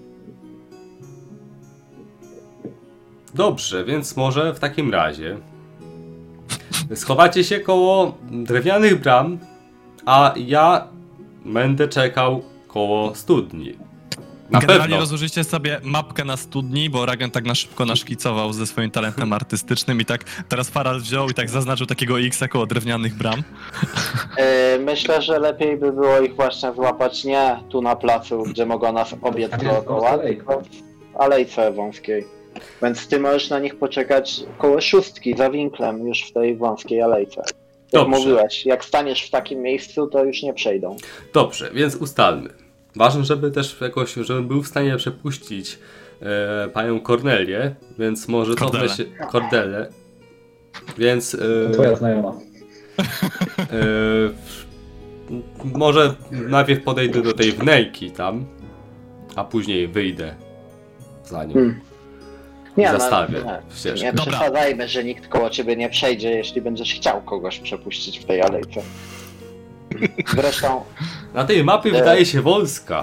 Dobrze, więc może w takim razie schowacie się koło drewnianych bram, a ja będę czekał koło studni. Na Generalnie pewno. rozłożycie sobie mapkę na studni, bo Ragen tak na szybko naszkicował ze swoim talentem artystycznym i tak teraz Farald wziął i tak zaznaczył takiego X koło drewnianych bram. Yy, myślę, że lepiej by było ich właśnie złapać nie tu na placu, gdzie mogą nas obiec A nie, dookoła, alejką. tylko w alejce wąskiej. Więc ty możesz na nich poczekać koło szóstki, za winklem, już w tej wąskiej alejce. Jak Dobrze. mówiłeś, jak staniesz w takim miejscu, to już nie przejdą. Dobrze, więc ustalmy. Ważne, żeby też jakoś, żebym był w stanie przepuścić e, panią Kornelię, więc może cofnę Kordelę. się... Kordelę. Więc... E, Twoja znajoma. e, może najpierw podejdę do tej wnejki tam, a później wyjdę za nią. Hmm. Nie, zastawię no, ścieżkę. nie Dobra. przesadzajmy, że nikt koło ciebie nie przejdzie, jeśli będziesz chciał kogoś przepuścić w tej alejce. Zresztą Na tej mapie E. wydaje się wąska.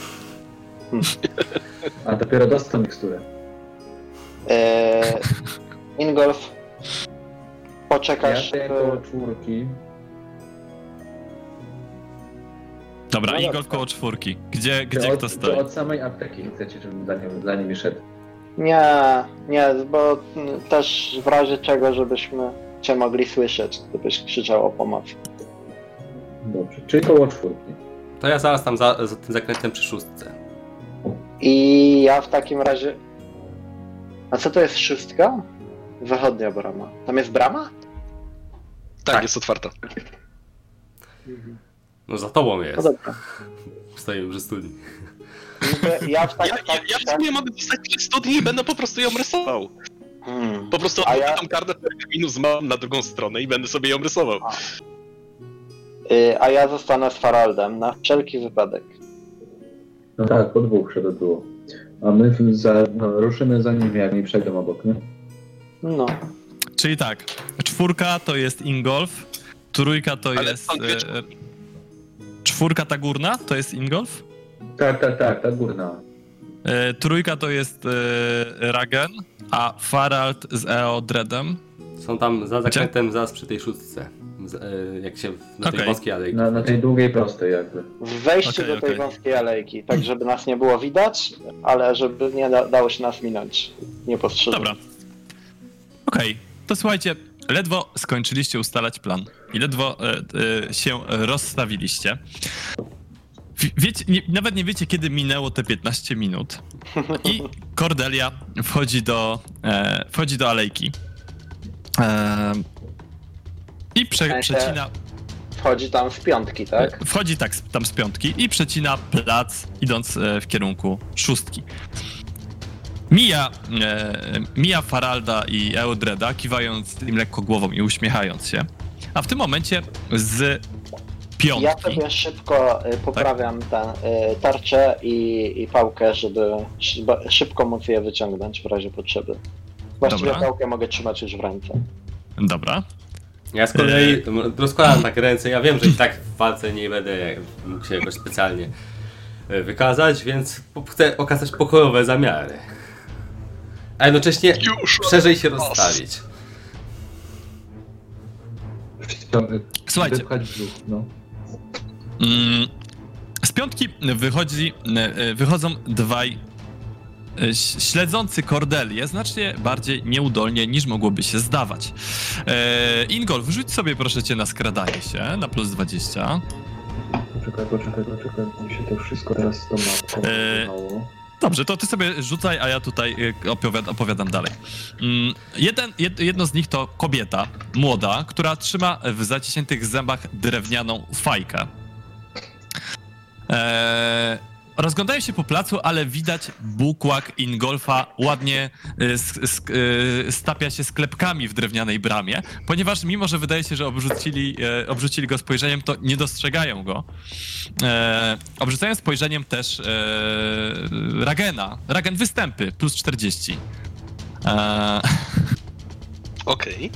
A dopiero dostał miksturę. e, Ingolf, Ja poczekasz... stoję e, koło czwórki. Dobra, No Ingolf dobra. koło czwórki. Gdzie, Czy gdzie od, kto czy stoi? od samej apteki chcecie, żebym za, nią, za nimi szedł. Nie, nie, bo mm, też w razie czego, żebyśmy cię mogli słyszeć, gdybyś krzyczał o pomoc. Dobrze, czyli koło czwórki. To ja zaraz tam za, za tym zakrętem przy szóstce. I ja w takim razie... A co to jest szóstka? Zachodnia brama. Tam jest brama? Tak, Tak. jest otwarta. No za tobą No jest. dobra. Stoję przy studni. No to Ja w tak, Ja, ja, ja w sumie mogę zostać przy studni i będę po prostu ją rysował. Hmm. Po prostu A odłożę ja- tą kartę pergaminu z małą na drugą stronę i będę sobie ją rysował. Y, A ja zostanę z Faraldem, na wszelki wypadek. No tak, po dwóch się to było. A my w- za, no, ruszymy za nimi, jak nie przejdą obok, nie? No. Czyli tak, czwórka to jest Ingolf, trójka to Ale jest... są dwie E, czwórka ta górna to jest Ingolf, Tak, tak, tak, ta górna. e, trójka to jest e, Ragen, a Farald z Eodredem. Są tam za zakrętem, zaraz przy tej szóstce. Z, e, jak się w- na tej Okej. wąskiej alejce. Na, na tej długiej prostej jakby. W wejściu Okej, do tej okej. wąskiej alejki, tak żeby nas nie było widać, ale żeby nie da, dało się nas minąć niepostrzeżenie. Dobra. Okej, to słuchajcie, ledwo skończyliście ustalać plan i ledwo e, e, się rozstawiliście. Wie- Wiecie, nie, nawet nie wiecie, kiedy minęło te piętnaście minut i Cordelia wchodzi do, e, wchodzi do alejki e, i prze, sensie- przecina, Wchodzi tam z piątki, tak? wchodzi tak z- tam z piątki i przecina plac, idąc e, w kierunku szóstki. Mija, e, mija Faralda i Eodreda, kiwając im lekko głową i uśmiechając się. A w tym momencie z piątki... Ja sobie szybko y, poprawiam tę y, tarczę i, i pałkę, żeby szyb- szybko móc je wyciągnąć w razie potrzeby. Właściwie Dobra. pałkę mogę trzymać już w ręce. Dobra. Ja z kolei rozkładam tak ręce. Ja wiem, że i tak w walce nie będę mógł się jakoś specjalnie e, wykazać, więc po- chcę okazać pokojowe zamiary. A jednocześnie Już! szerzej się rozstawić. Słuchajcie. Wypchać brzuch, no. Mm, Z piątki wychodzi, e, wychodzą dwaj e, śledzący Cordelię znacznie bardziej nieudolnie niż mogłoby się zdawać. E, Ingolf, rzuć sobie proszę cię na skradanie się na plus dwadzieścia. Poczekaj, poczekaj, poczekaj, mi się to wszystko teraz z tą mapką Eee, wydało. Dobrze, to ty sobie rzucaj, a ja tutaj y, opowiadam, opowiadam dalej. Mm, jeden, jed, jedno z nich to kobieta, młoda, która trzyma w zaciśniętych zębach drewnianą fajkę. Eee, rozglądają się po placu, ale widać bukłak Ingolfa ładnie y, sk, sk, y, stapia się sklepkami w drewnianej bramie, ponieważ mimo, że wydaje się, że obrzucili, e, obrzucili go spojrzeniem, to nie dostrzegają go. E, obrzucają spojrzeniem też e, Ragena. Ragen występy, plus czterdzieści. E, Okej.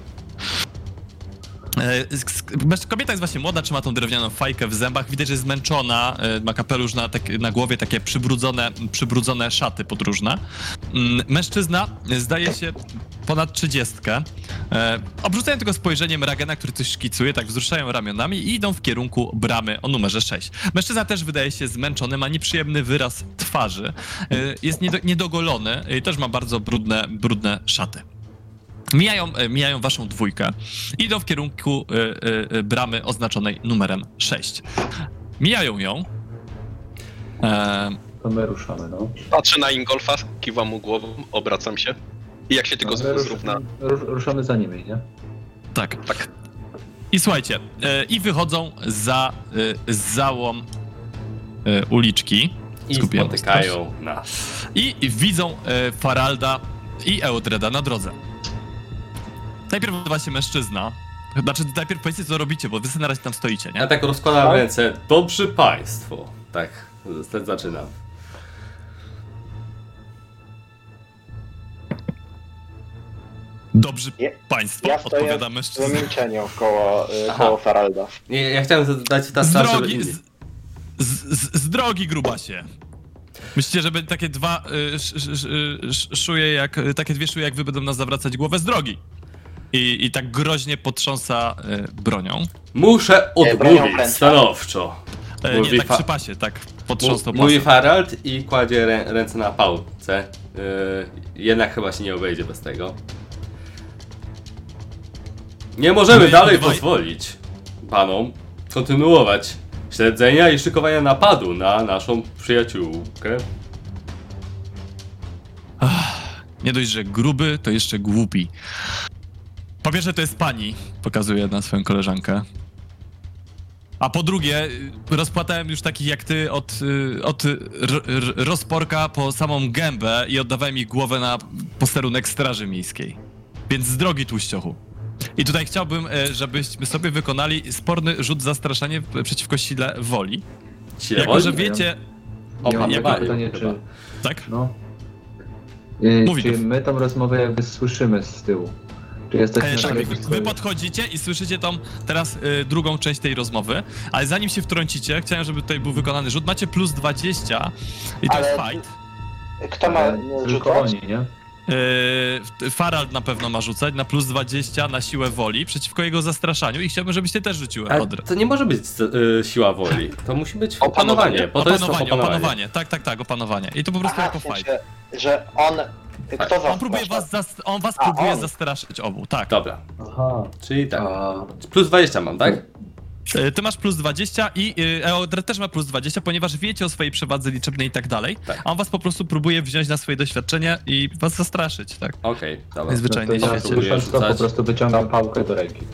e, sk- sk- kobieta jest właśnie młoda, trzyma tą drewnianą fajkę w zębach. Widać, że jest zmęczona. E, ma kapelusz na, tak, na głowie, takie przybrudzone, przybrudzone szaty podróżne. Mm, mężczyzna zdaje się ponad trzydziestkę. E, obrzucają tylko spojrzeniem Ragena, który coś szkicuje, tak wzruszają ramionami i idą w kierunku bramy o numerze sześć. Mężczyzna też wydaje się zmęczony, ma nieprzyjemny wyraz twarzy, e, jest niedo, niedogolony i też ma bardzo brudne, brudne szaty. Mijają, e, mijają waszą dwójkę. Idą w kierunku e, e, bramy oznaczonej numerem sześć. Mijają ją. E, To my ruszamy, no. Patrzę na Ingolfa, kiwam mu głową, obracam się. I jak się tylko No, my rusz- zrówna. rusz, ruszamy za nimi, nie? tak. Tak. I słuchajcie, e, i wychodzą za e, załom e, uliczki. I Skupiłem spotykają nas. I widzą e, Faralda i Eodreda na drodze. Najpierw odbywa się mężczyzna. Znaczy, najpierw powiedzcie, co robicie, bo wy sobie na razie tam stoicie, nie? Ja tak rozkładam Tak? ręce. Dobrzy państwo. Tak, z- zaczynam. Dobrzy Je- państwo, Ja stoję odpowiada w mężczyzna. milczeniu koło, y, Aha. koło Faralda. Nie, ja chciałem zadać ta Z starsze, żeby drogi, inni. z, z, z, z drogi, grubasie. Myślicie, że będzie takie dwa y, sz, sz, sz, szuje jak, takie dwie szuje jak wy będą nas zawracać głowę z drogi. I, i tak groźnie potrząsa y, bronią. Muszę Nie, bronią odmówić kręca. stanowczo. E, Mówi nie, tak fa- przy pasie, tak potrząsnął Mówi pasem. Farald i kładzie rę ręce na pałce. Yy, jednak chyba się nie obejdzie bez tego. Nie możemy My dalej dwaj- pozwolić panom kontynuować śledzenia i szykowania napadu na naszą przyjaciółkę. Nie dość, że gruby, to jeszcze głupi. Po pierwsze, to jest pani, pokazuje na swoją koleżankę. A po drugie, y, rozpłatałem już takich jak ty od, y, od r, r, rozporka po samą gębę i oddawałem ich głowę na posterunek Straży Miejskiej. Więc z drogi, tłuściochu. I tutaj chciałbym, e, żebyśmy sobie wykonali sporny rzut zastraszanie w- przeciwko sile woli. Sile Jako, woli? że wiecie... O, Ja mam nie takie wali, pytanie, chyba. czy... Tak? No. Yy, Mówi czy to. my tą rozmowę jakby słyszymy z tyłu? Czy jesteśmy E, na tak, wy, takiej wy podchodzicie i słyszycie tą teraz y, drugą część tej rozmowy, ale zanim się wtrącicie, chciałem, żeby tutaj był wykonany rzut. Macie plus dwadzieścia i to Ale- jest fight. Kto ma E, y, Tylko rzucać? oni, nie? Yy, Farald na pewno ma rzucać na plus dwadzieścia na siłę woli przeciwko jego zastraszaniu i chciałbym, żebyście też rzuciły Ale odrę. to nie może być y, siła woli. To musi być Opanowanie. opanowanie. Po to jest to Opanowanie, opanowanie. opanowanie, tak, tak, tak, opanowanie. I to po prostu Aha, jako w fight. sensie, że on... Kto was On próbuje was, zas- on was A, próbuje on. zastraszyć obu, tak. Dobra, Aha. czyli tak. A, Plus dwadzieścia mam, tak? Yy, Ty masz plus dwadzieścia i yy, Eodred też ma plus dwadzieścia, ponieważ wiecie o swojej przewadze liczebnej i tak dalej, Tak. a on was po prostu próbuje wziąć na swoje doświadczenie i was zastraszyć, tak. Okej, dobra. Jest zwyczajny to ja świecie. Próbuję słysząc to po rzucać. prostu wyciągam pałkę do ręki.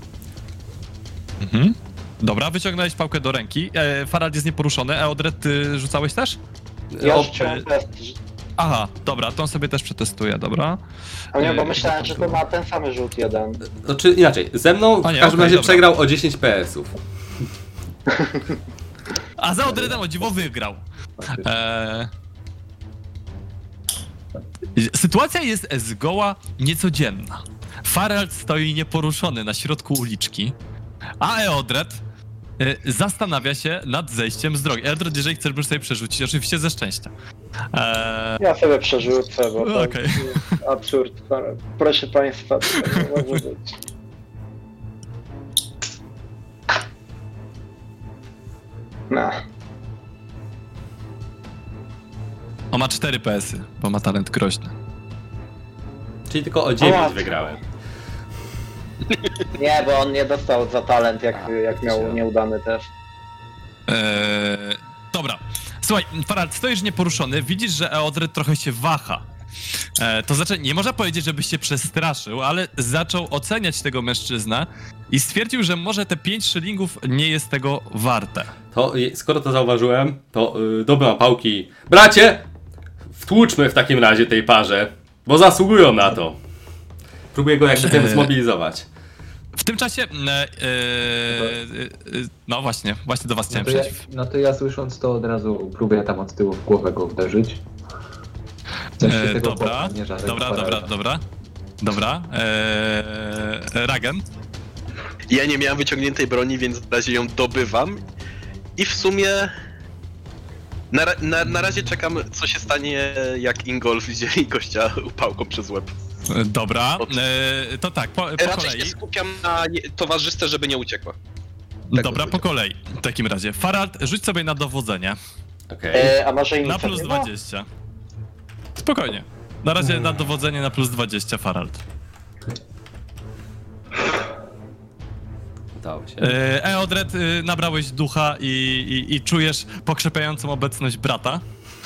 Mhm. Dobra, wyciągnąłeś pałkę do ręki. E, Farald jest nieporuszony. Eodred, ty rzucałeś też? Ja O, rzuciłem test. Aha, dobra, to on sobie też przetestuję, dobra. A nie, bo Yy, myślałem, że to ma ten sam rzut jeden. Znaczy inaczej, ze mną A nie, w każdym okej, razie dobra. przegrał o dziesięć P S ów. A za Eodredem o dziwo wygrał. E... Sytuacja jest zgoła niecodzienna. Farald stoi nieporuszony na środku uliczki, a Eodred y, zastanawia się nad zejściem z drogi. Eodred, jeżeli chcesz, możesz sobie przerzucić, oczywiście ze szczęścia. E... Ja sobie przerzucę, bo to Okej. jest absurd. Proszę państwa, to nie może być. No. On ma cztery P S y, bo ma talent groźny. Czyli tylko o dziewięć O. wygrałem. Nie, bo on nie dostał za talent, jak, A, jak miał się- nieudany test. Eee, dobra. Słuchaj, Farad, stoisz nieporuszony, widzisz, że Eodred trochę się waha. Eee, to znaczy, nie można powiedzieć, żebyś się przestraszył, ale zaczął oceniać tego mężczyznę i stwierdził, że może te pięć szylingów nie jest tego warte. To, y, skoro to zauważyłem, to yy, dobywam pałki. Bracie! Wtłuczmy w takim razie tej parze, bo zasługują na to. Próbuję go jak gdyby Eee. zmobilizować. W tym czasie, e, e, e, no właśnie, właśnie do was No chciałem to, ja, przejść. no to ja słysząc to od razu próbuję tam od tyłu w głowę go uderzyć. W sensie E, tego dobra, chłopa, nie żadnego dobra, dobra, Farada. dobra, dobra. E, Ragen? Ja nie miałem wyciągniętej broni, więc na razie ją dobywam. I w sumie... Na, ra- na, na razie czekam, co się stanie, jak Ingolf wzięli gościa pałką przez łeb. E, Dobra, Od- e, to tak, po, po Raczej kolei. się skupiam na nie, towarzystwie, żeby nie uciekła. Tak Dobra, bym po kolei. W takim razie, Farad, rzuć sobie na dowodzenie. Okej. E, a może Na plus inicjatywa? dwadzieścia. Spokojnie. Na razie na dowodzenie na plus dwadzieścia, Farald. Udało się. E, Eodred, y, nabrałeś ducha i, i, i czujesz pokrzepiającą obecność brata.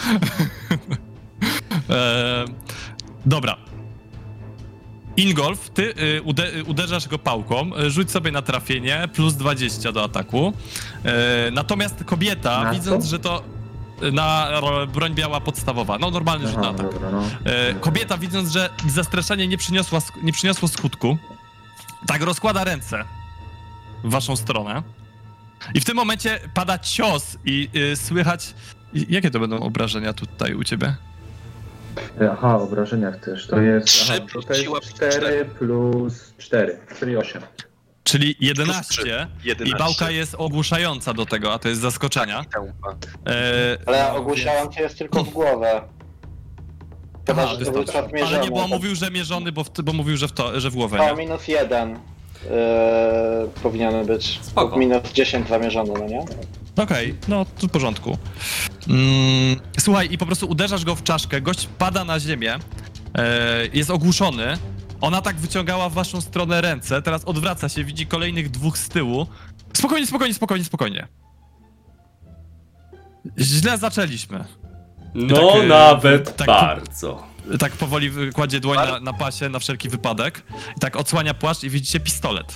e, dobra. Ingolf, ty y, ude, y, uderzasz go pałką, y, rzuć sobie na trafienie, plus dwadzieścia do ataku. E, natomiast kobieta, Na co? widząc, że to y, na ro- broń biała podstawowa, no normalny rzut na Aha, atak. dobra, no. E, kobieta, widząc, że zastraszanie nie, przyniosła, sk- nie przyniosło skutku, tak rozkłada ręce w waszą stronę. I w tym momencie pada cios i y, słychać... i- Jakie to będą obrażenia tutaj u ciebie? Aha, w obrażeniach też. To jest, Trzy aha, to plus to siła jest plus cztery. cztery plus cztery, czyli osiem. Czyli Plus jedenaście trzy. i jedenaście. bałka jest ogłuszająca do tego, a to jest zaskoczenia. Tępa. E, Ale ogłuszający jest tylko w głowę. Chyba, Aha, że to był czas ale mierzony. nie, bo mówił, że mierzony, bo, w, bo mówił, że w, to, że w głowę, O, nie? minus jeden yy, powinien być. Spoko. Minus dziesięć zamierzony, no nie? Okej, no to w porządku. Mm, słuchaj, i po prostu uderzasz go w czaszkę, gość pada na ziemię, e, jest ogłuszony, ona tak wyciągała w waszą stronę ręce, teraz odwraca się, widzi kolejnych dwóch z tyłu. Spokojnie, spokojnie, spokojnie, spokojnie. Źle zaczęliśmy. No tak, e, nawet tak- bardzo. Tak powoli kładzie dłoń na, na pasie na wszelki wypadek. I tak odsłania płaszcz i widzicie pistolet.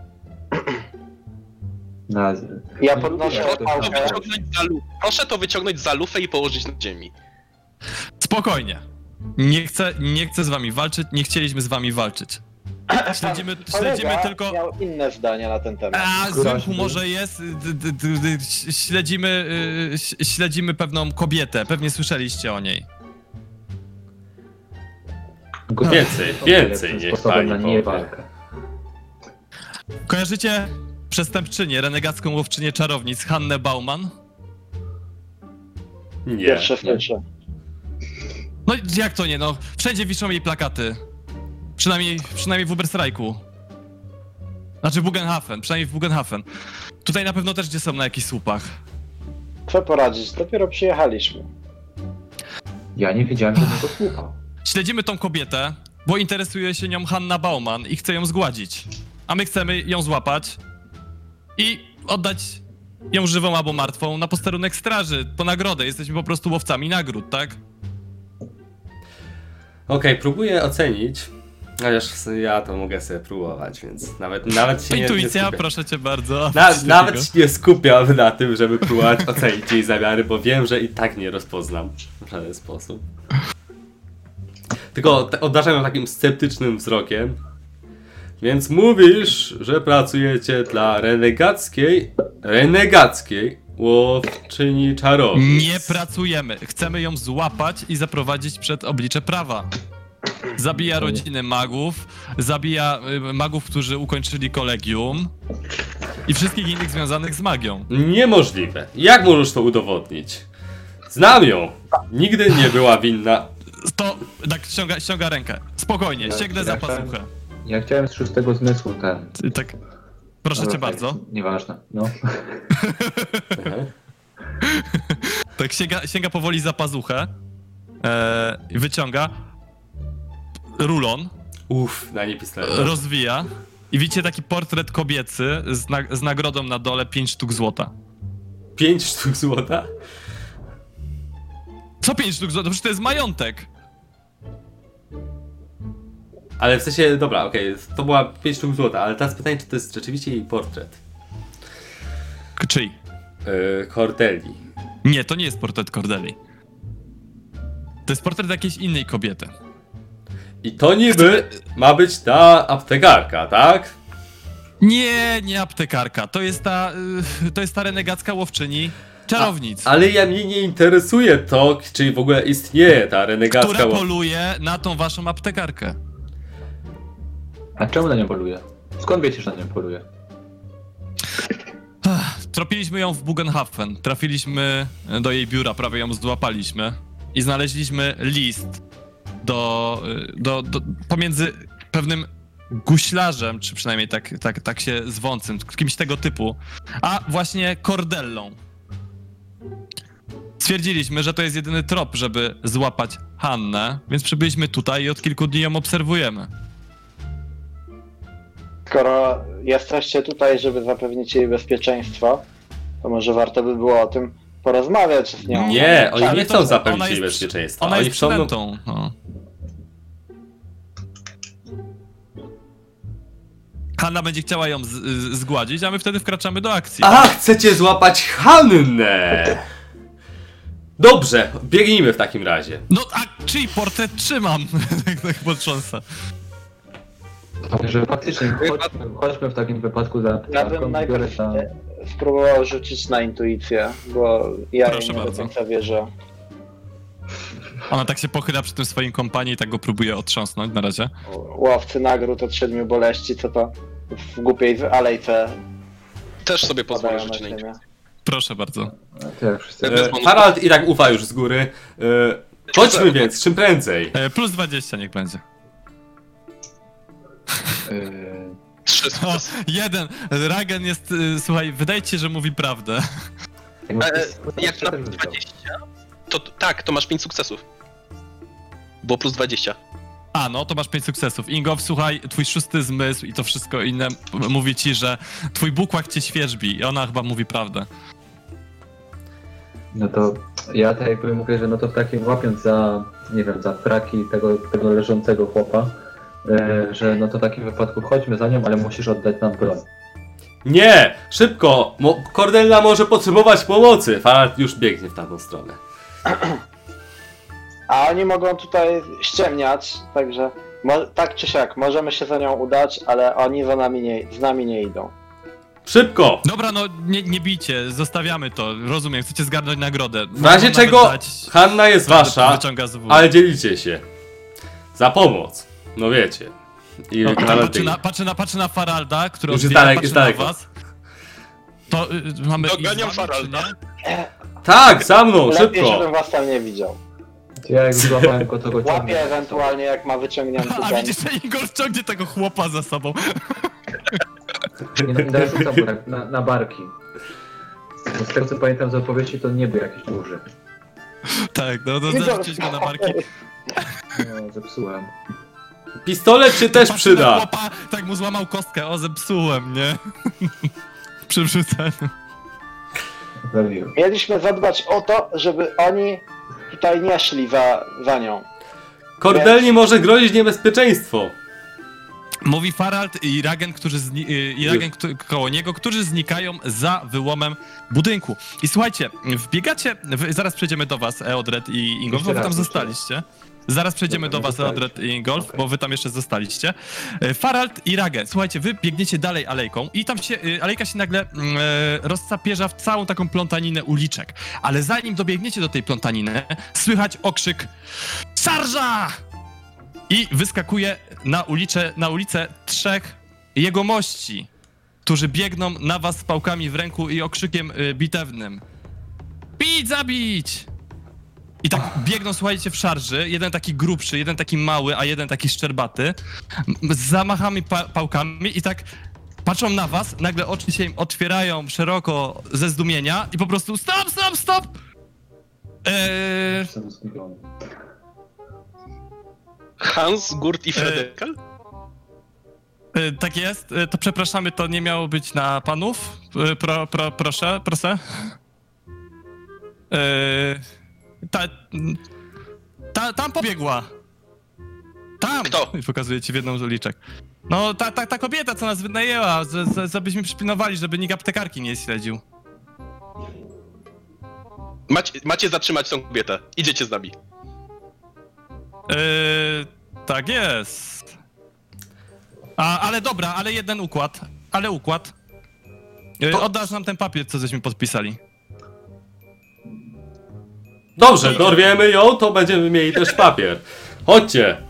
Na, Ja podnoszę Proszę To pałkę. wyciągnąć za lu- Proszę to wyciągnąć za lufę i położyć na ziemi. Spokojnie. Nie chcę, nie chcę z wami walczyć, nie chcieliśmy z wami walczyć. Śledzimy, śledzimy Kolega tylko... miał inne zdania na ten temat. A, złym Groźby. humorze jest. d- d- d- d- Śledzimy, y, ś- śledzimy pewną kobietę. Pewnie słyszeliście o niej. Więcej, więcej niech sposobem pani na powie. niewalkę. Kojarzycie przestępczynię, renegacką łowczynię czarownic, Hannę Bauman? Nie. Pierwsze wtyczne. No jak to nie, no. Wszędzie wiszą jej plakaty. Przynajmniej, przynajmniej w Uberstrajku. Znaczy Bugenhafen, przynajmniej w Bugenhafen. Tutaj na pewno też gdzie są na jakichś słupach. Co poradzić? Dopiero przyjechaliśmy. Ja nie wiedziałem żadnego słupa. Śledzimy tą kobietę, bo interesuje się nią Hanna Bauman i chce ją zgładzić. A my chcemy ją złapać i oddać ją żywą albo martwą na posterunek straży, po nagrodę. Jesteśmy po prostu łowcami nagród, tak? Okej, próbuję ocenić. Chociaż ja to mogę sobie próbować, więc nawet, nawet się nie, nie Intuicja, skupiam. proszę cię bardzo. Na, Coś nawet takiego. się nie skupiam na tym, żeby próbować ocenić jej zamiary, bo wiem, że i tak nie rozpoznam w żaden sposób. Tylko te- odrażam ją takim sceptycznym wzrokiem. Więc mówisz, że pracujecie dla renegackiej, renegackiej łowczyni czarownic. Nie pracujemy. Chcemy ją złapać i zaprowadzić przed oblicze prawa. Zabija rodziny magów, zabija y, magów, którzy ukończyli kolegium i wszystkich innych związanych z magią. Niemożliwe. Jak możesz to udowodnić? Znam ją. Nigdy nie była winna. To tak ściąga, ściąga rękę. Spokojnie, Ja- sięgnę ja za chciałem- pasuchę. Ja chciałem z szóstego zmysłu ten. I tak. Proszę Dobra, cię bardzo. Nieważne, no. Mhm. Tak sięga, sięga powoli za pazuchę. e, i wyciąga rulon, Uff, na nie pistolet. rozwija i widzicie taki portret kobiecy z, na, z nagrodą na dole pięć sztuk złota. Pięć sztuk złota? Co pięć sztuk złota? Przecież to jest majątek. Ale w sensie, dobra, okej, to była pięć sztuk złota, ale teraz pytanie, czy to jest rzeczywiście jej portret? K- Czyj? Yy, Cordelli. Nie, to nie jest portret Cordeli. To jest portret jakiejś innej kobiety. I to niby ma być ta aptekarka, tak? Nie, nie aptekarka. To jest ta, y, to jest ta renegacka łowczyni czarownic. Ale ja mnie nie interesuje to, czy w ogóle istnieje ta renegacka. która ło- poluje na tą waszą aptekarkę. A czemu na nią poluje? Skąd wiecie, że na nią poluje? Tropiliśmy ją w Bugenhafen, trafiliśmy do jej biura, prawie ją złapaliśmy i znaleźliśmy list do, do, do pomiędzy pewnym guślarzem, czy przynajmniej tak, tak, tak się zwącym, kimś tego typu, a właśnie Cordellą. Stwierdziliśmy, że to jest jedyny trop, żeby złapać Hannę, więc przybyliśmy tutaj i od kilku dni ją obserwujemy. Skoro jesteście tutaj, żeby zapewnić jej bezpieczeństwo, to może warto by było o tym porozmawiać z nią. Nie, oni Ale nie to- chcą zapewnić ona jej jest przy- bezpieczeństwa. Ona Oni jest chcą. przynętą. No. Hanna będzie chciała ją z, z, zgładzić, a my wtedy wkraczamy do akcji. A, chcecie złapać Hannę! Dobrze, biegnijmy w takim razie. No a czyj portret trzymam? Tak, tak potrząsa. Także faktycznie, chodźmy, chodźmy w takim wypadku za Ja aptekarką, bym biorę najpierw tam- e, spróbował rzucić na intuicję, bo ja jej Proszę nie do bardzo. końca wierzę. Ona tak się pochyla przy tym swoim kompanii i tak go próbuje otrząsnąć na razie. Łowcy nagród od siedmiu boleści, co to w głupiej alejce Też sobie pozwolę padają na żyć na ziemię. intuicję. Proszę bardzo. To jak wszyscy. Bez E, bonusów. Harald i tak ufa już z góry. E, chodźmy więc, czym prędzej. E, plus dwadzieścia niech będzie. Yy, Trzy O, sukcesy. jeden. Ragen jest, y, słuchaj, wydaje ci się, że mówi prawdę. E, jak na dwadzieścia, to tak, to masz pięć sukcesów. Było plus dwadzieścia. A, no to masz pięć sukcesów. Ingow, słuchaj, twój szósty zmysł i to wszystko inne m- mówi ci, że twój bukłak cię świerzbi i ona chyba mówi prawdę. No to ja tak jakby mówię, że no to w takim łapiąc za, nie wiem, za fraki tego, tego leżącego chłopa, e, że no to w takim wypadku chodźmy za nią, ale musisz oddać nam broń. Nie! Szybko! Mo Cordella może potrzebować pomocy. Harald już biegnie w tamtą stronę. A oni mogą tutaj ściemniać, także mo- tak czy siak, możemy się za nią udać, ale oni za nami nie, z nami nie idą. Szybko! Dobra, no nie, nie bijcie, zostawiamy to, rozumiem, chcecie zgarnąć nagrodę. W razie Mogą czego nawet dać- Hanna jest wasza, Wyciąga z wóz. ale dzielicie się. Za pomoc. No wiecie. I No, Harald patrzy, na, patrzy, na, patrzy na Faralda, który Już jest odbiera, dalek, patrzy jest na daleko. was. To y, mamy Doganiam iść z wami, Faralda. czy nie? Tak, za mną, Lepiej, szybko! żebym was tam nie widział. To ja jak złapałem go, to go ciągnę. Łapię ewentualnie, jak ma wyciągnięty A ten. widzisz, że Igor ciągnie tego chłopa za sobą. Nie, no, teraz rzucam go tak na, na barki. Bo z tego co pamiętam z opowieści, to nie był jakiś duży. Tak, no to Igor, zarzucić go na barki. No, zepsułem. Pistolet się też Patrzy na przyda. chłopa, tak mu złamał kostkę, o zepsułem, nie? Przy wrzuceniu. Zabiłem. Mieliśmy zadbać o to, żeby oni tutaj nie szli za, za nią. Cordelli może grozić niebezpieczeństwo. Mówi Farald i Ragen, którzy zni- y, i Ragen któ- koło niego, którzy znikają za wyłomem budynku. I słuchajcie, wbiegacie, w, zaraz przejdziemy do was, Eodred i Ingolf, Jeszcze bo wy raz, tam jeszcze zostaliście. Zaraz przejdziemy Dobra, do was, zostaliśmy. Eodred i Ingolf, Okej. bo wy tam jeszcze zostaliście. E, Farald i Ragen, słuchajcie, wy biegniecie dalej alejką i tam się, y, alejka się nagle mm, e, rozsapierza w całą taką plątaninę uliczek. Ale zanim dobiegniecie do tej plątaniny, słychać okrzyk Szarża! I wyskakuje na ulicę, na ulicę trzech jegomości, którzy biegną na was z pałkami w ręku i okrzykiem y, bitewnym. Bić, zabić! I tak biegną, słuchajcie, w szarży. Jeden taki grubszy, jeden taki mały, a jeden taki szczerbaty. m- Z zamachami pa pałkami i tak patrzą na was, nagle oczy się im otwierają szeroko ze zdumienia i po prostu stop, stop, stop! Eee, Co to zniknąłem? Hans, Gurt i Fredekel? E, tak jest, e, to przepraszamy, to nie miało być na panów. E, pro, pro, proszę, proszę. E, ta, ta, tam pobiegła. Tam! Kto? I pokazuję ci w jedną z uliczek. No, ta, ta, ta kobieta, co nas wynajęła, żebyśmy przypilnowali, żeby nikt aptekarki nie śledził. Macie, macie zatrzymać tą kobietę. Idziecie z nami. Yy, tak jest. A, ale dobra, ale jeden układ. Ale układ. Yy, To- Oddasz nam ten papier, co żeśmy podpisali. Dobrze, dorwiemy ją, to będziemy mieli też papier. Chodźcie.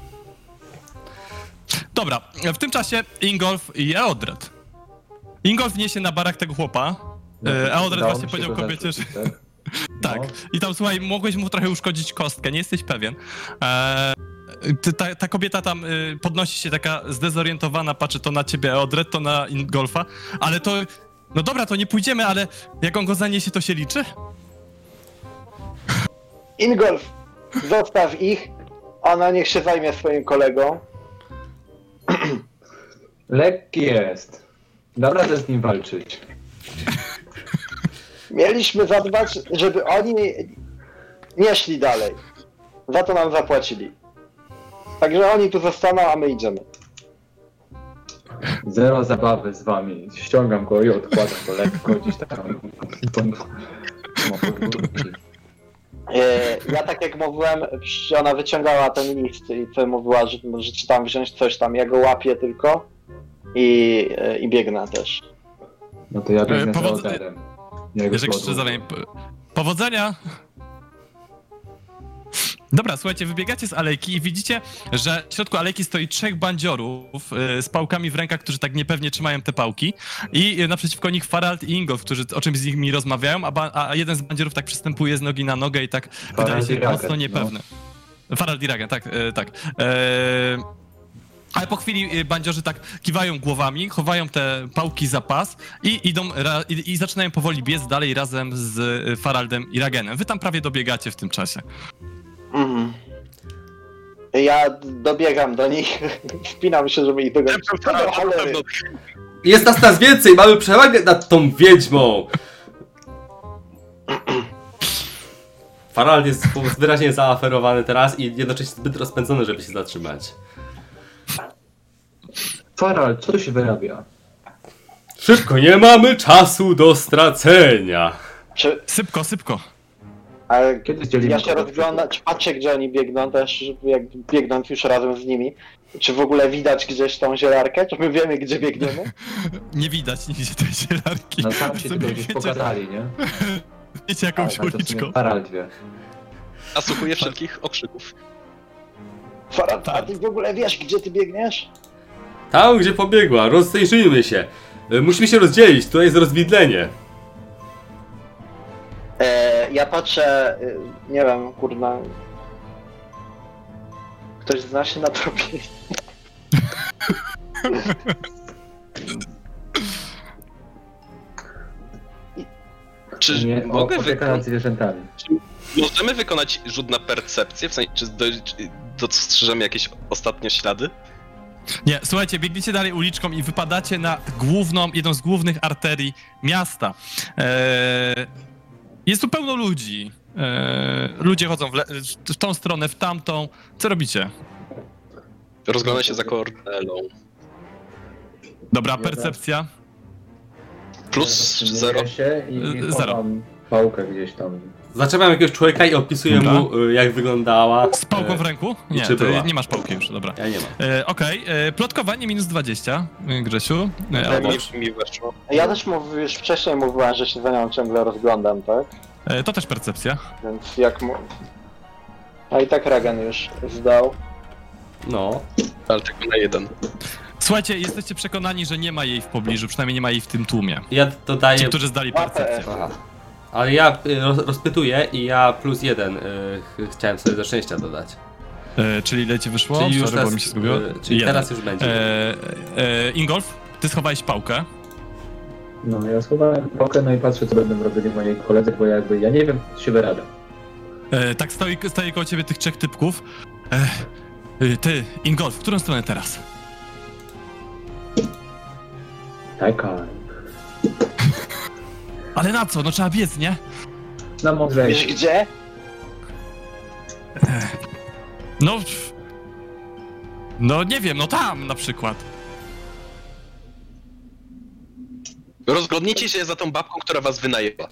Dobra, w tym czasie Ingolf i Eodred. Ingolf niesie na barak tego chłopa. Yy, Eodred Udało właśnie mi się powiedział go kobiecie, że... zarzucić, tak? Tak. No. I tam, słuchaj, mogłeś mu trochę uszkodzić kostkę, nie jesteś pewien. Eee, ty- ta, ta kobieta tam y, podnosi się taka zdezorientowana, patrzy to na ciebie, Eodred, to na Ingolfa, ale to... No dobra, to nie pójdziemy, ale jak on go zaniesie, to się liczy? Ingolf, zostaw ich, ona niech się zajmie swoim kolegą. Lekki jest. Dobra, z nim walczyć. Mieliśmy zadbać, żeby oni nie szli dalej. Za to nam zapłacili. Także oni tu zostaną, a my idziemy. Zero zabawy z wami. Ściągam go i odkładam go lekko gdzieś tam. E, Ja tak jak mówiłem, przy- ona wyciągała ten list i co mówiła, że, że czy tam wziąć coś tam, ja go łapię tylko i, e, i biegnę też. No to ja biegnę E, z powodz- Eoderem. Ja go Jeżeli tu krzyczę za odłożę. wami, p- powodzenia! Dobra, słuchajcie, wybiegacie z alejki i widzicie, że w środku alejki stoi trzech bandziorów y, z pałkami w rękach, którzy tak niepewnie trzymają te pałki i y, naprzeciwko nich Farald i Ingolf, którzy o czymś z nimi rozmawiają, a, ba- a jeden z bandziorów tak przystępuje z nogi na nogę i tak wydaje się i Ragen, mocno no. niepewny. Farald i Ragen, tak, y, tak. E, ale po chwili y, bandziorzy tak kiwają głowami, chowają te pałki za pas i idą ra- i, i zaczynają powoli biec dalej razem z y, Faraldem i Ragenem. Wy tam prawie dobiegacie w tym czasie. Mhm. Ja dobiegam do nich, wspinam się, żeby ich dogonić. Co do cholery? Jest nas nas więcej, mamy przewagę nad tą wiedźmą. Farald jest wyraźnie zaaferowany teraz i jednocześnie zbyt rozpędzony, żeby się zatrzymać. Farald, co tu się wyrabia? Szybko, nie mamy czasu do stracenia. Czy, Sypko, sypko. ale Kiedy zdzielimy ja się go? rozglądam, czy patrzę, gdzie oni biegną też, jak biegnąc już razem z nimi. Czy w ogóle widać gdzieś tą zielarkę? Czy my wiemy, gdzie biegniemy? Nie widać nigdzie tej zielarki. No tam się Sobie tylko gdzieś wiecie- pokazali, nie? Wiecie jakąś Tak, no to w uliczką. sumie Farald wie. Nasłuchuję wszelkich okrzyków. Farad, a ty w ogóle wiesz, gdzie ty biegniesz? Tam, gdzie pobiegła, rozejrzyjmy się. Y, Musimy się rozdzielić, tutaj jest rozwidlenie. E, ja patrzę, y, nie wiem, kurna. Ktoś zna się na tropie. Czy Nie, mogę opieka wykonać... nad zwierzętami. Możemy wykonać rzut na percepcję? W sensie, czy do, czy dostrzeżemy jakieś ostatnie ślady? Nie, słuchajcie, biegniecie dalej uliczką i wypadacie na główną, jedną z głównych arterii miasta. Eee, jest tu pełno ludzi. Eee, ludzie chodzą w, le- w tą stronę, w tamtą. Co robicie? Rozglądam się za Kornelą. Dobra, Dobra. percepcja. Plus Zmienię zero. się i, i Y, zero. chowam pałkę gdzieś tam. Zaczepiam jakiegoś człowieka i opisuję Dobra. mu, y, jak wyglądała. Z pałką y, w ręku? i Nie, czy ty była? nie masz pałki już, dobra. Ja nie mam. E, Okej, e, plotkowanie minus dwadzieścia, e, Grzesiu. E, Dobra. Albert. Mi, mi weszło. Ja też mów, już wcześniej mówiłem, że się za nią ciągle rozglądam, tak? E, to też percepcja. Więc jak mu... A i tak Ragan już zdał. No. Ale tylko na jeden. Słuchajcie, jesteście przekonani, że nie ma jej w pobliżu, przynajmniej nie ma jej w tym tłumie. Ja dodaję. Ci, którzy zdali percepcję. Aha. Ale ja y, roz, rozpytuję i ja plus jeden y, ch- chciałem sobie do szczęścia dodać. E, czyli ile ci wyszło? Czyli już Sorry, bo teraz, mi się zgubiło. y, czyli Jeden. teraz już będzie. E, e, Ingolf, ty schowałeś pałkę. No ja schowałem pałkę, no i patrzę, co będą robili moi koledzy, bo jakby ja nie wiem, co się wyrabia. E, tak stoi, stoi koło ciebie tych trzech typków. E, Y, Ty, Ingolf, w którą stronę teraz? Czekaj. Ale na co? No trzeba biec, nie? Na może. Wiesz gdzie? No... pff. No nie wiem, no tam na przykład. Rozglądnijcie się za tą babką, która was wynajęła.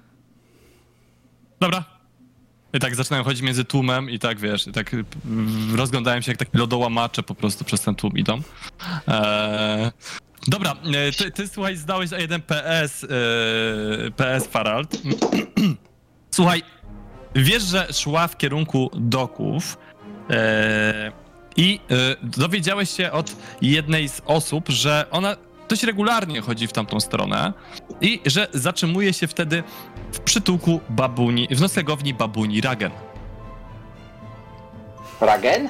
Dobra. I tak zaczynają chodzić między tłumem i tak, wiesz, i tak y, rozglądają się jak takie lodołamacze po prostu przez ten tłum idą. Eee, dobra, e, ty, ty słuchaj, zdałeś za jeden P S, e, P S Farald. Słuchaj, wiesz, że szła w kierunku doków e, i e, dowiedziałeś się od jednej z osób, że ona dość regularnie chodzi w tamtą stronę i że zatrzymuje się wtedy w przytułku babuni, w noclegowni babuni Ragen. Ragen?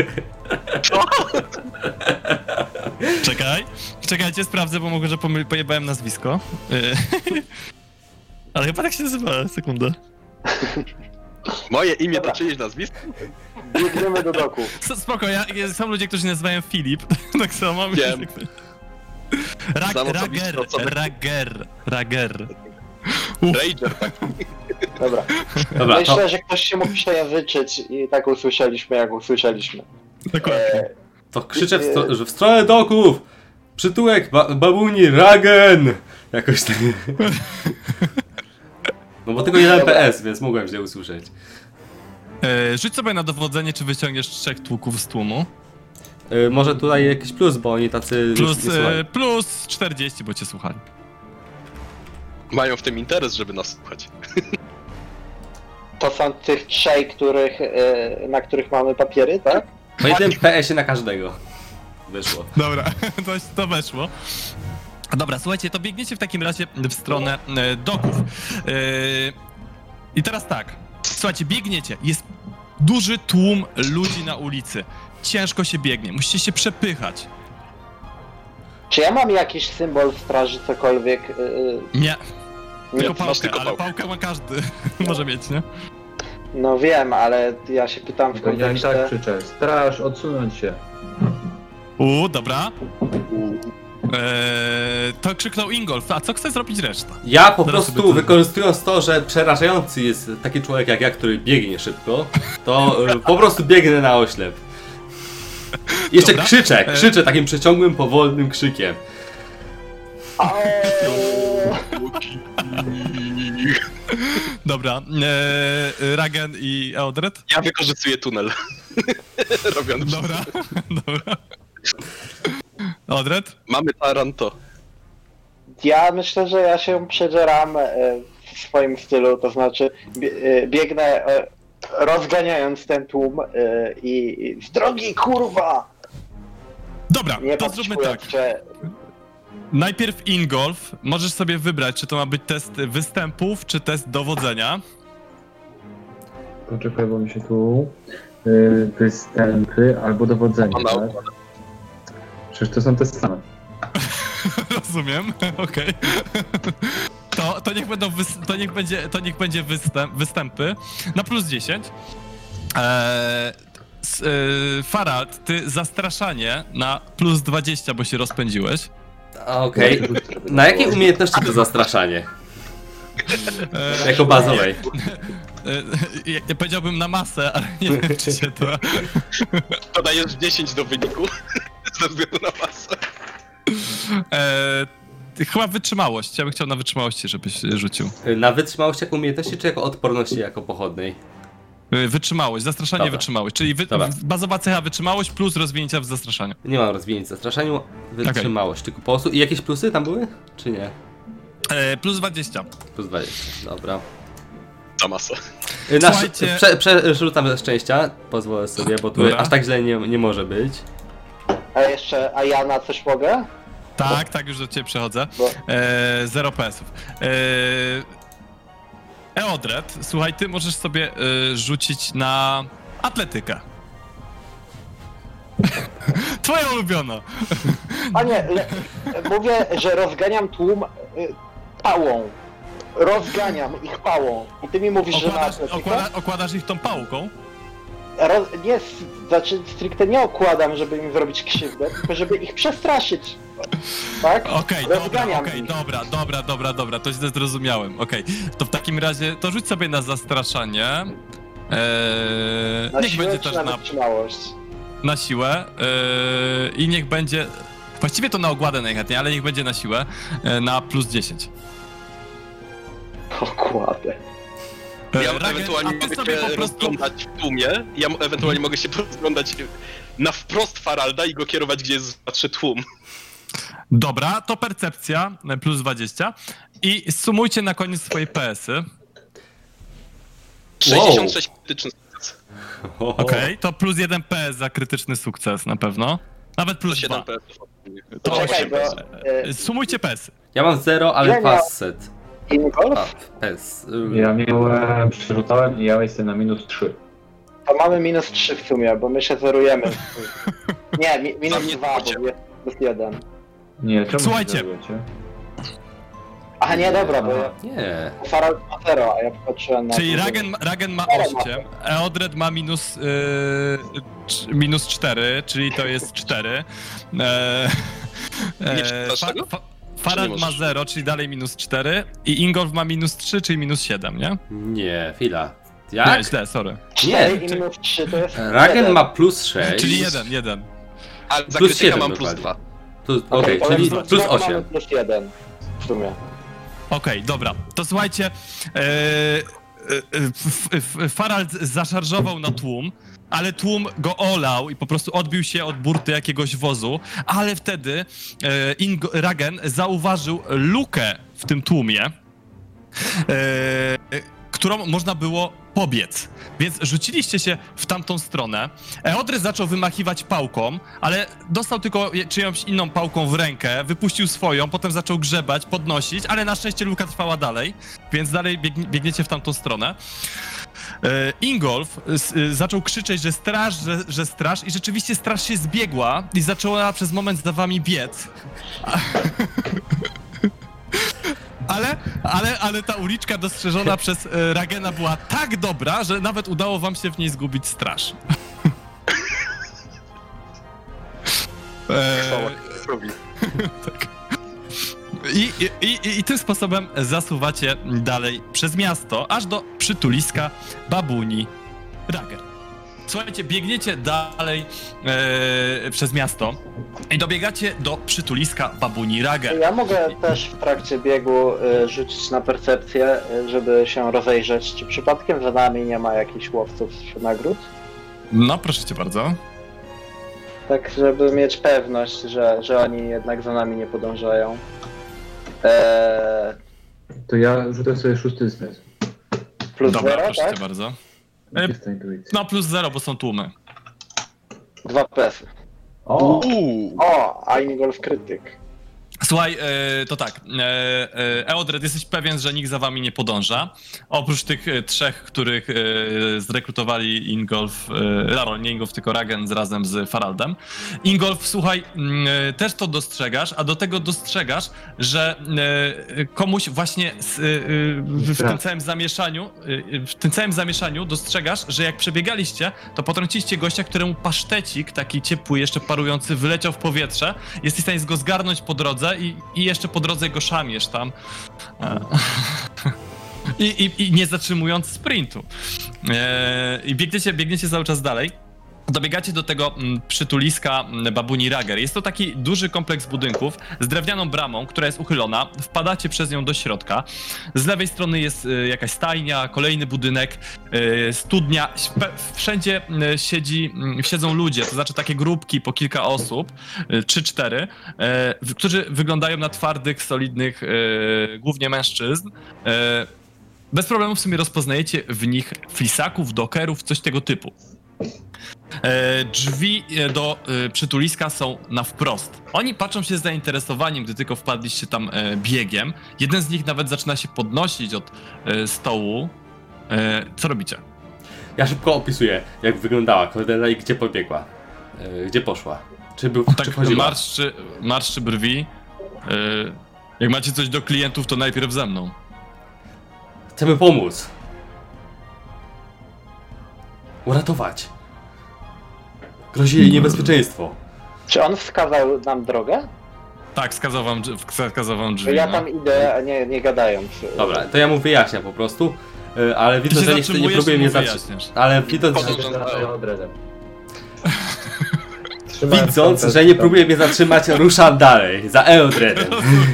Czekaj, czekajcie, sprawdzę, bo może pomyl- pojebałem nazwisko. Y, Ale chyba tak się nazywa, sekundę. Moje imię Dobra. to czyjeś nazwisko? Biegniemy do doku. S- Spoko, ja, ja- są ludzie, którzy się nazywają Filip, tak samo. Wiem. Rag, Znam Rager, osobiście osobę. Rager, Rager. Rager, tak. Dobra. Dobra, Myślę, to, że ktoś się mógł przejęzyczyć i tak usłyszeliśmy, jak usłyszeliśmy. Dokładnie. E, to krzyczę, w stro- że w stronę doków! Przytułek ba- babuni Ragen! Jakoś tak. No bo tylko jeden P S, więc mogłem źle usłyszeć. E, rzuć sobie na dowodzenie, czy wyciągniesz trzech tłuków z tłumu. Y, może tutaj jakiś plus, bo oni tacy Plus, nie słuchają. e, plus czterdzieści, bo cię słuchali. Mają w tym interes, żeby nas słuchać. to są tych trzej, których, e, na których mamy papiery, tak? Po jednym P S-ie na każdego. Wyszło. Dobra, to, to weszło. Dobra, słuchajcie, to biegniecie w takim razie w stronę e, doków. E, I teraz tak, słuchajcie, biegniecie. Jest duży tłum ludzi na ulicy. Ciężko się biegnie, musicie się przepychać. Czy ja mam jakiś symbol w straży, cokolwiek? e, Nie, nie, tylko masz pałkę, tylko ale pałkę. pałkę ma każdy. Może mieć, nie? No wiem, ale ja się pytam w Tylko ja i tak kontekście... krzyczę. Straż, odsunąć się. U, dobra. Eee, to krzyknął Ingolf, a co chce zrobić reszta? Ja po Zaraz sobie prostu, to- wykorzystując to, że przerażający jest taki człowiek jak ja, który biegnie szybko, to y, po prostu biegnę na oślep. Jeszcze Dobra. krzyczę, E- krzyczę takim przeciągłym, powolnym krzykiem. Dobra, eee, Ragen i Eodred? Ja wykorzystuję tunel. Robiąc. Dobra, dobra. Odred? Mamy Taranto. Ja myślę, że ja się przedzieram e, w swoim stylu, to znaczy bie- e, biegnę e, rozganiając ten tłum e, i, i z drogi, kurwa! Dobra, Nie to zróbmy tak. patrzyłem, że Najpierw Ingolf, możesz sobie wybrać, czy to ma być test występów, czy test dowodzenia. Poczekaj, bo mi się tu... y, występy albo dowodzenie, Ona tak? Przecież to są te same. Rozumiem, okej. To, to niech będą wys- to niech będzie, to niech będzie występ, występy na plus dziesięć. Eee, s- e, Farald, ty zastraszanie na plus dwadzieścia, bo się rozpędziłeś. Okej. Na jakiej umiejętności to zastraszanie? Eee, Jako bazowej. e, ja, ja powiedziałbym na masę, ale nie wiem, czy się to... Dodajesz dziesięć do wyniku. Ze względu na masę. Eee, chyba wytrzymałość. Ja bym chciał na wytrzymałości, żebyś rzucił. Na wytrzymałość jako umiejętności, czy jako odporności jako pochodnej? Eee, Wytrzymałość, zastraszanie, Dobra. wytrzymałość. Czyli wy, Dobra. bazowa cecha wytrzymałość plus rozwinięcia w zastraszaniu. Nie mam rozwinięć w zastraszaniu, wytrzymałość, tylko po prostu. I jakieś plusy tam były? Czy nie? Eee, plus dwadzieścia. Plus dwadzieścia, dobra. Za masę. Y, Na, Słuchajcie- prze, przerzucam ze szczęścia, pozwolę sobie, bo tu Dobra. aż tak źle nie, nie może być. a jeszcze, a ja na coś mogę? Tak, tak, już do ciebie przechodzę. Bo- Eee, zero P S-ów. Eee, Eodred, słuchaj, ty możesz sobie e, rzucić na atletykę. Twoja ulubiona. A nie, le, mówię, że rozganiam tłum y, pałą. Rozganiam ich pałą. I ty mi mówisz, że na Okładasz, atletykę? okłada, okładasz ich tą pałką. roz, nie, s- znaczy stricte nie okładam, żeby im zrobić krzywdę, tylko żeby ich przestraszyć. Tak? Okej, dobra, Rozganiam okej, ich. dobra, dobra, dobra, dobra, to źle zrozumiałem. Okej, to w takim razie to rzuć sobie na zastraszanie. Eee, Na niech siłę będzie czy też na na, wytrzymałość? na siłę eee, i niech będzie. Właściwie to na ogładę najchętniej, ale niech będzie na siłę e, na plus dziesięć. Okładę. E, Ja Ragen, ewentualnie a ty mogę sobie się po prostu. rozglądać w tłumie, ja m- ewentualnie mogę się rozglądać na wprost Faralda i go kierować, gdzie jest patrzy tłum. Dobra, to percepcja e, plus dwadzieścia i sumujcie na koniec swoje P S y. sześćdziesiąt sześć krytyczny sukces. O, Okej, to plus jeden P S za krytyczny sukces na pewno. Nawet To plus siedem dwa. P S. To Czekaj, osiem. bo e, Sumujcie P S y. Ja mam zero, ale Ja miał- facet. Ingolf, A, pes. ym, Ja miałem, przerzucałem i ja jestem na minus trzy. to mamy minus trzy w sumie, bo my się zerujemy. Nie, mi, Za minus mnie dwa, to bo jest plus jeden. Nie, czemu Słuchajcie. się zerujecie? A nie, dobra, bo ja Nie. Farald ma zero, a ja patrzyłem na... Czyli Ragen, Ragen ma Zero ma. osiem, Eodred ma minus, yy, cz- minus cztery, czyli to jest cztery. E, Nie czytasz tego? Farad nie ma możesz? zero, czyli dalej minus cztery i Ingolf ma minus trzy, czyli minus siedem, nie? Nie, chwila. Nie, Jak? źle, sorry. cztery Nie. i minus trzy to jest Ragen jeden. ma plus sześć. Czyli jeden, jeden. Ale za Plus krytyka siedem mam plus dokładnie. dwa. Plus- Okej, Okej, to czyli plus plus dwa mamy osiem. plus jeden w sumie. Okej, dobra. To słuchajcie, e, e, f- f- Farald zaszarżował na tłum, ale tłum go olał i po prostu odbił się od burty jakiegoś wozu, ale wtedy e, Ingo, Ragen zauważył lukę w tym tłumie, e, którą można było pobiec. Więc rzuciliście się w tamtą stronę. Eodry zaczął wymachiwać pałką, ale dostał tylko je- czyjąś inną pałką w rękę, wypuścił swoją, potem zaczął grzebać, podnosić, ale na szczęście luka trwała dalej, więc dalej biegnie, biegniecie w tamtą stronę. E, Ingolf s- y, zaczął krzyczeć, że straż, że, że straż i rzeczywiście straż się zbiegła i zaczęła przez moment za wami biec. Ale, ale, ale ta uliczka dostrzeżona przez e, Ragena była tak dobra, że nawet udało wam się w niej zgubić straż. Chwała e, Krowi. i, i, i, I tym sposobem zasuwacie dalej przez miasto, aż do przytuliska babuni Rager. Słuchajcie, biegniecie dalej e, przez miasto i dobiegacie do przytuliska babuni Rager. Ja mogę też w trakcie biegu y, rzucić na percepcję, y, żeby się rozejrzeć, czy przypadkiem za nami nie ma jakichś łowców nagród? No, proszę cię bardzo. Tak, żeby mieć pewność, że, że oni jednak za nami nie podążają. Eee, To ja rzucę sobie szósty zmysł. plus Dobra, zero, proszę tak? cię bardzo. Jak jest ta intuicja? No, plus zero, bo są tłumy. Dwa P S. O! Uuu. O, a Ingolf krytyk. Słuchaj, e, to tak. E, e, Eodred, jesteś pewien, że nikt za wami nie podąża. Oprócz tych e, trzech, których e, zrekrutowali Ingolf, e, Larol, nie Ingolf, tylko Ragen z, razem z Faraldem. Ingolf, słuchaj, m, e, też to dostrzegasz, a do tego dostrzegasz, że e, komuś właśnie s, e, w, w tym całym zamieszaniu, e, w tym całym zamieszaniu dostrzegasz, że jak przebiegaliście, to potrąciliście gościa, któremu pasztecik, taki ciepły, jeszcze parujący, wyleciał w powietrze. Jesteś w stanie go zgarnąć po drodze i, i jeszcze po drodze go szamiesz tam. E, I, i, I nie zatrzymując sprintu. E, I biegniecie, biegniecie cały czas dalej. Dobiegacie do tego mm, przytuliska mm, babuni Rager. Jest to taki duży kompleks budynków z drewnianą bramą, która jest uchylona. Wpadacie przez nią do środka. Z lewej strony jest y, jakaś stajnia, kolejny budynek, y, studnia. Śpe- Wszędzie y, siedzi, y, siedzą ludzie, to znaczy takie grupki po kilka osób, y, trzy, cztery, y, w- którzy wyglądają na twardych, solidnych, y, głównie mężczyzn. Y, bez problemu w sumie rozpoznajecie w nich flisaków, dokerów, coś tego typu. E, drzwi e, do e, przytuliska są na wprost. Oni patrzą się z zainteresowaniem, gdy tylko wpadliście tam e, biegiem. Jeden z nich nawet zaczyna się podnosić od e, stołu. E, co robicie? Ja szybko opisuję, jak wyglądała Cordelia i gdzie pobiegła. E, Gdzie poszła. Czy, był, czy Tak wchodziła? marszczy, marszczy brwi. E, jak macie coś do klientów, to najpierw ze mną. Chcemy pomóc. Uratować. Grozi jej niebezpieczeństwo. Czy on wskazał nam drogę? Tak, wskazał wam, drzwi- wskazał wam To drzwi. ja no. tam idę, a nie, nie gadając. Dobra, to ja mu wyjaśniam po prostu. y, Ale Ty widząc, się że nie, chce- nie zatrzymujesz próbuje i mnie mu zatrzymać. wyjaśniasz. Ale widząc, że, Podróż- Ja odredem. Trzymałem widząc, kąpę, że nie tam- próbuje mnie zatrzymać, ruszam dalej. Za Eodredem.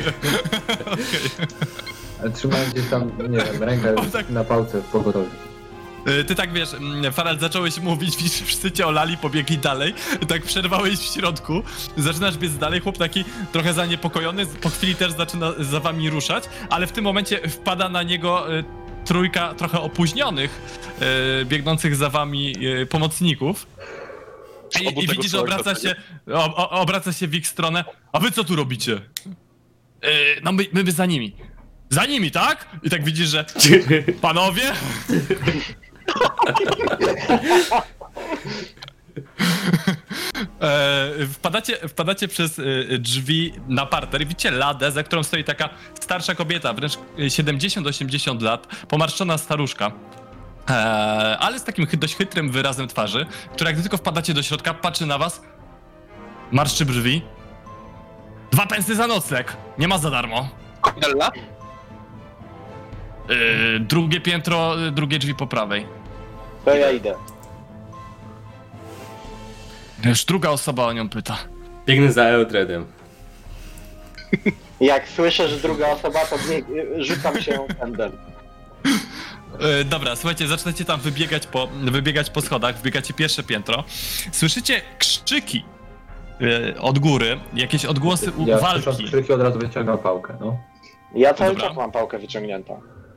Ale trzymałem gdzieś tam, nie wiem, rękę O, tak. na pałce w pogotowiu. Y, Ty tak wiesz, mm, Farald, zacząłeś mówić, widzisz, wszyscy cię olali, pobiegli dalej, tak przerwałeś w środku, zaczynasz biec dalej, chłop taki trochę zaniepokojony, po chwili też zaczyna za wami ruszać, ale w tym momencie wpada na niego y, trójka trochę opóźnionych, y, biegnących za wami y, pomocników. I, Obu i tego widzisz, że samego obraca ataku. się, o, o, obraca się w ich stronę. A wy co tu robicie? Yy, no my, my za nimi. Za nimi, tak? I tak widzisz, że panowie? E, wpadacie, wpadacie przez e, drzwi na parter i widzicie ladę, za którą stoi taka starsza kobieta, wręcz siedemdziesiąt osiemdziesiąt lat, pomarszczona staruszka. E, ale z takim chy- dość chytrym wyrazem twarzy, która gdy tylko wpadacie do środka, patrzy na was, marszczy brwi. Dwa pensy za nocleg, nie ma za darmo. Kordella? E, drugie piętro, e, drugie drzwi po prawej. To ja idę. Już druga osoba o nią pyta. Biegnę za Eodredem. Jak słyszę, że druga osoba, to bieg... rzucam się pędem. E, dobra, słuchajcie, zaczynacie tam wybiegać po, wybiegać po schodach, wbiegacie pierwsze piętro. Słyszycie krzyki e, od góry, jakieś odgłosy u, Ja walki. słysząc krzyki od razu wyciągam pałkę, no. Ja cały Dobra. czas mam pałkę wyciągnięta.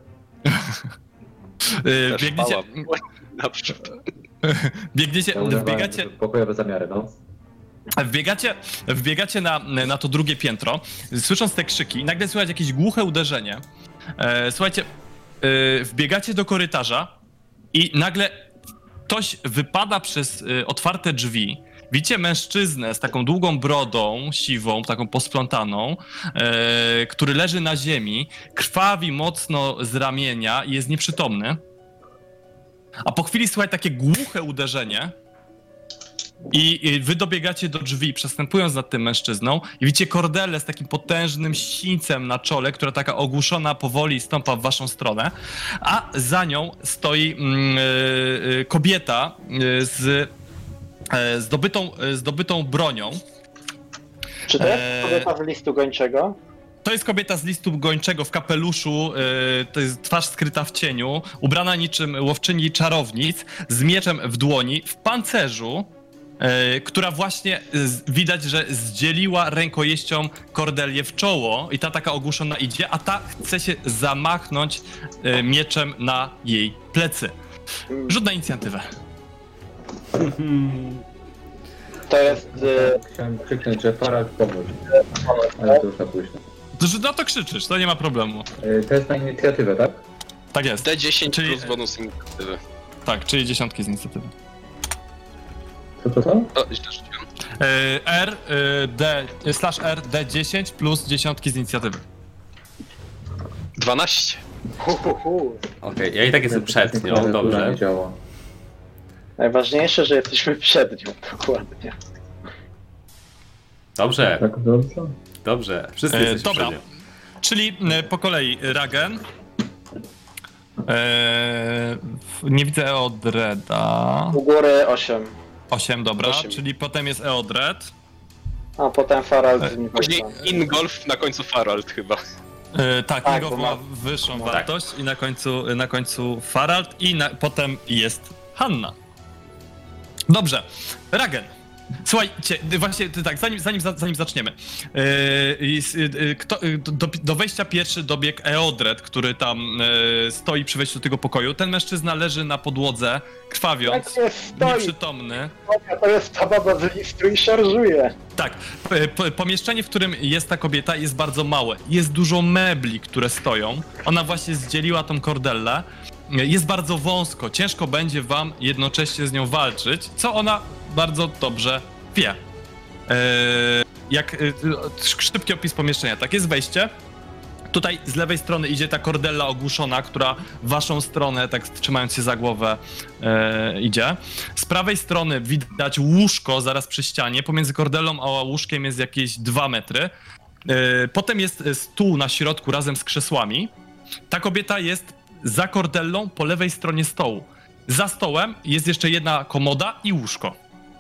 E, biegniecie, Naprzód. biegniecie, Ja udawałem, wbiegacie, że pokojowe zamiary, no. wbiegacie, wbiegacie na, na to drugie piętro, słysząc te krzyki, nagle słychać jakieś głuche uderzenie. E, słuchajcie, e, wbiegacie do korytarza i nagle ktoś wypada przez e, otwarte drzwi. Widzicie mężczyznę z taką długą brodą, siwą, taką posplątaną, e, który leży na ziemi, krwawi mocno z ramienia i jest nieprzytomny. A po chwili słychać takie głuche uderzenie i, i wy dobiegacie do drzwi, przestępując nad tym mężczyzną i widzicie Kordelę z takim potężnym sińcem na czole, która taka ogłuszona powoli stąpa w waszą stronę, a za nią stoi mm, y, y, kobieta y, z y, zdobytą, y, zdobytą bronią. Czy to jest Eee. kobieta z listu gończego? To jest kobieta z listu gończego w kapeluszu, yy, to jest twarz skryta w cieniu, ubrana niczym łowczyni czarownic, z mieczem w dłoni, w pancerzu, yy, która właśnie z, widać, że zdzieliła rękojeścią Kordelię w czoło i ta taka ogłuszona idzie, a ta chce się zamachnąć yy, mieczem na jej plecy. Rzut na inicjatywę. To jest... Y... Chciałem krzyknąć, że Farald pomóż. Ale to już na późno. To, no to krzyczysz, to nie ma problemu. Y, To jest na inicjatywę, tak? Tak jest. D dziesięć Czyli- plus bonus inicjatywy. Tak, czyli dziesiątki z inicjatywy. Co to co? O, źle rzuciłem. Yy, R, yy, D, slash R, D dziesięć plus dziesiątki z inicjatywy. dwanaście. Hu, hu, hu. Okej, ja i tak jestem przed nią, Klawiatura dobrze. nie działa. Najważniejsze, że jesteśmy przed nią, dokładnie. Dobrze, Tak dobrze? dobrze. Wszyscy E, jesteśmy dobra. przed nią. Czyli e, po kolei Ragen. E, nie widzę Eodreda. U góry osiem. osiem, dobra. Osiem. Czyli potem jest Eodred. A potem Farald E, z nim Później Ingolf, na końcu Farald chyba. E, tak, Tak, jego bo ma ma- wyższą tak. wartość i na końcu, na końcu Farald i na, potem jest Hanna. Dobrze. Ragen. Słuchajcie, właśnie tak, zanim, zanim, zanim zaczniemy. Yy, yy, kto, yy, do, do wejścia pierwszy dobiegł Eodred, który tam yy, stoi przy wejściu do tego pokoju. Ten mężczyzna leży na podłodze, krwawiąc, Tak jest, stoi. nieprzytomny. To jest ta baba z listu i szarżuje. Tak, p- p- pomieszczenie, w którym jest ta kobieta, jest bardzo małe. Jest dużo mebli, które stoją. Ona właśnie zdzieliła tą kordellę. Jest bardzo wąsko, ciężko będzie wam jednocześnie z nią walczyć, co ona bardzo dobrze wie. Eee, jak e, szybki opis pomieszczenia, tak, jest wejście. Tutaj z lewej strony idzie ta Cordella ogłuszona, która w waszą stronę, tak trzymając się za głowę, e, idzie. Z prawej strony widać łóżko zaraz przy ścianie. Pomiędzy Cordellą a łóżkiem jest jakieś dwa metry. E, potem jest stół na środku razem z krzesłami. Ta kobieta jest za Cordellą po lewej stronie stołu. Za stołem jest jeszcze jedna komoda i łóżko.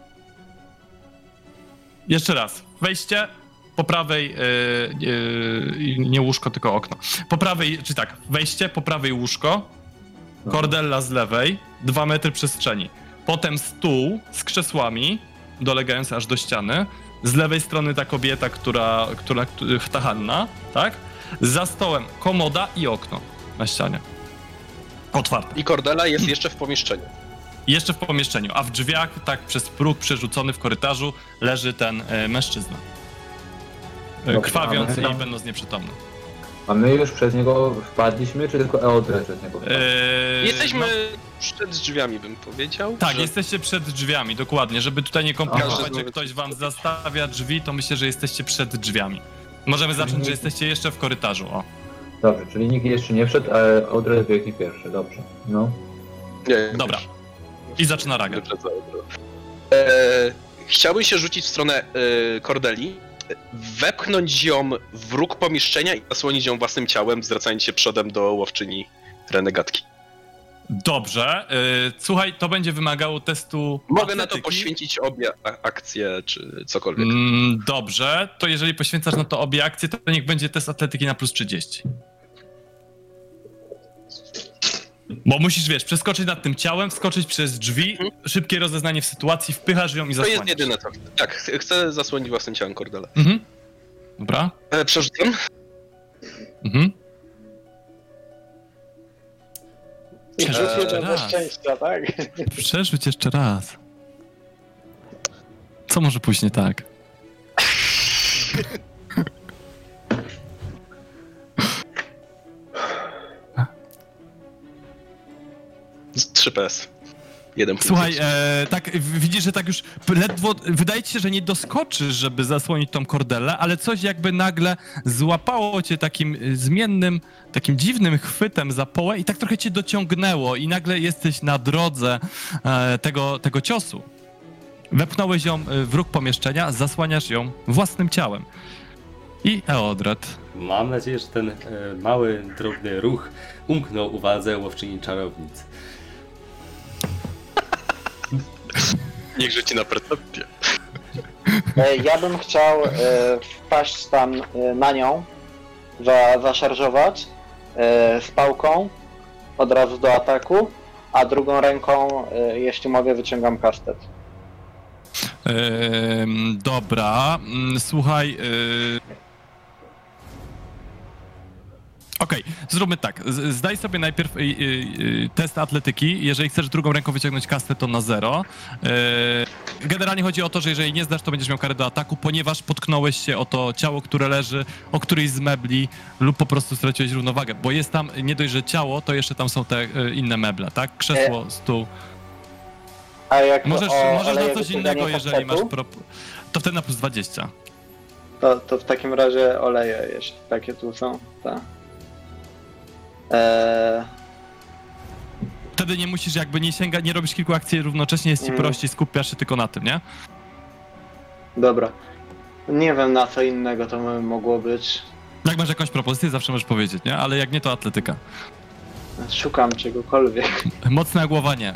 Jeszcze raz. Wejście po prawej, yy, yy, nie łóżko, tylko okno. Po prawej, czy tak, wejście, po prawej łóżko, Cordella z lewej, dwa metry przestrzeni. Potem stół z krzesłami, dolegający aż do ściany. Z lewej strony ta kobieta, która, która, ta Hanna, tak? Za stołem komoda i okno na ścianie. Otwarte. I Cordella jest jeszcze w pomieszczeniu. Jeszcze w pomieszczeniu, a w drzwiach, tak przez próg przerzucony w korytarzu, leży ten e, mężczyzna. E, Dobrze, krwawiąc a my- i będąc nieprzytomny. A my już przez niego wpadliśmy, czy tylko Eodred przez niego wpadł? E, Jesteśmy no, przed drzwiami, bym powiedział. tak, że... jesteście przed drzwiami, dokładnie. Żeby tutaj nie komplikować, Każdy że z- ktoś wam zastawia drzwi, to myślę, że jesteście przed drzwiami. Możemy zacząć, że jesteście jeszcze w korytarzu, o. Dobrze, czyli nikt jeszcze nie wszedł, a Eodred biegnie pierwszy, dobrze. No. Nie, Dobra. I zaczyna Raga. E, chciałbym się rzucić w stronę e, Cordeli, wepchnąć ją w róg pomieszczenia i zasłonić ją własnym ciałem, zwracając się przodem do łowczyni renegatki. Dobrze. E, słuchaj, to będzie wymagało testu Mogę na to atletyki. poświęcić obie a- akcje, czy cokolwiek. Mm, dobrze, to jeżeli poświęcasz na to obie akcje, to niech będzie test atletyki na plus trzydzieści. Bo musisz, wiesz, przeskoczyć nad tym ciałem, wskoczyć przez drzwi, szybkie rozeznanie w sytuacji, wpychasz ją i To zasłaniasz. jest jedyne co chcę. Tak, ch- chcę zasłonić własnym ciałem Cordelę. Mhm. Dobra. E, przerzucam. Mhm. Rzuć Przerzuć jeszcze jeden do raz. szczęścia, tak? Przerzuć jeszcze raz. Co może pójść nie tak? Z trzy P S. Jeden punkt. Słuchaj, e, tak w- widzisz, że tak już ledwo, wydaje ci się, że nie doskoczysz, żeby zasłonić tą Cordellę, ale coś jakby nagle złapało cię takim y, zmiennym, takim dziwnym chwytem za połę i tak trochę cię dociągnęło i nagle jesteś na drodze e, tego, tego ciosu. Wepchnąłeś ją y, w róg pomieszczenia, zasłaniasz ją własnym ciałem. I Eodred. Mam nadzieję, że ten e, mały, drobny ruch umknął uwadze łowczyni czarownic. Niech rzuci na percepcję. E, Ja bym chciał e, wpaść tam e, na nią, za, zaszarżować e, z pałką od razu do ataku, a drugą ręką, e, jeśli mogę, wyciągam kastet. Ehm, dobra, mm, słuchaj. Yy... Okej, zróbmy tak. Z- Zdaj sobie najpierw yy, yy, test atletyki. Jeżeli chcesz drugą ręką wyciągnąć kastę, to na zero. Yy, generalnie chodzi o to, że jeżeli nie zdasz, to będziesz miał karę do ataku, ponieważ potknąłeś się o to ciało, które leży, o którejś z mebli lub po prostu straciłeś równowagę. Bo jest tam nie dość, że ciało, to jeszcze tam są te yy, inne meble, tak? Krzesło, stół. A jak Możesz, o, możesz na oleję coś wyciąganie innego, jeżeli masz kastetu, pro... To wtedy na plus dwadzieścia. To, to w takim razie oleje jeszcze, takie tu są. Tak. Eee, Wtedy nie musisz jakby nie sięgać, nie robisz kilku akcji równocześnie, jest ci Mm. prościej, skupiasz się tylko na tym, nie? dobra. Nie wiem, na co innego to by mogło być. Jak masz jakąś propozycję, zawsze możesz powiedzieć, nie? Ale jak nie, to atletyka. Szukam czegokolwiek. Mocna głowa nie.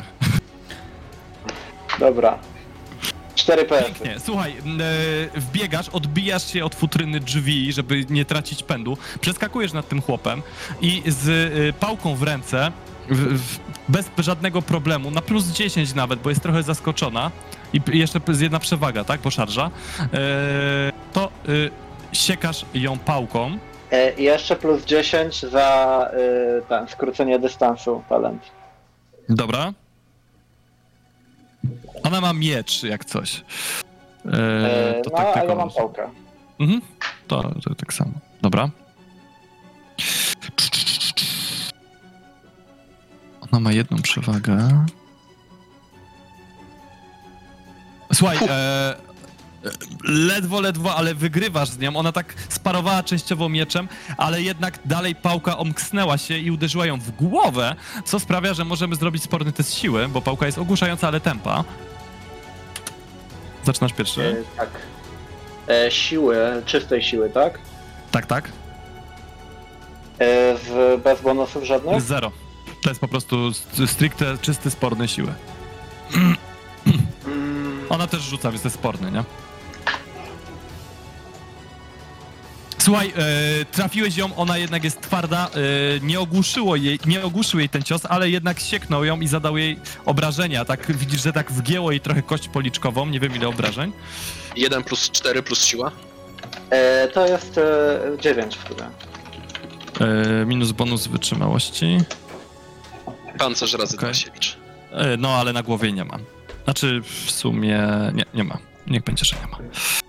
Dobra. cztery P S. Pięknie. Słuchaj, e, wbiegasz, odbijasz się od futryny drzwi, żeby nie tracić pędu, przeskakujesz nad tym chłopem i z e, pałką w ręce, w, w, bez żadnego problemu, na plus dziesięć nawet, bo jest trochę zaskoczona i p- jeszcze p- jedna przewaga, tak, bo szarża, e, to e, siekasz ją pałką. E, i jeszcze plus dziesięć za y, ten, skrócenie dystansu talent. Dobra. Ona ma miecz, jak coś. E, E, to no, tak a tylko- ja mam pałkę. Mhm. To, to tak samo. Dobra. Ona ma jedną przewagę. Słuchaj, e, ledwo, ledwo, ale wygrywasz z nią. Ona tak sparowała częściowo mieczem, ale jednak dalej pałka omknęła się i uderzyła ją w głowę, co sprawia, że możemy zrobić sporny test siły, bo pałka jest ogłuszająca, ale tempa. Zaczynasz pierwszy? E, tak. E, siły, czystej siły, tak? Tak, tak. E, z, bez bonusów żadnych? Zero. To jest po prostu st- stricte czysty sporny siły. Mm, Ona też rzuca, więc to jest sporny, nie? Słuchaj, e, trafiłeś ją, ona jednak jest twarda, e, nie ogłuszyło jej, nie ogłuszył jej ten cios, ale jednak sieknął ją i zadał jej obrażenia. Tak widzisz, że tak wgięło jej trochę kość policzkową, nie wiem ile obrażeń. jeden plus cztery plus siła. e, to jest e, dziewięć w sumie. E, minus bonus wytrzymałości. Pancerz razy Okej. dwa się liczy. E, no, ale na głowie nie ma. Znaczy, w sumie nie, nie ma. Niech będzie, że nie ma.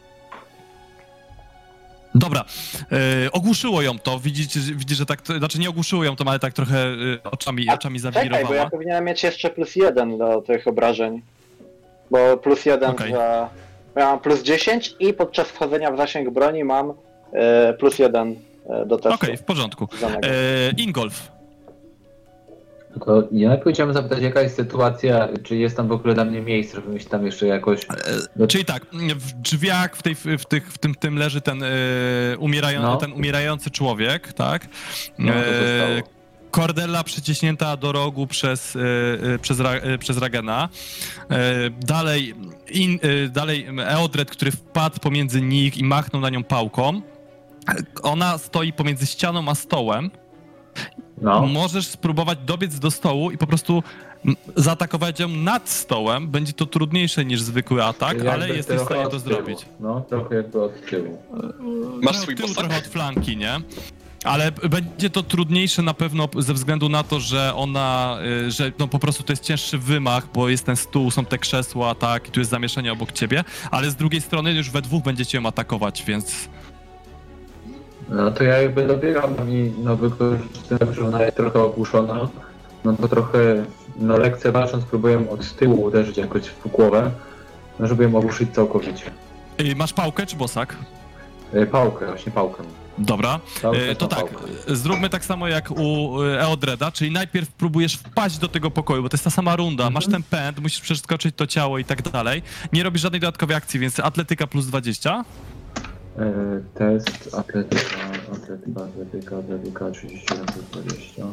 Dobra, e, ogłuszyło ją to, widzicie, że- widzisz, że tak, to, znaczy nie ogłuszyło ją to, ale tak trochę e, oczami, oczami Czekaj, bo ja zawirowała. powinienem mieć jeszcze plus jeden do tych obrażeń. Bo plus jeden Okej. za... Ja mam plus dziesięć i podczas wchodzenia w zasięg broni mam e, plus jeden e, do testu. Okej, w porządku. danego. E, Ingolf, Tylko ja chciałem zapytać, jaka jest sytuacja, czy jest tam w ogóle dla mnie miejsce, żebym się tam jeszcze jakoś... e, czyli tak, w drzwiach w, tej, w, tych, w tym, tym leży ten, e, umierają, No. ten umierający człowiek, tak? No, to E, zostało. Cordella przyciśnięta do rogu przez, e, e, przez, Ra, e, przez Ragena. E, dalej, in, e, dalej Eodred, który wpadł pomiędzy nich i machnął na nią pałką. E, Ona stoi pomiędzy ścianą a stołem. No, Możesz spróbować dobiec do stołu i po prostu m, zaatakować ją nad stołem. Będzie to trudniejsze niż zwykły atak, jakby ale jesteś w trochę stanie od to tyłu. zrobić. No, trochę jakby od tyłu. Masz Trochę swój od tyłu, posag? trochę od flanki, nie? Ale b- będzie to trudniejsze na pewno ze względu na to, że ona, y, że no po prostu to jest cięższy wymach, bo jest ten stół, są te krzesła, tak, i tu jest zamieszanie obok ciebie, ale z drugiej strony już we dwóch będziecie ją atakować, więc No to ja jakby dobiegam i no wykorzystałem, że ona jest trochę ogłuszona. No to trochę, no lekceważąc próbuję od tyłu uderzyć jakoś w głowę, no żeby ją ogłuszyć całkowicie. y, masz pałkę czy bosak? Y, Pałkę, właśnie pałkę. Dobra, Cały y, czas to mam tak, pałkę. y, zróbmy tak samo jak u y, Eodreda, czyli najpierw próbujesz wpaść do tego pokoju, bo to jest ta sama runda, Mhm. masz ten pęd, musisz przeskoczyć to ciało i tak dalej, nie robisz żadnej dodatkowej akcji, więc atletyka plus dwadzieścia. Y, Test, atletyka, atletyka, atletyka, atletyka, trzydzieści jeden plus dwadzieścia.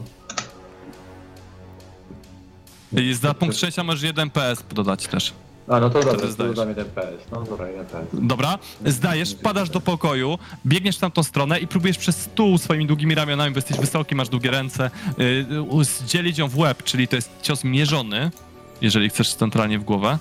I za punkt szczęścia możesz jeden P S dodać też. A no to dobra, to zdajesz. dodam jeden P S. No dobra, jeden P S. Dobra, zdajesz, wpadasz do pokoju, biegniesz w tamtą stronę i próbujesz przez stół swoimi długimi ramionami, bo jesteś wysoki, masz długie ręce, yy, zdzielić ją w łeb, czyli to jest cios mierzony, jeżeli chcesz centralnie w głowę.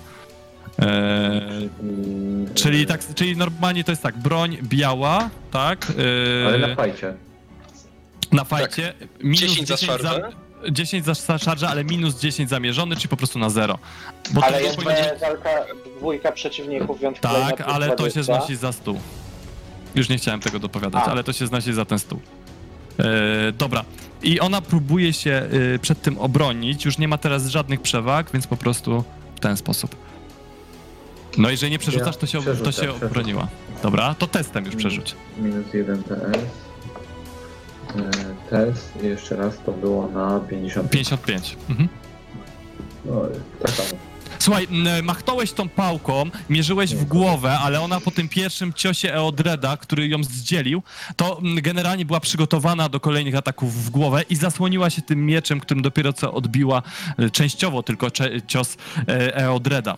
Eee, Mm, czyli, y, tak, czyli normalnie to jest tak, broń biała, tak? Yy, Ale na fajcie. na fajcie. Minus dziesięć za szarżę. dziesięć za szarżę, ale minus dziesięć zamierzony, czyli po prostu na zero. Bo Ale to jest powinno być... walka dwójka przeciwników, więc kolejna Tak, plus ale to się dwadzieścia. znosi za stół. Już nie chciałem tego dopowiadać, A. ale to się znosi za ten stół. E, dobra. I ona próbuje się e, przed tym obronić, już nie ma teraz żadnych przewag, więc po prostu w ten sposób. No jeżeli nie przerzucasz, to się, to Przerzucę, się przerzucę. obroniła. Dobra, to testem już przerzuć. Minus jeden P S. E, Test, jeszcze raz to było na pięćdziesiąt pięć. pięćdziesiąt pięć. Mhm. No, tak samo. Słuchaj, m, machnąłeś tą pałką, mierzyłeś w głowę, ale ona po tym pierwszym ciosie Eodreda, który ją zdzielił, to m, generalnie była przygotowana do kolejnych ataków w głowę i zasłoniła się tym mieczem, którym dopiero co odbiła e, częściowo tylko cze- cios e, Eodreda.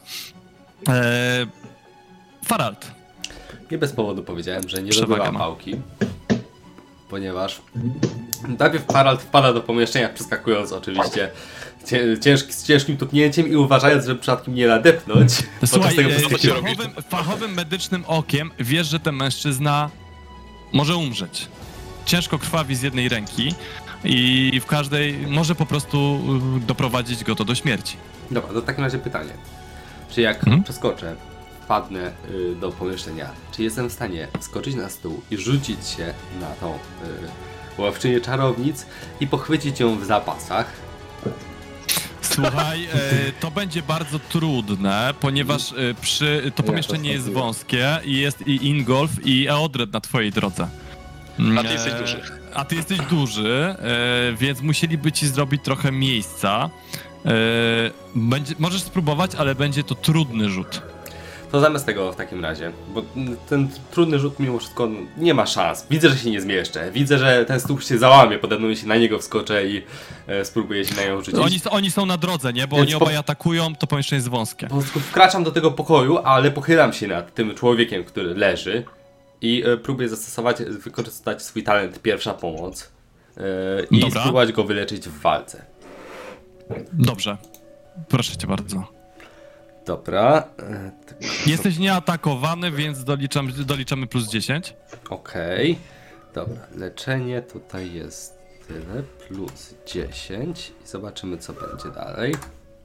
E, Farald. Nie bez powodu powiedziałem, że nie Przewagę dobywa ma. pałki, ponieważ najpierw Harald wpada do pomieszczenia, przeskakując oczywiście cie- ciężki, z ciężkim tupnięciem i uważając, żeby przypadkiem nie nadepnąć. Słuchaj, podczas tego e, przeskakiwania. fachowym, fachowym medycznym okiem wiesz, że ten mężczyzna może umrzeć. Ciężko krwawi z jednej ręki i w każdej może po prostu y, doprowadzić go to do śmierci. Dobra, to w takim razie pytanie. Czy jak Mhm. przeskoczę, wpadnę y, do pomieszczenia, czy jestem w stanie skoczyć na stół i rzucić się na tą y, łowczynię czarownic i pochwycić ją w zapasach? Słuchaj, e, to będzie bardzo trudne, ponieważ e, przy, to Ja pomieszczenie to jest sądziłem. wąskie i jest i Ingolf, i Eodred na twojej drodze. A ty jesteś E, duży. A ty jesteś duży, e, więc musieliby ci zrobić trochę miejsca. E, będzie, możesz spróbować, ale będzie to trudny rzut. To zamiast tego w takim razie, bo ten trudny rzut mimo wszystko nie ma szans. Widzę, że się nie zmieszczę. Widzę, że ten stół się załamie, pode mną się na niego wskoczę i e, spróbuję się na nią rzucić. Oni, oni są na drodze, nie? Bo Więc oni po- obaj atakują, to pomieszczenie jest wąskie. Po prostu wkraczam do tego pokoju, ale pochylam się nad tym człowiekiem, który leży i e, próbuję zastosować, wykorzystać swój talent pierwsza pomoc e, i Dobra. spróbować go wyleczyć w walce. Dobrze. Proszę cię bardzo. Dobra. E, tak, Jesteś nieatakowany, więc doliczam, doliczamy plus dziesięć. Okej. Dobra, leczenie tutaj jest tyle, plus dziesięć i zobaczymy co będzie dalej.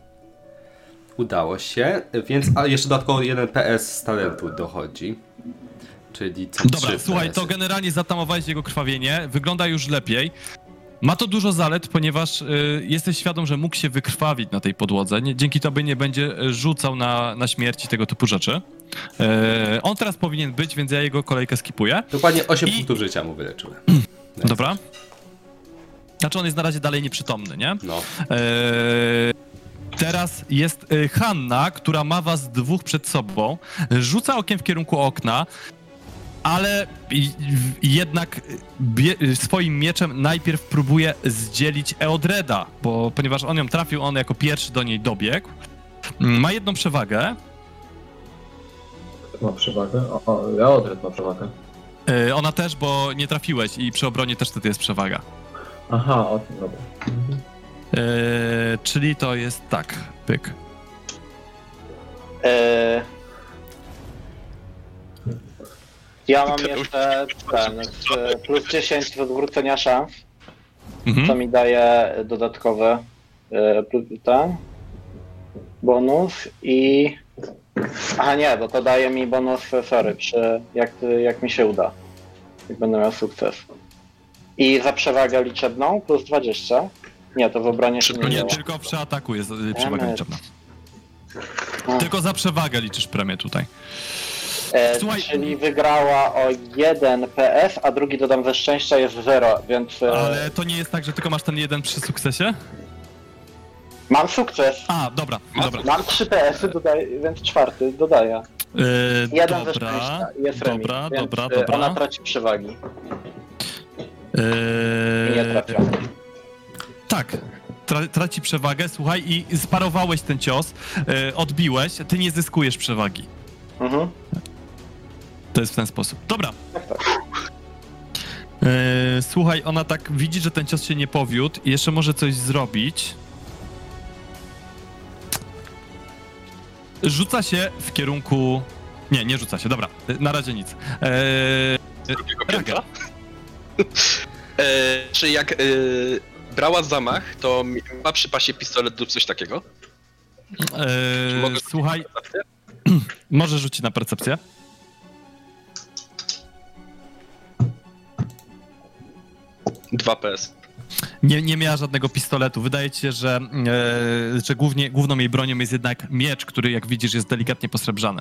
Udało się, więc a jeszcze dodatkowo jeden P S z talentu dochodzi. Czyli co Dobra, trzy słuchaj, P S y. to generalnie zatamowałeś jego krwawienie, wygląda już lepiej. Ma to dużo zalet, ponieważ y, jesteś świadom, że mógł się wykrwawić na tej podłodze. Nie, dzięki tobie nie będzie y, rzucał na, na śmierć i tego typu rzeczy. Y, on teraz powinien być, więc ja jego kolejkę skipuję. Dokładnie osiem I- punktów życia mu wyleczyłem. Dobra. Znaczy on jest na razie dalej nieprzytomny, nie? No. Eee, teraz jest e, Hanna, która ma was dwóch przed sobą. Rzuca okiem w kierunku okna, ale i- w- jednak bie, swoim mieczem najpierw próbuje zdzielić Eodreda, bo ponieważ on ją trafił, on jako pierwszy do niej dobiegł. Ma jedną przewagę. Kto ma przewagę? O, o Eodred ma przewagę. E, ona też, bo nie trafiłeś i przy obronie też wtedy jest przewaga. Aha, o tym, dobra. Mhm. E, czyli to jest tak, pyk. E, Ja mam jeszcze ten z plus dziesięć z odwrócenia szans, Mhm. co mi daje dodatkowy e, plus- ten bonus i... Aha nie, bo to daje mi bonus, sorry, przy, jak, jak mi się uda, jak będę miał sukces. I za przewagę liczebną plus dwadzieścia. Nie, to w obronie się Tylko nie nie, działa. tylko przy ataku jest y, przewaga Emet. liczebna. A. Tylko za przewagę liczysz premię tutaj. E, Słuchaj- Czyli wygrała o jeden P S, a drugi dodam ze szczęścia jest zero, więc e, Ale to nie jest tak, że tylko masz ten jeden przy sukcesie? mam sukces. A, dobra, dobra. Mam trzy P S-y, dodaję, więc czwarty dodaję. Yy, Jeden ze dobra, szczęścia i jest remis, dobra, więc dobra, e, dobra. ona traci przewagi Yy, i nie trafia. tak, tra traci przewagę, słuchaj, i sparowałeś ten cios, yy, odbiłeś, ty nie zyskujesz przewagi. Mhm. To jest w ten sposób. Dobra. Tak, tak. Yy, słuchaj, ona tak widzi, że ten cios się nie powiódł i jeszcze może coś zrobić. Rzuca się w kierunku... Nie, nie rzuca się, dobra, na razie nic. Eee, Drugiego Rager. piętra. E, czy jak e, brała zamach, to ma przy pasie pistolet lub coś takiego? Eee, Mogę- słuchaj, może rzucić na percepcję. Dwa P S. Nie, nie miała żadnego pistoletu. Wydaje ci się, że, e, że głównie, główną jej bronią jest jednak miecz, który jak widzisz jest delikatnie posrebrzany.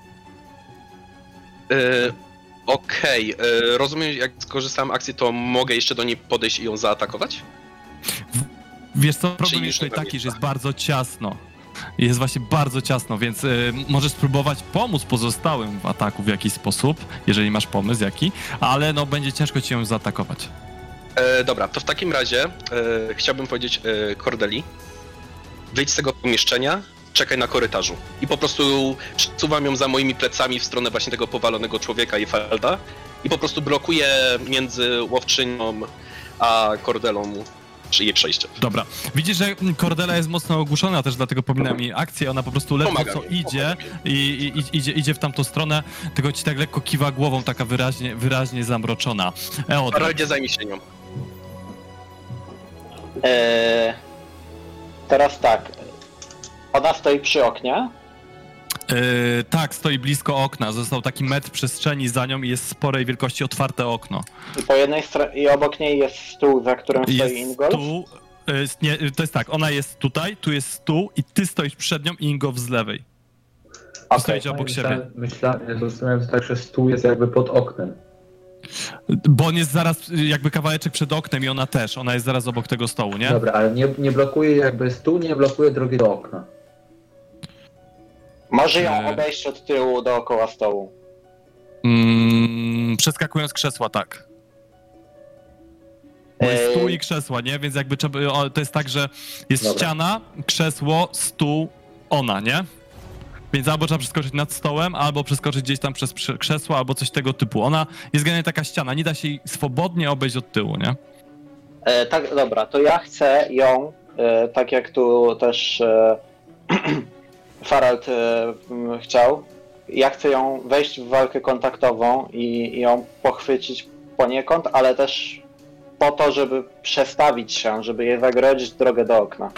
E, Okej, e, rozumiem, jak skorzystałem akcji, to mogę jeszcze do niej podejść i ją zaatakować? Wiesz co, problem Czyli jest tutaj już nie taki, że pamiętam. jest bardzo ciasno. Jest właśnie bardzo ciasno, więc y, możesz spróbować pomóc pozostałym w ataku w jakiś sposób, jeżeli masz pomysł jaki, ale no będzie ciężko ci ją zaatakować. E, dobra, to w takim razie e, chciałbym powiedzieć e, Cordeli, wyjdź z tego pomieszczenia, czekaj na korytarzu. I po prostu przesuwam ją za moimi plecami w stronę właśnie tego powalonego człowieka i Felda i po prostu blokuję między łowczynią a Cordelą czy jej przejście. Dobra, widzisz, że Cordela jest mocno ogłuszona, też dlatego pominam jej akcję, ona po prostu ledwo Pomaga co mi, idzie pomaga i, i, i idzie, idzie w tamtą stronę, tylko ci tak lekko kiwa głową, taka wyraźnie, wyraźnie zamroczona. Eodred. Haraldzie, zajmij się nią. E, teraz tak. Ona stoi przy oknie. Yy, tak, stoi blisko okna. Został taki metr przestrzeni za nią i jest sporej wielkości otwarte okno. I po jednej stronie, i obok niej jest stół, za którym stoi Jest Ingolf. tu, y, nie, y, to jest tak, ona jest tutaj, tu jest stół i ty stoisz przed nią i Ingow z lewej. Okej. Stoicie obok siebie. Myślałem, myślałem, że tak, że stół jest jakby pod oknem. Bo on jest zaraz y, jakby kawałeczek przed oknem i ona też, ona jest zaraz obok tego stołu, nie? Dobra, ale nie, nie blokuje jakby stół, nie blokuje drogi do okna. Może ją E. obejść od tyłu dookoła stołu. Mm, przeskakując krzesła, tak. Bo jest Ej. stół i krzesła, nie? Więc jakby trzeba, o, to jest tak, że jest Dobra. ściana, krzesło, stół, ona, nie? Więc albo trzeba przeskoczyć nad stołem, albo przeskoczyć gdzieś tam przez prze- krzesło, albo coś tego typu. Ona jest generalnie taka ściana, nie da się jej swobodnie obejść od tyłu, nie? E, tak, dobra, to ja chcę ją, e, tak jak tu też e, Farald e, m, chciał, ja chcę ją wejść w walkę kontaktową i, i ją pochwycić poniekąd, ale też po to, żeby przestawić się, żeby jej zagrodzić drogę do okna.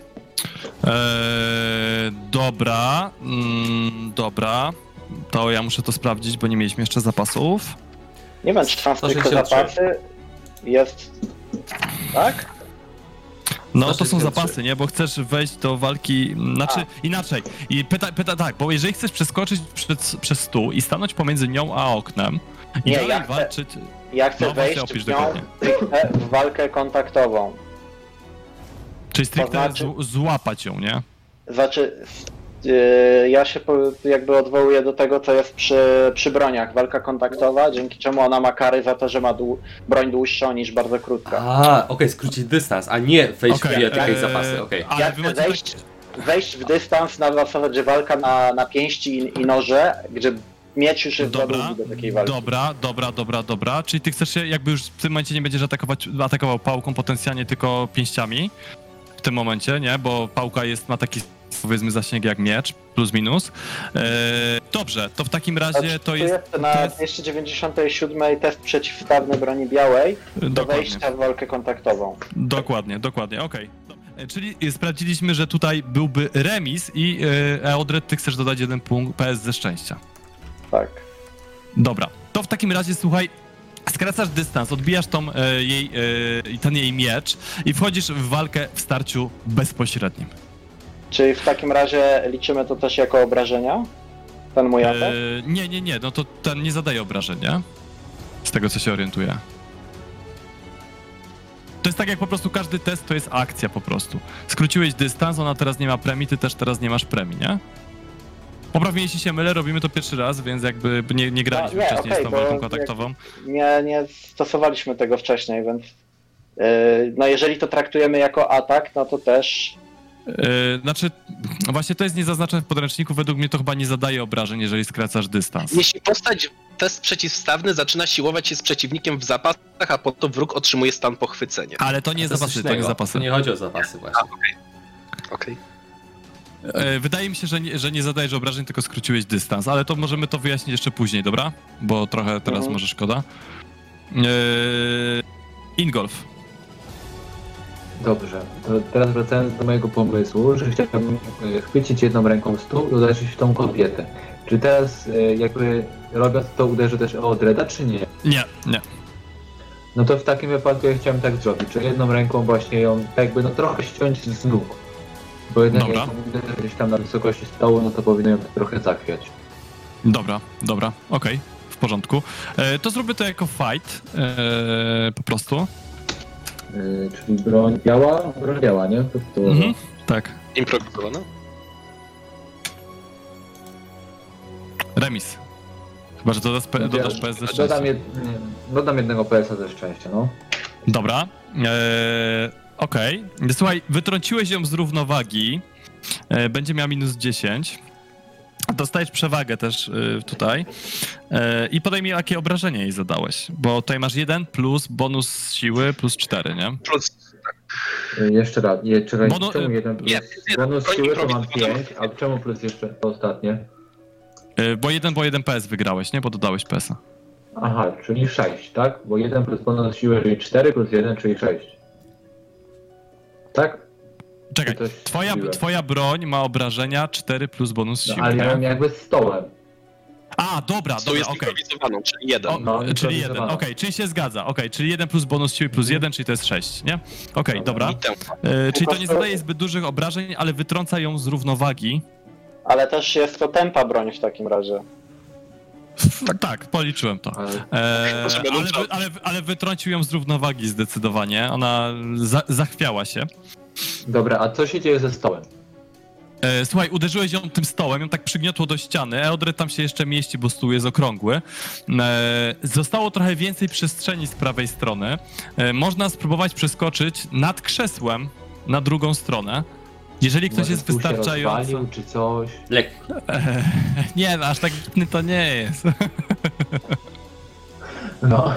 Eee, dobra, mm, dobra. To ja muszę to sprawdzić, bo nie mieliśmy jeszcze zapasów. Nie wiem, czy tam sto tylko sześćdziesiąt trzy. zapasy jest... Tak? No to są sto sześćdziesiąt trzy. zapasy, nie? Bo chcesz wejść do walki, mm, znaczy inaczej. I pyta, pyta tak, bo jeżeli chcesz przeskoczyć przed, przez stół i stanąć pomiędzy nią a oknem i Nie, dalej ja chcę- walczyć... Ja chcę No, właśnie wejść opisz w, nią, dokładnie. stricte w walkę kontaktową. Czyli stricte znaczy- z, złapać ją, nie? Znaczy, yy, ja się po, jakby odwołuję do tego, co jest przy, przy broniach. Walka kontaktowa, dzięki czemu ona ma kary za to, że ma dłu- broń dłuższą niż bardzo krótka. A, okej, skrócić dystans, a nie wejść Okej, w jakieś eee, zapasy, okej. Ale Ja wy chcę macie wejść, tak... wejść w dystans na zasadzie walka na, na pięści i, i noże, gdzie miecz już jest za Dobra, długi do takiej walki. dobra, dobra, dobra, dobra. Czyli ty chcesz się, jakby już w tym momencie nie będziesz atakować, atakował pałką potencjalnie, tylko pięściami. W tym momencie, nie? Bo pałka jest, ma taki, powiedzmy, zasięg jak miecz, plus minus. Eee, dobrze, to w takim razie Znaczy, to tu jest... jest na to jest dwieście dziewięćdziesiąt siedem test przeciwstawny broni białej do dokładnie, wejścia w walkę kontaktową. dokładnie, dokładnie, okej. E, Czyli sprawdziliśmy, że tutaj byłby remis i e, Eodred, ty chcesz dodać jeden punkt P S ze szczęścia. Tak. Dobra, to w takim razie słuchaj, skracasz dystans, odbijasz tą, e, jej, e, ten jej miecz i wchodzisz w walkę w starciu bezpośrednim. Czyli w takim razie liczymy to też jako obrażenia? Ten mój atak? E, nie, nie, nie, no to ten nie zadaje obrażeń, nie? Z tego, co się orientuję. To jest tak jak po prostu każdy test to jest akcja po prostu. Skróciłeś dystans, ona teraz nie ma premii, ty też teraz nie masz premii, nie? Poprawnie, jeśli się mylę, robimy to pierwszy raz, więc jakby nie, nie graliśmy No, nie, wcześniej okej, z tą bo walką jak- kontaktową. Nie, nie stosowaliśmy tego wcześniej, więc yy, no jeżeli to traktujemy jako atak, no to też Yy, znaczy, właśnie to jest niezaznaczone w podręczniku, według mnie to chyba nie zadaje obrażeń, jeżeli skracasz dystans. Jeśli postać test przeciwstawny zaczyna siłować się z przeciwnikiem w zapasach, a po to wróg otrzymuje stan pochwycenia. Ale to nie To jest zapasy, coś to nie innego. zapasy. To nie chodzi o zapasy właśnie. Okej. Yy, wydaje mi się, że nie, że nie zadajesz obrażeń, tylko skróciłeś dystans, ale to możemy to wyjaśnić jeszcze później, dobra? Bo trochę teraz Mhm. może szkoda. Yy, Ingolf. Dobrze, to teraz wracając do mojego pomysłu, że chciałbym e, chwycić jedną ręką stół i uderzyć w tą kobietę. Czy teraz e, jakby robiąc to uderzy też Eodreda, czy nie? Nie, nie. No to w takim wypadku ja chciałem tak zrobić, że jedną ręką właśnie ją jakby no trochę ściąć z nóg. Bo jednak Dobra. jak uderzę gdzieś tam na wysokości stołu, no to powinno ją trochę zachwiać. Dobra, dobra, okej, w porządku. Yy, to zróbmy to jako fight, yy, po prostu. Yy, czyli broń biała? Broń biała, nie? To, to, Mhm, tak. Improwizowana? Remis. Chyba, że dodasz, P- dodasz P S ze szczęścia. Dodam, jed, nie, dodam jednego P S a ze szczęścia, no. Dobra. Eee, Okej. Słuchaj, wytrąciłeś ją z równowagi. E, będzie miała minus dziesięć. Dostajesz przewagę też e, tutaj. E, I podaj mi, jakie obrażenie jej zadałeś. Bo tutaj masz jeden plus bonus siły plus cztery, nie? Plus Yy, jeszcze raz, je, czekaj, Bono- czemu jeden plus? nie, Bonus broń siły to mam improwizowana. pięć, a czemu plus jeszcze to ostatnie? E, bo jeden, bo jeden P S wygrałeś, nie? Bo dodałeś P S a. Aha, czyli sześć, tak? Bo jeden plus bonus siły, czyli cztery plus jeden, czyli sześć. Tak? Czekaj, Coś twoja, mówiłem. twoja broń ma obrażenia cztery plus bonus No, siły, ale ja nie? mam jakby z stołem. A, dobra, To dobra, jest okej. improwizowaną, czyli jeden. O, No, czyli jeden, improwizowana. okej, czyli się zgadza, okej, czyli jeden plus bonus siły plus jeden, czyli to jest sześć, nie? Okej, dobra. I tę. E, czyli to nie zadaje zbyt dużych obrażeń, ale wytrąca ją z równowagi. Ale też jest to tempa broń w takim razie. Tak, tak, policzyłem to. Ale E, Proszę, ale, będą wy, ale, ale wytrącił ją z równowagi zdecydowanie. Ona za, zachwiała się. dobra, a co się dzieje ze stołem? E, słuchaj, uderzyłeś ją tym stołem, ją tak przygniotło do ściany. Eodred tam się jeszcze mieści, bo stół jest okrągły. E, zostało trochę więcej przestrzeni z prawej strony. E, można spróbować przeskoczyć nad krzesłem na drugą stronę. Jeżeli ktoś Może jest stół się wystarczająco... rozwalił, czy coś? Lekki. E, nie, no, aż tak bitny to nie jest. No.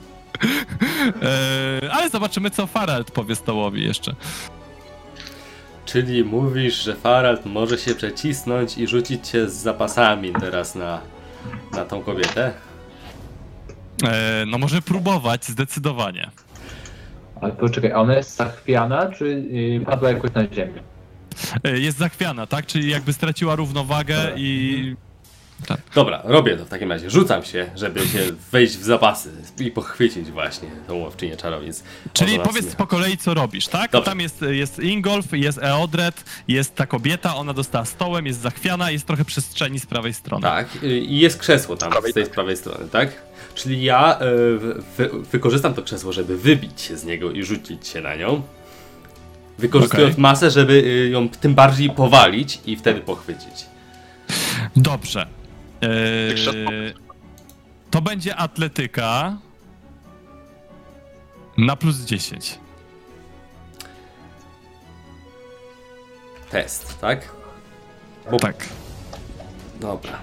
E, ale zobaczymy, co Farald powie stołowi jeszcze. Czyli mówisz, że Farald może się przecisnąć i rzucić się z zapasami teraz na, na tą kobietę? E, no może próbować, zdecydowanie. Ale poczekaj, a ona jest zachwiana, czy yy, padła jakoś na ziemię? E, jest zachwiana, tak? Czyli jakby straciła równowagę Dobra. i... Dobra, robię to w takim razie. Rzucam się, żeby się wejść w zapasy i pochwycić właśnie tą łowczynię czarownic. Czyli Ona powiedz nas- po kolei, co robisz, tak? Dobrze. Tam jest, jest Ingolf, jest Eodred, jest ta kobieta, ona dostała stołem, jest zachwiana, jest trochę przestrzeni z prawej strony. Tak, y, i jest krzesło tam Prawej z tej tak. prawej strony, tak? Czyli ja y, wy, wykorzystam to krzesło, żeby wybić się z niego i rzucić się na nią. Wykorzystując Okej. masę, żeby y, ją tym bardziej powalić i wtedy pochwycić. Dobrze. Krzesło. Eee, to będzie atletyka na plus dziesięć. Test, tak? Bo- Tak. Dobra.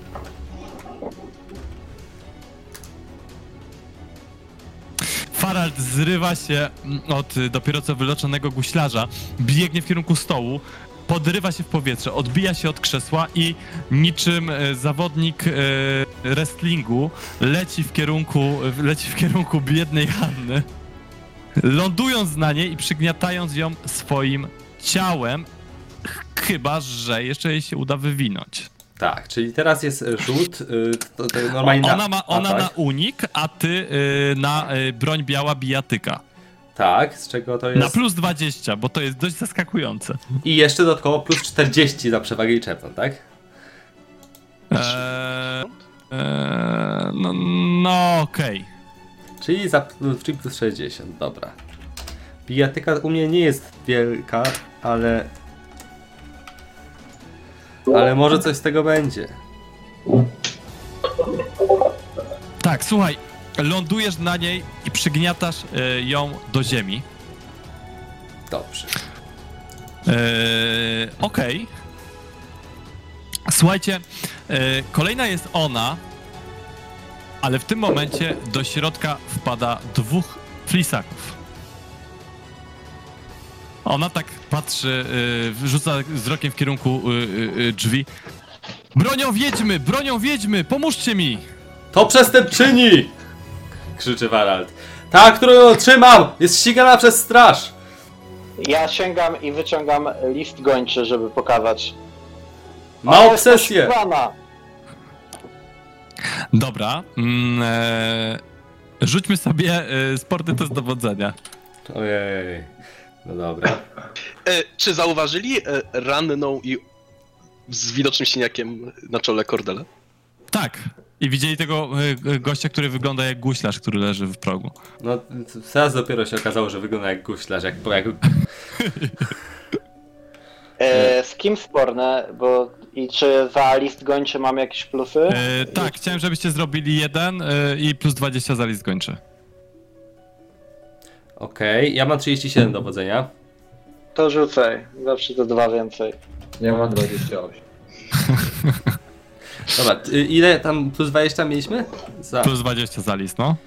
Farald zrywa się od y, dopiero co wyleczonego guślarza, biegnie w kierunku stołu, podrywa się w powietrze, odbija się od krzesła i niczym y, zawodnik y, wrestlingu leci w kierunku, leci w kierunku biednej Hanny, lądując na niej i przygniatając ją swoim ciałem, ch- chyba że jeszcze jej się uda wywinąć. Tak, czyli teraz jest y, rzut, y, to, to normalnie na Ona ma ona atak. na unik, a ty y, na y, broń biała bijatyka. Tak, z czego to jest... Na plus dwadzieścia, bo to jest dość zaskakujące. I jeszcze dodatkowo plus czterdzieści za przewagę liczebną, tak? Eee, eee, no no okej. Czyli, za, czyli plus sześćdziesiąt, dobra. Bijatyka u mnie nie jest wielka, ale... Ale może coś z tego będzie. Tak, słuchaj, lądujesz na niej i przygniatasz e, ją do ziemi. Dobrze. Eee, okej. Słuchajcie, e, kolejna jest ona, ale w tym momencie do środka wpada dwóch flisaków. Ona tak patrzy, y, rzuca wzrokiem w kierunku y, y, y, drzwi. Bronią wiedźmy! Bronią wiedźmy! Pomóżcie mi! To przestępczyni! Krzyczy Warald. Ta, którą ją trzymam, jest ścigana przez straż! Ja sięgam i wyciągam list gończy, żeby pokazać. Ma Ona jest obsesję! poszukiwana. Dobra. Mm, e, rzućmy sobie e, sporty test dowodzenia. Ojej. No dobra. E, czy zauważyli e, ranną i z widocznym siniakiem na czole Cordele? Tak. I widzieli tego e, e, gościa, który wygląda jak guślarz, który leży w progu. No teraz dopiero się okazało, że wygląda jak guślarz, jak, jak... E, z kim sporne, bo i czy za list gończy mam jakieś plusy? E, tak, chciałem, żebyście zrobili jeden e, i plus dwadzieścia za list gończy. Okej, ja mam trzydzieści siedem dowodzenia. To rzucaj, zawsze to dwa więcej. Ja mam dwadzieścia osiem. Dobra, y, ile tam plus dwadzieścia mieliśmy? Za... Plus dwadzieścia za list, no.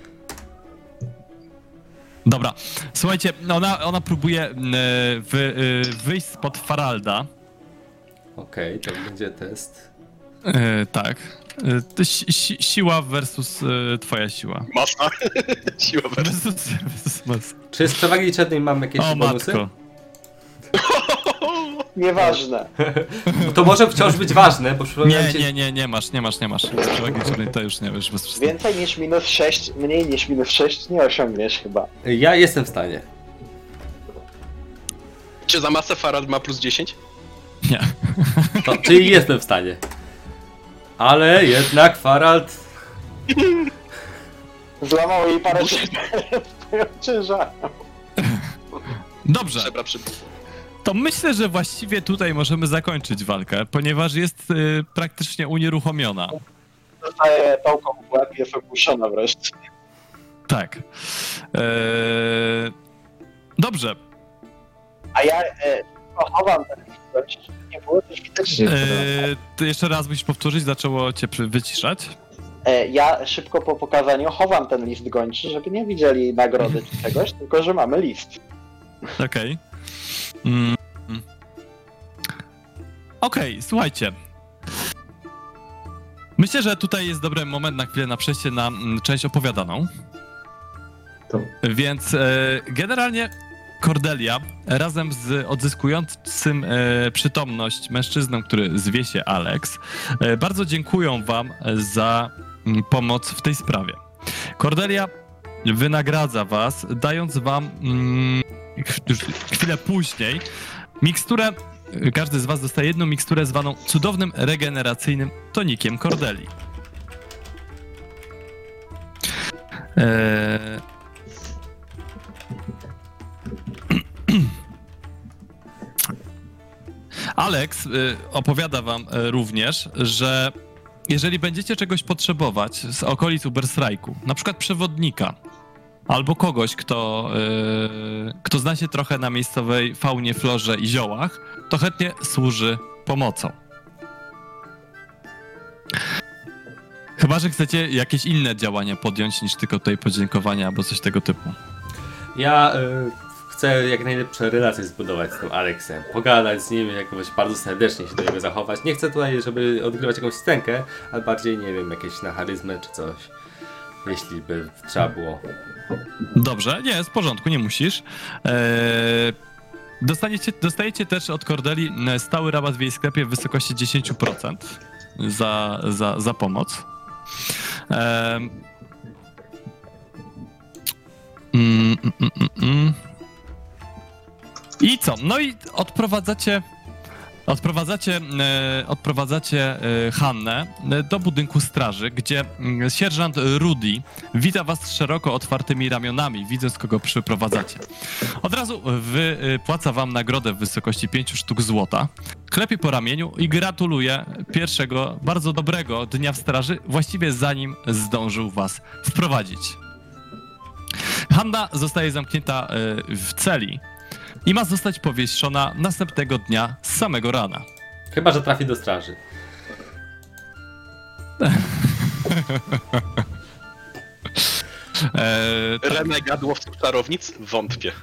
Dobra, słuchajcie, ona, ona próbuje e, wy, e, wyjść spod Faralda. Okej, to będzie test. E, tak. E, to si, si, siła versus e, twoja siła. Masa. Siła wersji. Versus, versus masa. Czy z przewagi liczebnej mam jakieś O bonusy? matko. Nieważne. Bo to może wciąż być ważne, bo przypomniałem Nie, się... nie, nie, nie masz, nie masz, nie masz. Z przewagi liczebnej to już nie, już bez przesady. Więcej niż minus sześć, mniej niż minus sześć nie osiągniesz chyba. Ja jestem w stanie. Czy za masę Farad ma plus dziesięć? Nie. To, czyli jestem w stanie. Ale jednak Farald... Złamał jej parę ciężarów. Dobrze, Żebra przy... to myślę, że właściwie tutaj możemy zakończyć walkę, ponieważ jest y, praktycznie unieruchomiona. Dostaje pałką w łeb i jest ogłuszona wreszcie. Tak. Eee, dobrze. A ja e, chowam ten gość. Nie było też widać. Nie. Eee, ty jeszcze raz musisz powtórzyć, zaczęło cię przy- wyciszać. E, ja szybko po pokazaniu chowam ten list gończy, żeby nie widzieli nagrody czy czegoś, tylko że mamy list. Okej. Mm. Okej, słuchajcie. Myślę, że tutaj jest dobry moment na chwilę na przejście na mm, część opowiadaną. To Więc e, generalnie Cordelia razem z odzyskującym e, przytomność mężczyzną, który zwie się Alex, e, bardzo dziękują wam za mm, pomoc w tej sprawie. Cordelia wynagradza was, dając wam mm, ch- już chwilę później miksturę. Każdy z was dostaje jedną miksturę zwaną cudownym regeneracyjnym tonikiem Cordeli. Eee... Alex y, opowiada wam y, również, że jeżeli będziecie czegoś potrzebować z okolic Uberstrajku, na przykład przewodnika, albo kogoś, kto, y, kto zna się trochę na miejscowej faunie, florze i ziołach, to chętnie służy pomocą. Chyba że chcecie jakieś inne działania podjąć niż tylko tutaj podziękowania albo coś tego typu. Ja y, chcę jak najlepsze relacje zbudować z tym Aleksem. Pogadać z nim, jakoś bardzo serdecznie się do niego zachować. Nie chcę tutaj, żeby odgrywać jakąś scenkę, ale bardziej, nie wiem, jakieś na charyzmę czy coś. Jeśli by trzeba było. Dobrze, nie, jest w porządku, nie musisz. Eee, dostaniecie, dostajecie też od Cordeli stały rabat w jej sklepie w wysokości dziesięć procent za, za, za pomoc. Eee, mm, mm, mm, mm. I co? No i odprowadzacie Odprowadzacie, e, odprowadzacie e, Hannę e, do budynku straży, gdzie mm, sierżant Rudy wita was szeroko otwartymi ramionami, widząc kogo przyprowadzacie. Od razu wypłaca wam nagrodę w wysokości pięciu sztuk złota, klepie po ramieniu i gratuluje pierwszego bardzo dobrego dnia w straży, właściwie zanim zdążył was wprowadzić. Hanna zostaje zamknięta e, w celi i ma zostać powieszona następnego dnia z samego rana. Chyba że trafi do straży. Eee, tak, Renegad łowców czarownic? Wątpię.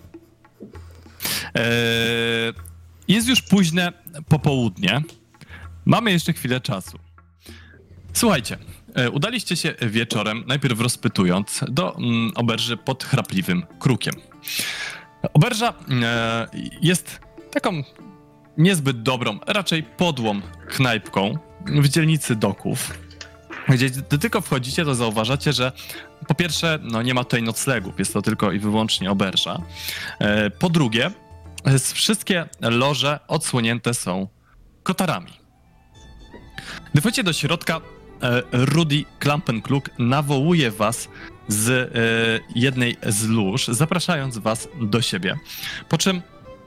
eee, jest już późne popołudnie. Mamy jeszcze chwilę czasu. Słuchajcie, e, udaliście się wieczorem, najpierw rozpytując, do mm, oberży pod chrapliwym krukiem. Oberża e, jest taką niezbyt dobrą, raczej podłą knajpką w dzielnicy Doków, gdzie gdy tylko wchodzicie, to zauważacie, że po pierwsze, no nie ma tutaj noclegów, jest to tylko i wyłącznie oberża. E, po drugie, e, wszystkie loże odsłonięte są kotarami. Gdy wchodzicie do środka, e, Rudy Klampenkluk nawołuje was z e, jednej z lóż, zapraszając was do siebie. Po czym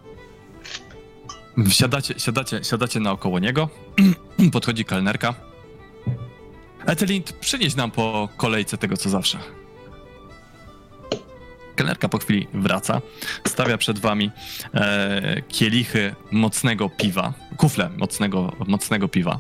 siadacie, siadacie, siadacie naokoło niego, podchodzi kelnerka. Etelind, przynieś nam po kolejce tego, co zawsze. Kelnerka po chwili wraca, stawia przed wami e, kielichy mocnego piwa, kufle mocnego, mocnego piwa.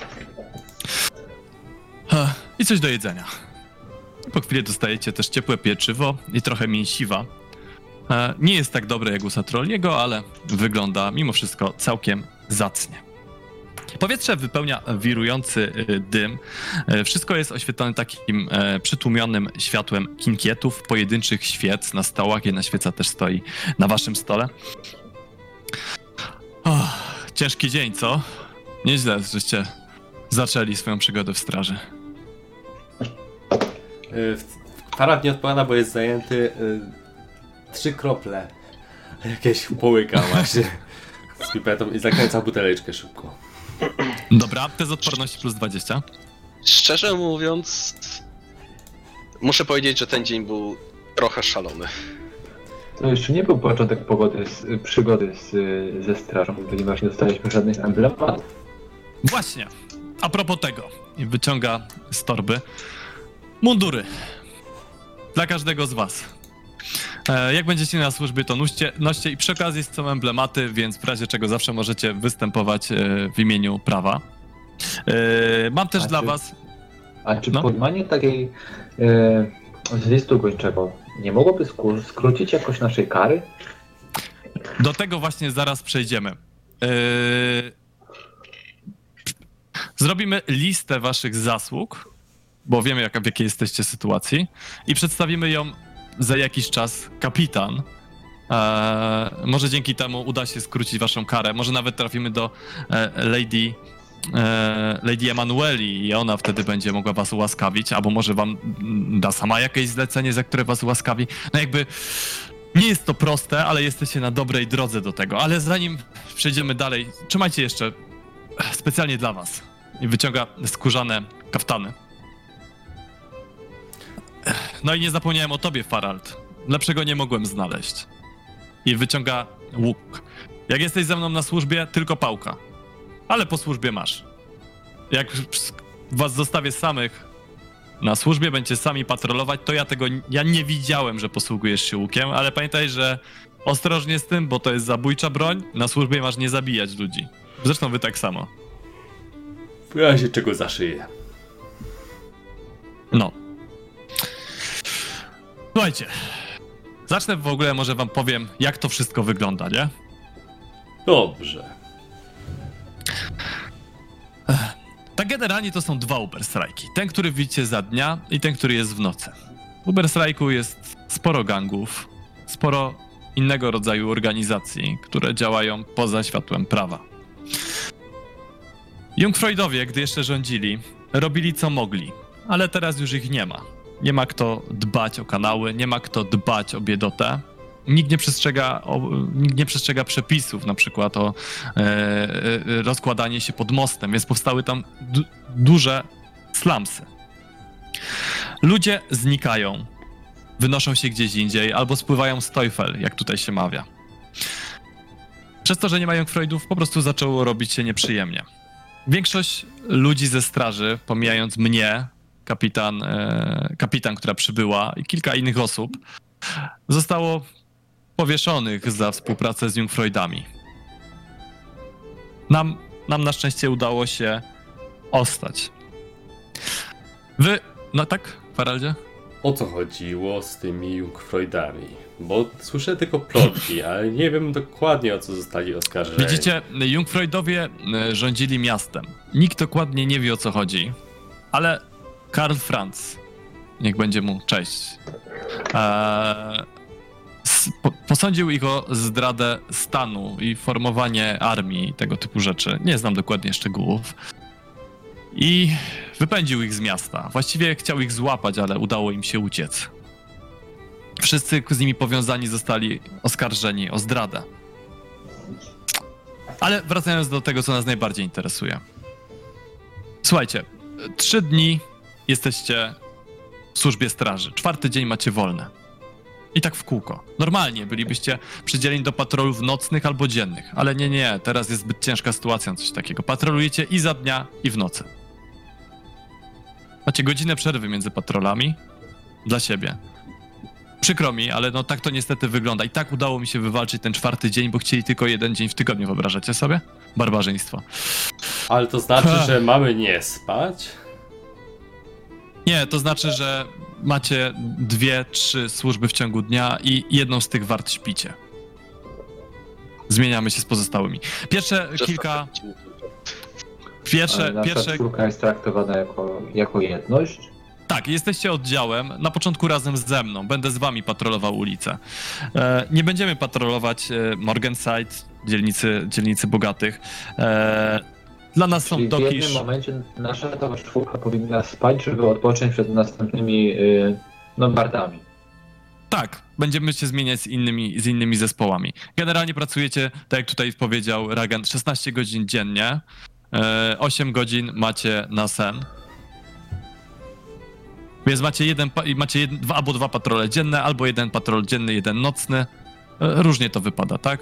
E, I coś do jedzenia. Po chwili dostajecie też ciepłe pieczywo i trochę mięsiwa. E, nie jest tak dobre jak u Satroliego, ale wygląda mimo wszystko całkiem zacnie. Powietrze wypełnia wirujący y, dym. E, wszystko jest oświetlone takim e, przytłumionym światłem kinkietów, pojedynczych świec na stołach. Jedna świeca też stoi na waszym stole. Oh. ciężki dzień, co? Nieźle, żeście zaczęli swoją przygodę w straży. Y, Farad nie odpowiada, bo jest zajęty. Y, trzy krople. Jakieś połyka właśnie. Z pipetą i zakręca buteleczkę szybko. Dobra, test odporności plus dwadzieścia. Szczerze mówiąc, muszę powiedzieć, że ten dzień był trochę szalony. To jeszcze nie był początek pogody z, przygody z, ze strażą, ponieważ nie dostaliśmy żadnych emblematów. Właśnie, a propos tego, i wyciąga z torby mundury dla każdego z was. E, jak będziecie na służbie, to noście, noście i przy okazji są emblematy, więc w razie czego zawsze możecie występować e, w imieniu prawa. E, mam też A dla czy- was... A czy No. podmanie takiej e, z listu gończego nie mogłoby sku- skrócić jakoś naszej kary? Do tego właśnie zaraz przejdziemy. Yy... Zrobimy listę waszych zasług, bo wiemy jak, w jakiej jesteście sytuacji i przedstawimy ją za jakiś czas kapitan. Eee, może dzięki temu uda się skrócić waszą karę, może nawet trafimy do e, Lady, e, Lady Emanueli i ona wtedy będzie mogła was ułaskawić, albo może wam mm, da sama jakieś zlecenie, za które was ułaskawi. No jakby nie jest to proste, ale jesteście na dobrej drodze do tego. Ale zanim przejdziemy dalej, trzymajcie jeszcze specjalnie dla was. I wyciąga skórzane kaftany. No i nie zapomniałem o tobie, Farald. Lepszego nie mogłem znaleźć. I wyciąga łuk. Jak jesteś ze mną na służbie, tylko pałka. Ale po służbie masz. Jak was zostawię samych na służbie, będziecie sami patrolować, to ja tego, ja nie widziałem, że posługujesz się łukiem, ale pamiętaj, że ostrożnie z tym, bo to jest zabójcza broń, na służbie masz nie zabijać ludzi. Zresztą wy tak samo. W razie czego zaszyję. No. Słuchajcie, zacznę w ogóle, może wam powiem, jak to wszystko wygląda, nie? Dobrze. Tak generalnie to są dwa Uberstrajki. Ten, który widzicie za dnia i ten, który jest w nocy. W Uberstrajku jest sporo gangów, sporo innego rodzaju organizacji, które działają poza światłem prawa. Jungfreudowie, gdy jeszcze rządzili, robili co mogli, ale teraz już ich nie ma. Nie ma kto dbać o kanały, nie ma kto dbać o biedotę. Nikt nie przestrzega, o, nikt nie przestrzega przepisów, na przykład o e, e, rozkładanie się pod mostem, więc powstały tam du- duże slumsy. Ludzie znikają, wynoszą się gdzieś indziej albo spływają z Teufel, jak tutaj się mawia. Przez to, że nie mają Freudów, po prostu zaczęło robić się nieprzyjemnie. Większość ludzi ze straży, pomijając mnie, kapitan, e, kapitan, która przybyła i kilka innych osób, zostało powieszonych za współpracę z Jungfreudami. Nam, nam na szczęście udało się ostać. Wy, no tak, Faraldzie? O co chodziło z tymi Jungfreudami? Bo słyszę tylko plotki, ale nie wiem dokładnie o co zostali oskarżeni. Widzicie, Jungfreudowie e, rządzili miastem. Nikt dokładnie nie wie o co chodzi, ale Karl Franz, niech będzie mu cześć, e, s- po, posądził ich o zdradę stanu i formowanie armii i tego typu rzeczy. Nie znam dokładnie szczegółów. I wypędził ich z miasta. Właściwie chciał ich złapać, ale udało im się uciec. Wszyscy z nimi powiązani zostali oskarżeni o zdradę. Ale wracając do tego, co nas najbardziej interesuje. Słuchajcie, trzy dni jesteście w służbie straży. Czwarty dzień macie wolne. I tak w kółko. Normalnie bylibyście przydzieleni do patrolów nocnych albo dziennych, ale nie, nie, teraz jest zbyt ciężka sytuacja na coś takiego. Patrolujecie i za dnia, i w nocy. Macie godzinę przerwy między patrolami dla siebie. Przykro mi, ale no tak to niestety wygląda. I tak udało mi się wywalczyć ten czwarty dzień, bo chcieli tylko jeden dzień w tygodniu, wyobrażacie sobie? Barbarzyństwo. Ale to znaczy, że mamy nie spać? Nie, to znaczy, że macie dwie, trzy służby w ciągu dnia i jedną z tych wart śpicie. Zmieniamy się z pozostałymi. Pierwsze kilka... Pierwsze, Ale nasza pierwsze... czwórka jest traktowana jako, jako jedność. Tak, jesteście oddziałem. Na początku razem ze mną. Będę z wami patrolował ulicę. E, nie będziemy patrolować e, Morganside. dzielnicy, dzielnicy bogatych. E, dla nas są Czyli w doki... jednym momencie nasza ta czwórka powinna spać, żeby odpocząć przed następnymi y, no, bardami. Tak, będziemy się zmieniać z innymi, z innymi zespołami. Generalnie pracujecie, tak jak tutaj powiedział Ragan, szesnaście godzin dziennie, e, osiem godzin macie na sen. Więc macie jeden, pa- macie jeden, dwa albo dwa patrole dzienne, albo jeden patrol dzienny, jeden nocny. E, różnie to wypada, tak?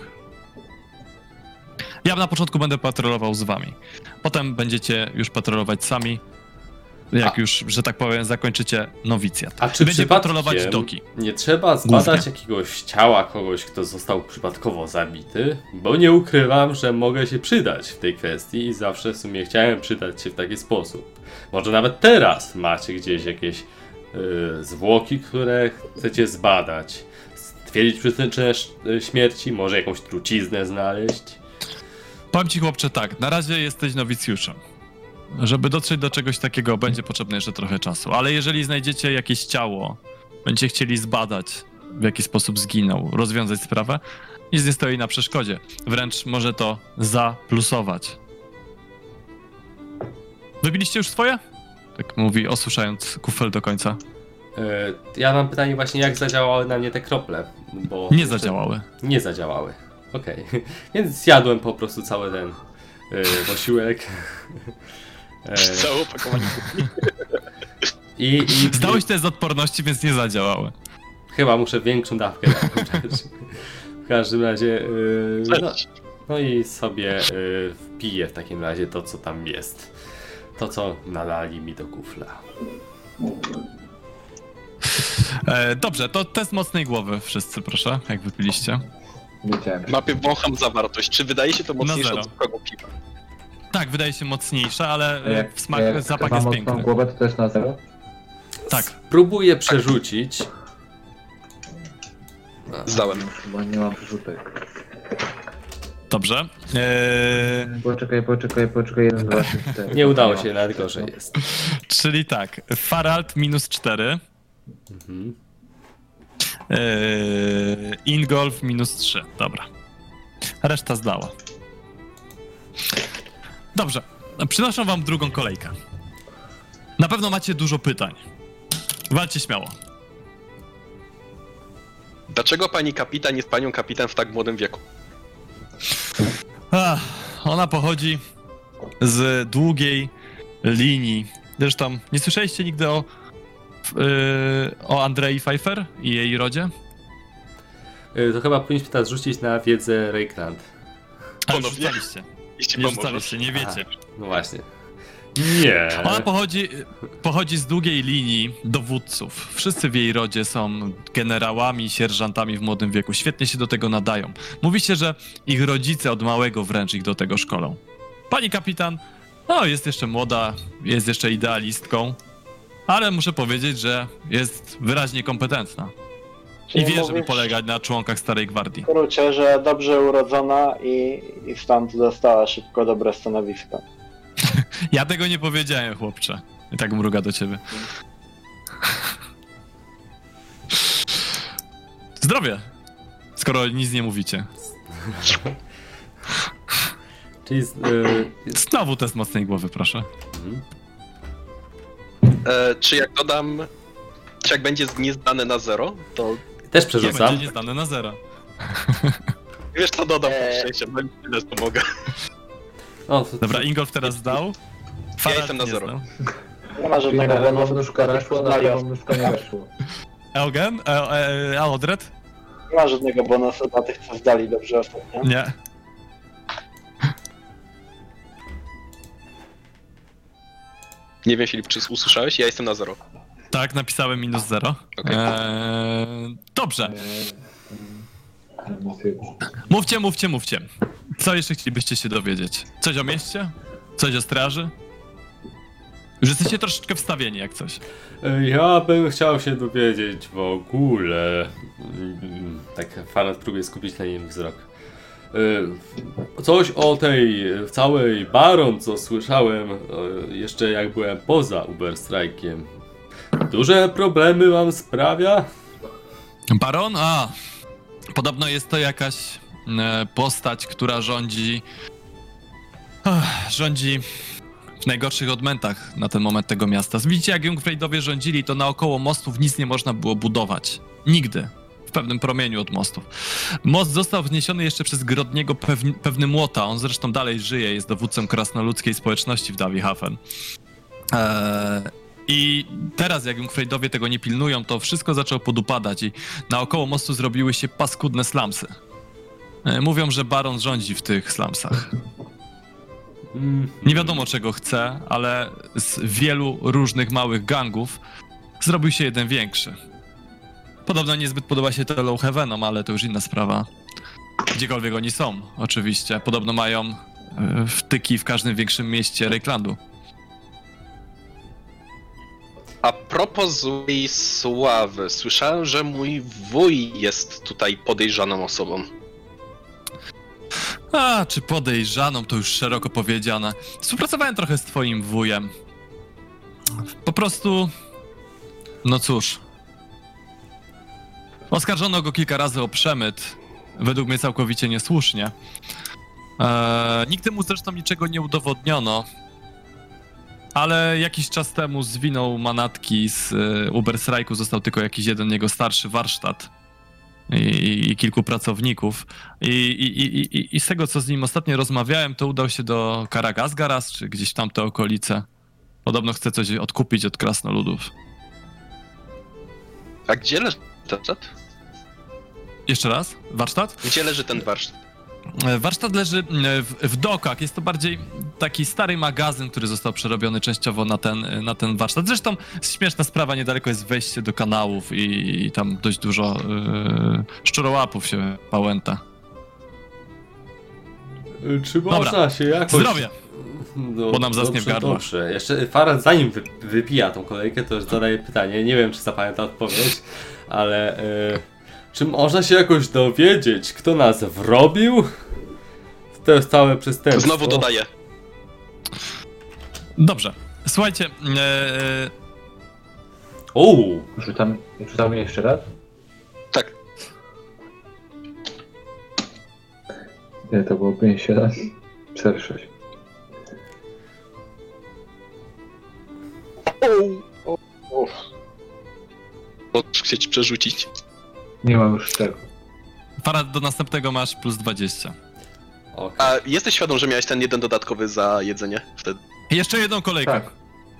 Ja na początku będę patrolował z wami. Potem będziecie już patrolować sami, jak A- już, że tak powiem, zakończycie nowicjat. A czy Będzie przypadkiem patrolować doki. nie trzeba zbadać Głównie. jakiegoś ciała kogoś, kto został przypadkowo zabity? Bo nie ukrywam, że mogę się przydać w tej kwestii i zawsze w sumie chciałem przydać się w taki sposób. Może nawet teraz macie gdzieś jakieś yy, zwłoki, które chcecie zbadać, stwierdzić przyczynę sz- śmierci, może jakąś truciznę znaleźć. Powiem ci, chłopcze, tak, na razie jesteś nowicjuszem. Żeby dotrzeć do czegoś takiego, będzie potrzebne jeszcze trochę czasu. Ale jeżeli znajdziecie jakieś ciało, będziecie chcieli zbadać, w jaki sposób zginął, rozwiązać sprawę, nic nie stoi na przeszkodzie. Wręcz może to zaplusować. Wybiliście już swoje? Tak mówi, osuszając kufel do końca. Yy, ja mam pytanie właśnie, jak zadziałały na mnie te krople, bo... Nie zadziałały. Nie zadziałały. Okej. Więc zjadłem po prostu cały ten yy, posiłek. E, Całe opakowanie. I, i Zdałeś test odporności, więc nie zadziałały. chyba muszę większą dawkę dać. W każdym razie. Yy, no, no i sobie yy, wpiję w takim razie to, co tam jest. To, co nalali mi do kufla. E, dobrze, to test mocnej głowy wszyscy, proszę, jak wypiliście. Wiedziałem. Mapie wącham zawartość. Czy wydaje się to mocniejsze zero. od zwykłego piwa? Tak, wydaje się mocniejsze, ale A e, jak- w smak, jak zapach mam jest mocną piękny. głowę, to też na zero? Tak. Próbuję przerzucić. Zdałem. Chyba nie mam przerzutek. Dobrze. Eee, Poczekaj, poczekaj, poczekaj, jeden, dwa, trzy, cztery. Nie udało się, nawet gorzej jest. czyli tak, Farald minus cztery, Mhm. eee, Ingolf minus trzy, dobra. Reszta zdała. Dobrze, przynoszę wam drugą kolejkę. Na pewno macie dużo pytań. Walczcie śmiało. Dlaczego pani kapitan jest panią kapitan w tak młodym wieku? Ach, ona pochodzi z długiej linii. Zresztą nie słyszeliście nigdy o, yy, o Andrei Pfeiffer i jej rodzie? Yy, To chyba powinniśmy teraz rzucić na wiedzę Reikland. A, już Ponownie? rzucaliście. Jeśli Nie pan może. rzucaliście, nie wiecie. No właśnie. Nie. Ona pochodzi, pochodzi z długiej linii dowódców. Wszyscy w jej rodzie są generałami, sierżantami w młodym wieku. Świetnie się do tego nadają. Mówi się, że ich rodzice od małego wręcz ich do tego szkolą. Pani kapitan, no jest jeszcze młoda, jest jeszcze idealistką, ale muszę powiedzieć, że jest wyraźnie kompetentna. I Czyli wie, żeby mówisz polegać na członkach Starej Gwardii. w skrócie, że dobrze urodzona i, i stąd dostała szybko dobre stanowisko. Ja tego nie powiedziałem, chłopcze. I tak mruga do ciebie. Zdrowie! Skoro nic nie mówicie. Czyli. z- Yy, Znowu test mocnej głowy, proszę. mhm. E, czy jak dodam... Czy jak będzie niezdane na zero, to... Też Nie przerzucam. będzie niezdane na zero. Wiesz co, dodam Eee. po szczęście, bo tyle to mogę. O, to, Dobra, Ingolf teraz zdał. Farad jestem na nie zero. zdał. Nie ma Czyli żadnego na lewą bonusu. nóżkę weszło, na prawą nóżkę nie weszło. Eugen? E, e, a Odred? Nie ma żadnego bonusu dla tych, co zdali dobrze ostatnio. Nie. Nie wiem, Filip, czy usłyszałeś? Ja jestem na zero. Tak, napisałem minus zero. Okej. Eee, dobrze. Eee, Mówcie, mówcie, mówcie. Co jeszcze chcielibyście się dowiedzieć? Coś o mieście? Coś o straży? Już jesteście troszeczkę wstawieni, jak coś. Ja bym chciał się dowiedzieć w ogóle. Mm, Tak, Farad próbuje skupić na nim wzrok. Y, Coś o tej całej Baron, co słyszałem y, jeszcze jak byłem poza Uberstrajkiem. Duże problemy wam sprawia? Baron? A, podobno jest to jakaś e, postać, która rządzi ach, rządzi w najgorszych odmętach na ten moment tego miasta. Widzicie, jak Jungfrejdowie rządzili, to naokoło mostów nic nie można było budować. Nigdy. W pewnym promieniu od mostów. Most został wzniesiony jeszcze przez Grodniego pewni, pewny Młota. On zresztą dalej żyje, jest dowódcą krasnoludzkiej społeczności w Dawihafen. Eee, I teraz, jak Jungfrejdowie tego nie pilnują, to wszystko zaczęło podupadać i naokoło mostu zrobiły się paskudne slumsy. Eee, mówią, że baron rządzi w tych slumsach. Nie wiadomo, czego chce, ale z wielu różnych małych gangów zrobił się jeden większy. Podobno niezbyt podoba się to Low Heavenom, ale to już inna sprawa. Gdziekolwiek oni są, oczywiście. Podobno mają y, wtyki w każdym większym mieście Reiklandu. A propos złej sławy, słyszałem, że mój wuj jest tutaj podejrzaną osobą. A, czy podejrzaną, to już szeroko powiedziane. Współpracowałem trochę z twoim wujem. Po prostu... No cóż... Oskarżono go kilka razy o przemyt. Według mnie całkowicie niesłusznie. Eee, nigdy mu zresztą niczego nie udowodniono. Ale jakiś czas temu zwinął manatki z y, Uberstrajku. Został tylko jakiś jeden jego starszy warsztat. I, i kilku pracowników. I, i, i, i, I z tego, co z nim ostatnio rozmawiałem, to udał się do Karagazgaras, czy gdzieś w tamte okolice. Podobno chce coś odkupić od krasnoludów. A gdzie leży ten warsztat? Jeszcze raz? Warsztat? Gdzie leży ten warsztat? Warsztat leży w, w dokach. Jest to bardziej taki stary magazyn, który został przerobiony częściowo na ten, na ten warsztat. Zresztą śmieszna sprawa, niedaleko jest wejście do kanałów i, i tam dość dużo yy, szczurołapów się pałęta. Czy można Dobra. się jakoś... Zdrowie! No, Bo nam zaschnie w dobrze, gardle. Dobrze, jeszcze Farad zanim wy, wypija tą kolejkę, to już zadaję pytanie, nie wiem czy zapamięta odpowiedź, ale e, czy można się jakoś dowiedzieć, kto nas wrobił? To jest całe przestępstwo. Znowu dodaję. Dobrze. Słuchajcie, yy, Uuu, Rzucam, rzucamy jeszcze raz? Tak. Nie, to było pięć, siedem, cztery, sześć. Możesz chcieć przerzucić. Nie mam już czego. Farad, do następnego masz plus dwadzieścia. okej. A jesteś świadom, że miałeś ten jeden dodatkowy za jedzenie wtedy? Jeszcze jedną kolejkę. Tak.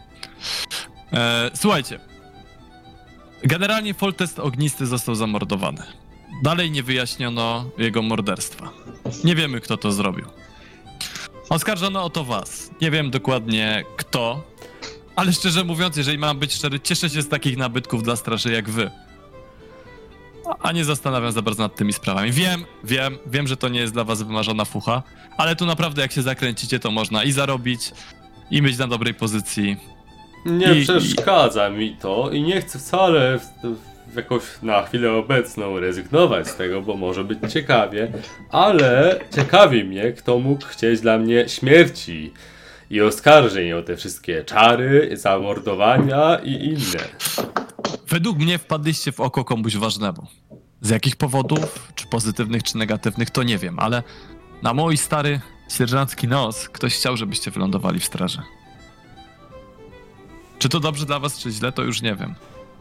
E, słuchajcie. Generalnie Foltest Ognisty został zamordowany. Dalej nie wyjaśniono jego morderstwa. Nie wiemy, kto to zrobił. Oskarżono o to was. Nie wiem dokładnie kto, ale szczerze mówiąc, jeżeli mam być szczery, cieszę się z takich nabytków dla straży jak wy. A nie zastanawiam za bardzo nad tymi sprawami. Wiem, wiem, wiem, że to nie jest dla was wymarzona fucha, ale tu naprawdę jak się zakręcicie, to można i zarobić, i być na dobrej pozycji. Nie I- przeszkadza mi to i nie chcę wcale w, w jakoś na chwilę obecną rezygnować z tego, bo może być ciekawie, ale ciekawi mnie, kto mógł chcieć dla mnie śmierci i oskarżeń o te wszystkie czary, zamordowania i inne. Według mnie wpadliście w oko komuś ważnemu. Z jakich powodów, czy pozytywnych, czy negatywnych, to nie wiem, ale na mój stary sierżancki nos ktoś chciał, żebyście wylądowali w straży. Czy to dobrze dla was, czy źle, to już nie wiem.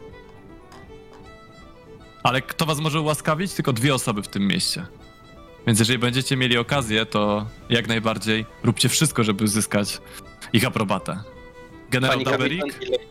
Ale kto was może ułaskawić? Tylko dwie osoby w tym mieście. Więc jeżeli będziecie mieli okazję, to jak najbardziej róbcie wszystko, żeby uzyskać ich aprobatę. Generał Pani Daberik, kapitan, ile...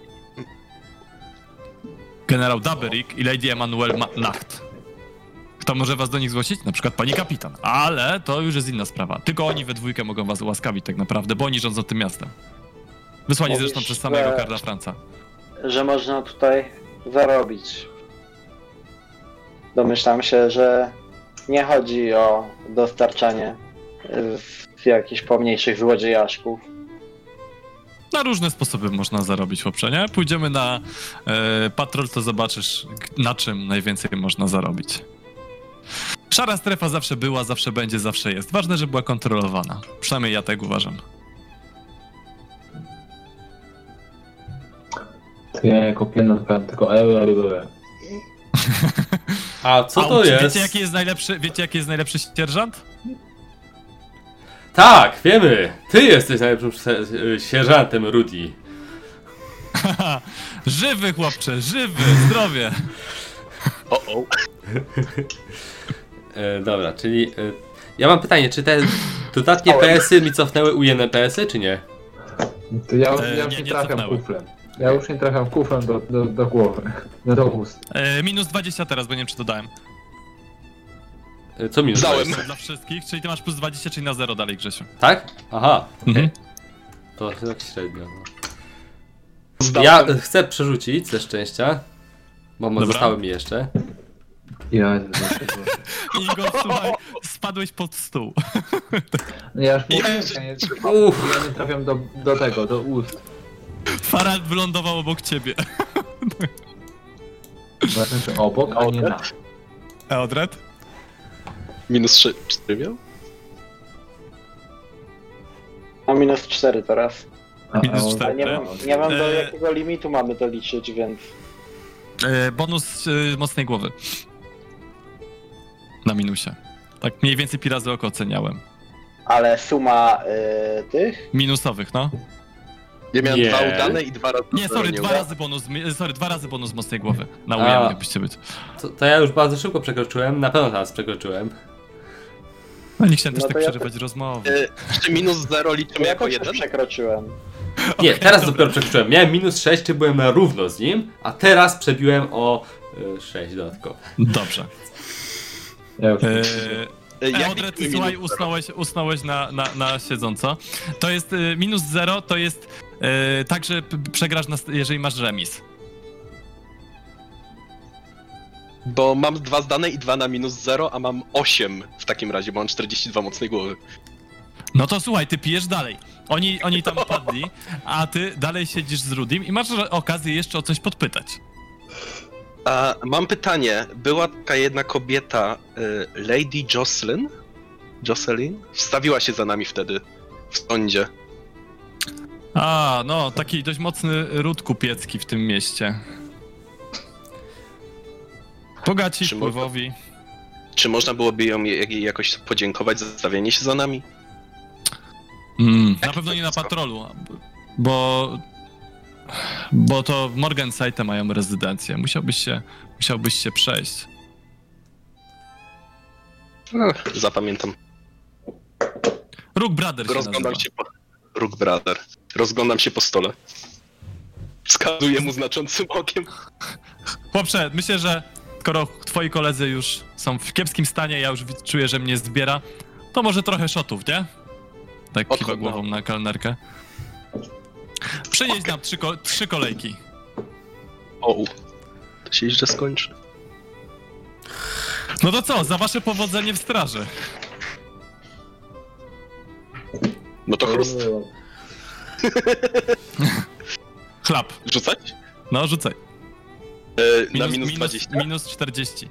generał Daberik i Lady Emanuel Ma- Nacht. Kto może was do nich zgłosić? Na przykład pani kapitan. Ale to już jest inna sprawa. Tylko oni we dwójkę mogą was ułaskawić tak naprawdę, bo oni rządzą tym miastem. Wysłani Mówisz, zresztą przez samego że- Karla Franca. Że można tutaj zarobić. Domyślam się, że nie chodzi o dostarczanie y, jakichś pomniejszych złodziejaszków. Na różne sposoby można zarobić, chłopcze, nie? Pójdziemy na e, patrol, to zobaczysz, k- na czym najwięcej można zarobić. Szara strefa zawsze była, zawsze będzie, zawsze jest. Ważne, żeby była kontrolowana. Przynajmniej ja tak uważam. To ja jako pieniądz powiem tylko euro, euro. A co A to uczy- jest? Wiecie jaki jest najlepszy, wiecie jaki jest najlepszy sierżant? Tak, wiemy! Ty jesteś najlepszym se- sierżantem, Rudy. Żywy chłopcze, żywy, zdrowie. O, o. E, dobra, czyli... E, ja mam pytanie, czy te dodatnie P S y mi cofnęły ujemne P S y, czy nie? To ja, E, ja już nie, nie, nie trafiam cofnęły. kuflem. Ja już nie trafiam kuflem do, do, do głowy, no do ust. E, minus dwadzieścia teraz, bo nie wiem czy to dałem. E, co minus Zdałem. dwadzieścia? Dla wszystkich, czyli ty masz plus dwadzieścia, czyli na zero dalej, Grzesiu. Tak? Aha, Mhm. to tak średnio. No. Zdałem. Ja chcę przerzucić ze szczęścia, bo Dobra. zostały mi jeszcze. Ja, I go, słuchaj, spadłeś pod stół. no ja już Ja mówiłem, jeszcze- ja nie, Uff. ja nie trafiam do, do tego, do ust. Farad wylądował obok ciebie. Znaczy obok, a nie na. Eodred? Minus trzy, cztery miał? Mam minus cztery teraz. A, Minus a on- cztery. A nie wiem, nie wiem do E, jakiego limitu mamy to liczyć, więc... E, bonus e, mocnej głowy. Na minusie. Tak mniej więcej pi razy oko oceniałem. Ale suma y, tych? Minusowych, no. Ja miałem Nie. dwa udane i dwa razy. Nie, sorry, dwa udało. razy bonus, mi- sorry, dwa razy bonus mocnej głowy. Na A. ujemnie byście być. To, to ja już bardzo szybko przekroczyłem, na pewno teraz przekroczyłem. No nie chciałem też No tak to ja przerywać rozmowy. E, Czy minus zero liczymy Ja jako też jeden? przekroczyłem. Nie, Okej, teraz dobra. dopiero przekroczyłem. Miałem minus sześć, czy byłem na równo z nim, a teraz przebiłem o y, sześć dodatkowo. Dobrze. Ja już E, E, jak Eodred, liczymy słuchaj, minus zero? usnąłeś, usnąłeś na, na, na siedząco. To jest y, minus zero, to jest y, tak, że p- przegrasz, na, st- jeżeli masz remis. Bo mam dwa zdane i dwa na minus zero, a mam osiem w takim razie, bo mam czterdzieści dwa mocnej głowy. No to słuchaj, ty pijesz dalej. Oni, oni tam padli, a ty dalej siedzisz z Rudim i masz okazję jeszcze o coś podpytać. A, mam pytanie. Była taka jedna kobieta, y, Lady Jocelyn? Jocelyn? Wstawiła się za nami wtedy w sądzie. A, no, taki dość mocny ród kupiecki w tym mieście. Bogaci, Czy można- wpływowi. Czy można byłoby ją jej jakoś podziękować za stawienie się za nami? Mm, na pewno nie na patrolu, bo... Bo to w Morganside mają rezydencję. Musiałbyś się, musiałbyś się przejść. Ach, zapamiętam. Rook Brother się Rozglądam nazywa. się po... Rook Brother. Rozglądam się po stole. Wskazuję mu znaczącym okiem. Chłopcze, myślę, że skoro twoi koledzy już są w kiepskim stanie, ja już wi- czuję, że mnie zbiera, to może trochę shotów, nie? Tak kiwa Odchodno. głową na kelnerkę. Przynieś nam trzy, ko- trzy kolejki. O, to się źle skończy. No to co, za wasze powodzenie w straży. No to chrust. Chlap. Rzucać? No, rzucaj. E, na minus minus, dwadzieścia? minus czterdzieści.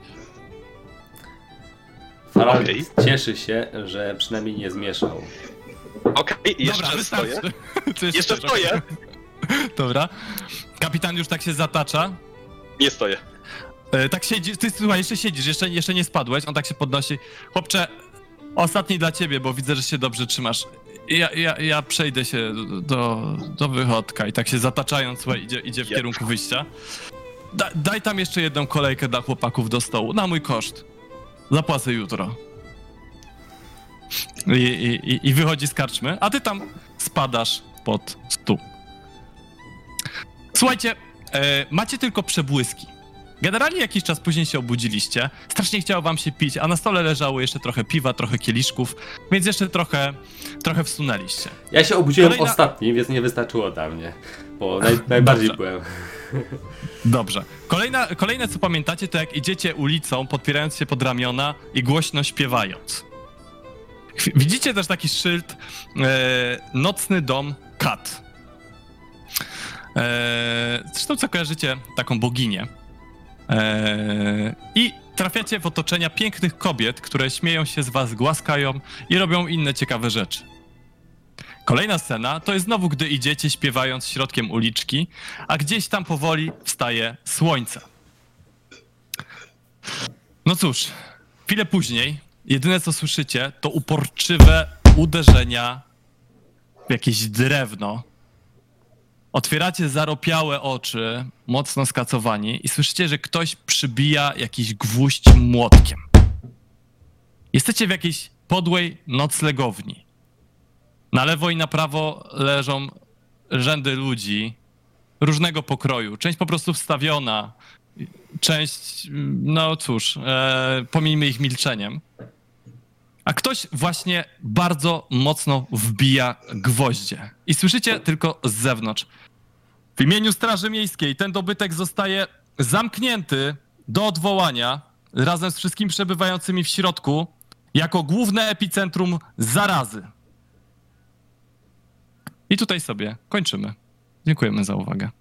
Farad Okej. cieszy się, że przynajmniej nie zmieszał. Okej, jeszcze Dobra, stoję. wystarczy. Czy Jeszcze chcesz? stoję. Dobra. Kapitan już tak się zatacza. Nie stoję. E, tak siedzisz, ty słuchaj, jeszcze siedzisz, jeszcze, jeszcze nie spadłeś, on tak się podnosi. Chłopcze, ostatni dla ciebie, bo widzę, że się dobrze trzymasz. Ja, ja, ja przejdę się do, do wychodka i tak się zataczając, słuchaj, idzie, idzie w Ja. kierunku wyjścia. Da, daj tam jeszcze jedną kolejkę dla chłopaków do stołu, na mój koszt. Zapłacę jutro. I, i, i- i wychodzi z karczmy, a ty tam spadasz pod stół. Słuchajcie, e, macie tylko przebłyski. Generalnie jakiś czas później się obudziliście, strasznie chciało wam się pić, a na stole leżało jeszcze trochę piwa, trochę kieliszków, więc jeszcze trochę, trochę wsunęliście. Ja się obudziłem Kolejna- ostatni, więc nie wystarczyło dla mnie. Bo naj, najbardziej Dobrze. byłem. Dobrze. Kolejna, kolejne co pamiętacie, to jak idziecie ulicą, podpierając się pod ramiona i głośno śpiewając. Chwi- Widzicie też taki szyld e, Nocny dom Kat. E, zresztą co kojarzycie taką boginię. E, I trafiacie w otoczenia pięknych kobiet, które śmieją się z was, głaskają i robią inne ciekawe rzeczy. Kolejna scena to jest znowu, gdy idziecie śpiewając środkiem uliczki, a gdzieś tam powoli wstaje słońce. No cóż, chwilę później jedyne co słyszycie to uporczywe uderzenia w jakieś drewno. Otwieracie zaropiałe oczy, mocno skacowani i słyszycie, że ktoś przybija jakiś gwóźdź młotkiem. Jesteście w jakiejś podłej noclegowni. Na lewo i na prawo leżą rzędy ludzi różnego pokroju. Część po prostu wstawiona, część, no cóż, e, pomijmy ich milczeniem. A ktoś właśnie bardzo mocno wbija gwoździe. I słyszycie tylko z zewnątrz. W imieniu Straży Miejskiej ten dobytek zostaje zamknięty do odwołania razem z wszystkimi przebywającymi w środku jako główne epicentrum zarazy. I tutaj sobie kończymy. Dziękujemy za uwagę.